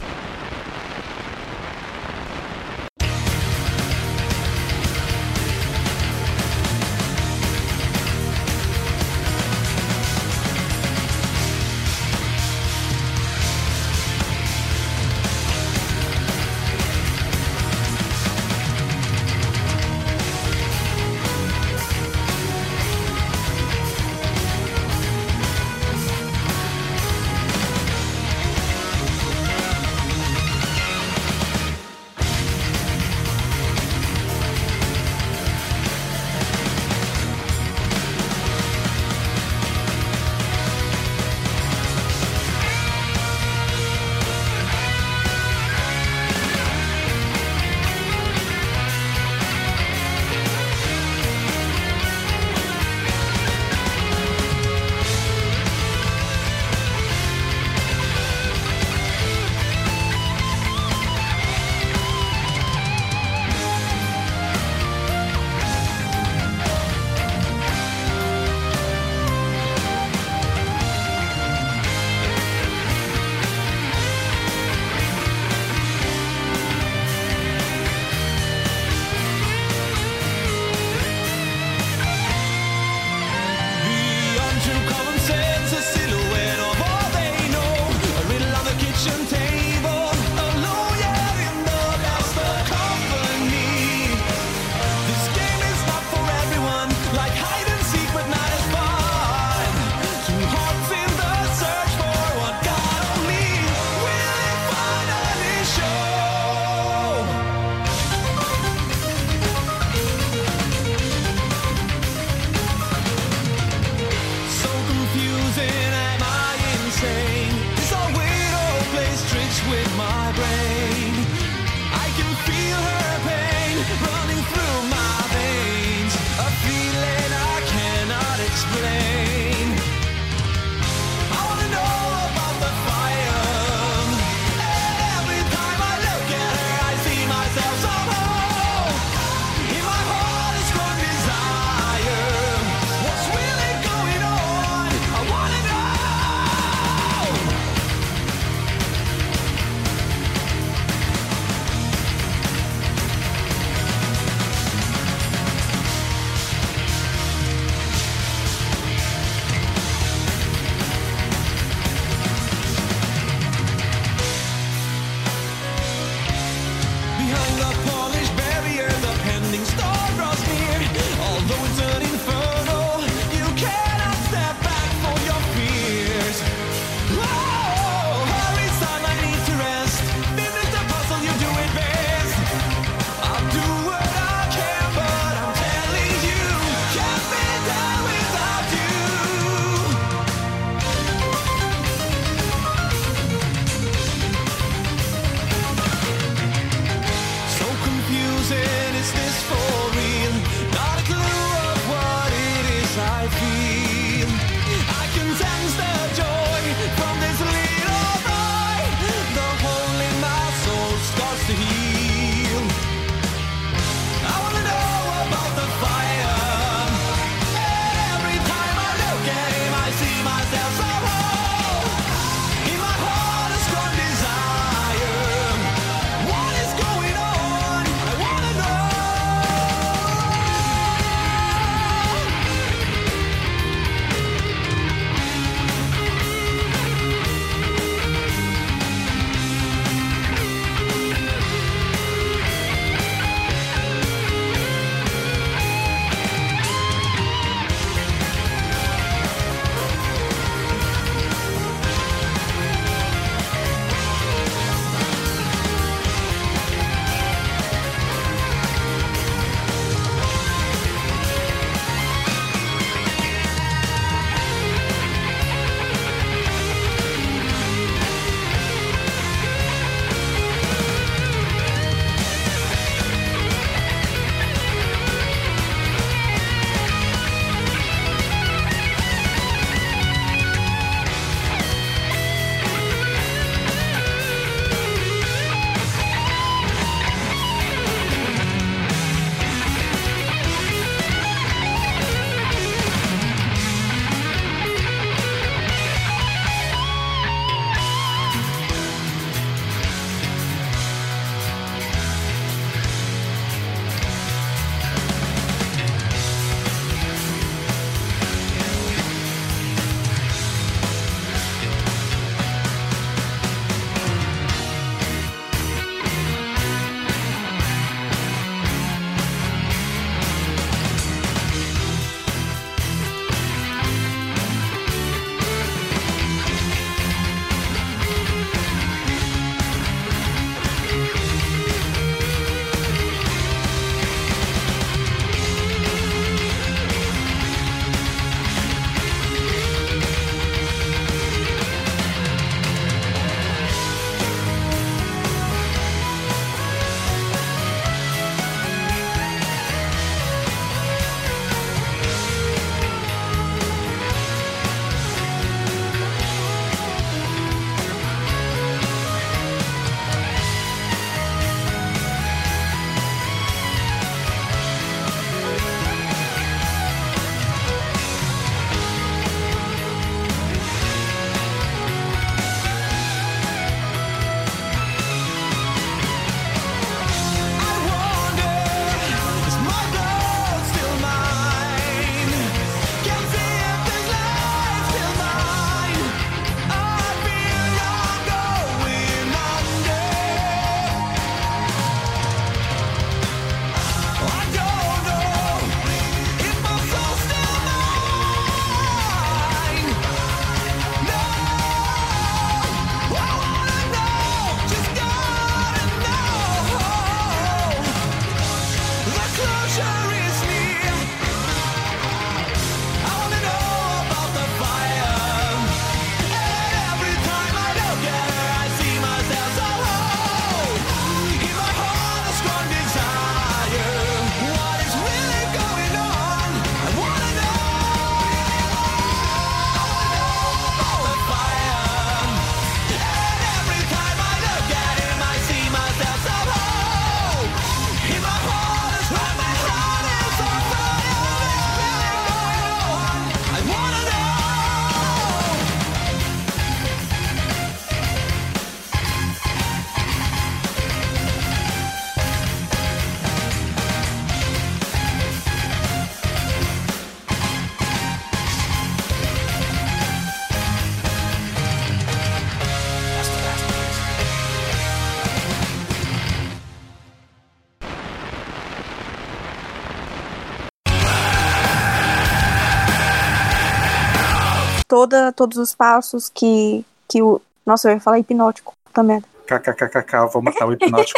todos os passos que o... Nossa, eu ia falar hipnótico, puta merda.
KKKKK, vou matar o hipnótico.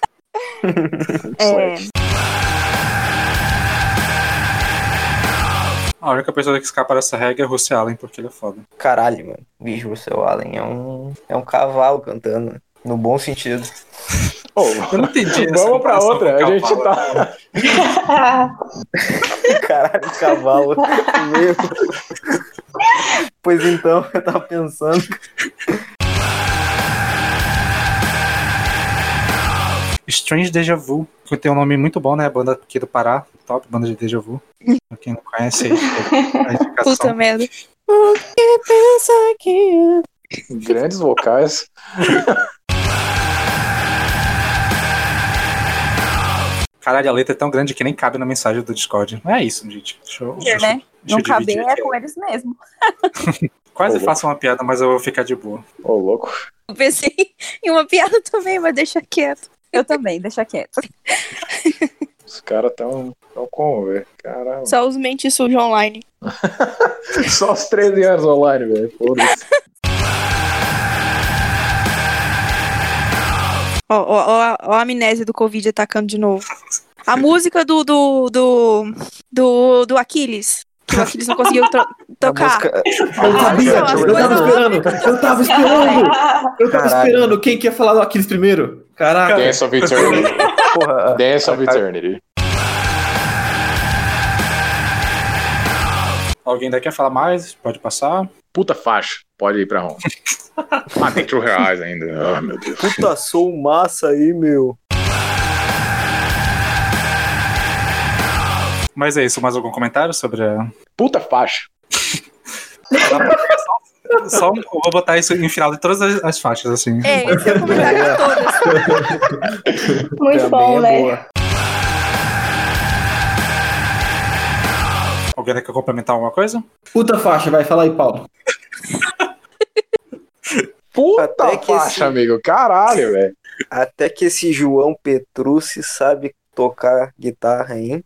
A única pessoa que escapa dessa regra é o Russell Allen, porque ele é foda.
Caralho, mano. Bicho, Russell Allen é um cavalo cantando, no bom sentido.
Eu não entendi essa
Vamos pra
comparação
outra,
com
a gente
cavalo.
tá.
Caralho, cavalo. Meu. Pois então, eu tava pensando.
Strange Deja Vu, que tem um nome muito bom, né? Banda aqui do Pará, top, banda de Deja Vu. Pra quem não conhece aí, a indicação.
Puta merda. O que pensa que...
Grandes vocais.
Caralho, a letra é tão grande que nem cabe na mensagem do Discord. É isso, gente.
Né? Não
eu
caber
dividir
é
aqui.
com eles mesmo.
Quase faço uma piada, mas eu vou ficar de boa.
Ô, louco.
Eu pensei em uma piada também, mas deixa quieto.
Eu também, deixa quieto.
Os caras tão como, velho? Caramba.
Só os mentes sujas online.
Só os 13 anos online, velho. Foda-se.
Ó a amnésia do Covid atacando de novo. A música do Aquiles. Que o Aquiles não conseguiu tocar.
Eu sabia, eu tava esperando. Quem que ia falar do Aquiles primeiro? Caraca.
Dance of Eternity.
Porra,
Dance of Eternity.
Alguém daqui quer falar mais? Pode passar.
Puta faixa. Pode ir pra onde? Tem True Her Eyes ainda. Ah, meu Deus.
puta sou massa aí, meu.
Mas é isso, mais algum comentário sobre a...
Puta faixa.
Só eu vou botar isso em final de todas as faixas, assim.
Esse é o comentário de todas.
Muito bom, né?
Boa.
Alguém quer complementar alguma coisa?
Puta faixa, vai, fala aí, Paulo.
Puta
Até que
faixa, amigo. Caralho, velho.
Até que esse João Petrucci sabe tocar guitarra, hein?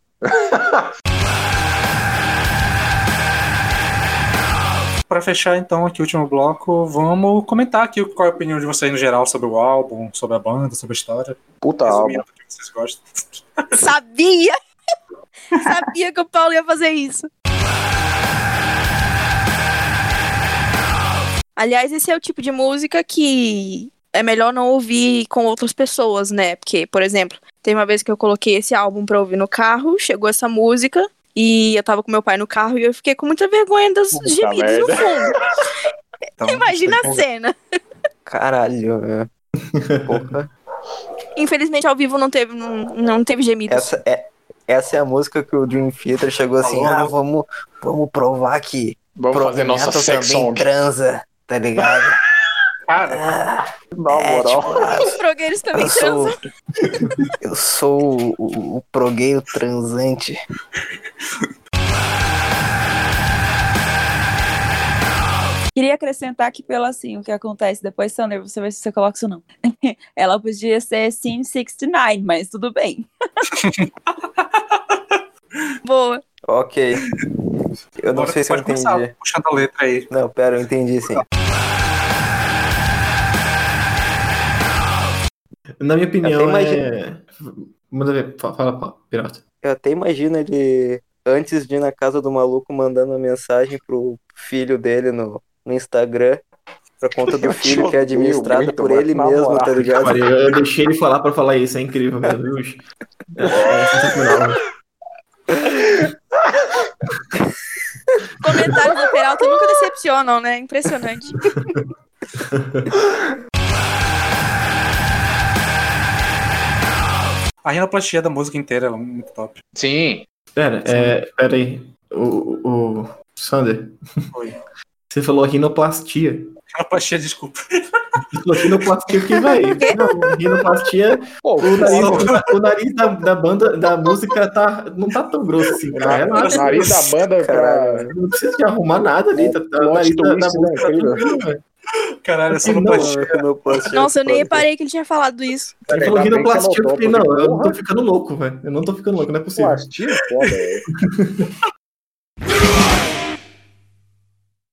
Pra fechar, então, aqui o último bloco, vamos comentar aqui qual é a opinião de vocês no geral sobre o álbum, sobre a banda, sobre a história.
Puta
Resumindo
álbum.
o que vocês gostam.
Sabia! Sabia que o Paulo ia fazer isso. Aliás, esse é o tipo de música que é melhor não ouvir com outras pessoas, né? Porque, por exemplo, tem uma vez que eu coloquei esse álbum pra ouvir no carro, chegou essa música e eu tava com meu pai no carro e eu fiquei com muita vergonha dos gemidos no fundo.
Então,
Imagina a cena.
Caralho, velho. Porra.
Infelizmente, ao vivo não teve gemidos.
Essa é a música que o Dream Theater chegou assim, vamos provar que
Vamos fazer nossa
Metal
sex
também
song.
transa, tá ligado?
Cara,
Na moral.
Os progueiros também transam.
Eu sou o progueiro transante.
Queria acrescentar que pelo assim, o que acontece depois, Sander, você vai ver se você coloca isso não. Ela podia ser Sim 69, mas tudo bem.
Boa.
Ok. Eu não
agora
sei se eu
pode começar
entendi.
puxando a letra aí.
Não, pera, eu entendi sim.
Na minha opinião,
Até imagina.
Manda ver, fala, pirata.
Eu até imagino ele, antes de ir na casa do maluco, mandando uma mensagem pro filho dele no Instagram, pra conta do filho, que é administrada
muito,
por
mas
ele
na
mesmo,
moral.
tá ligado?
Eu deixei ele falar pra falar isso, é incrível, meu Deus. É sensacional.
Comentários do Peralta nunca decepcionam, né? Impressionante.
A rinoplastia da música inteira ela é muito top.
Sim.
Pera aí. O Sander,
Oi.
você falou rinoplastia.
Rinoplastia, desculpa.
Você falou rinoplastia porque, velho, rinoplastia,
Pô,
o nariz da banda, da música não tá tão grosso assim, cara.
o nariz da banda pra...
Não precisa de arrumar nada ali, tá, o nariz da
twist, né,
música tá
incrível.
tranquilo, velho.
Caralho, é sonoplastia.
Nossa, eu nem reparei que ele tinha falado isso.
Ele falou
Ainda bem que você
rinoplastia, eu
notou,
fiquei,
porque,
não, eu
porra,
tô ficando louco, velho. Eu não tô ficando louco, não é possível.
Plastia é foda, velho.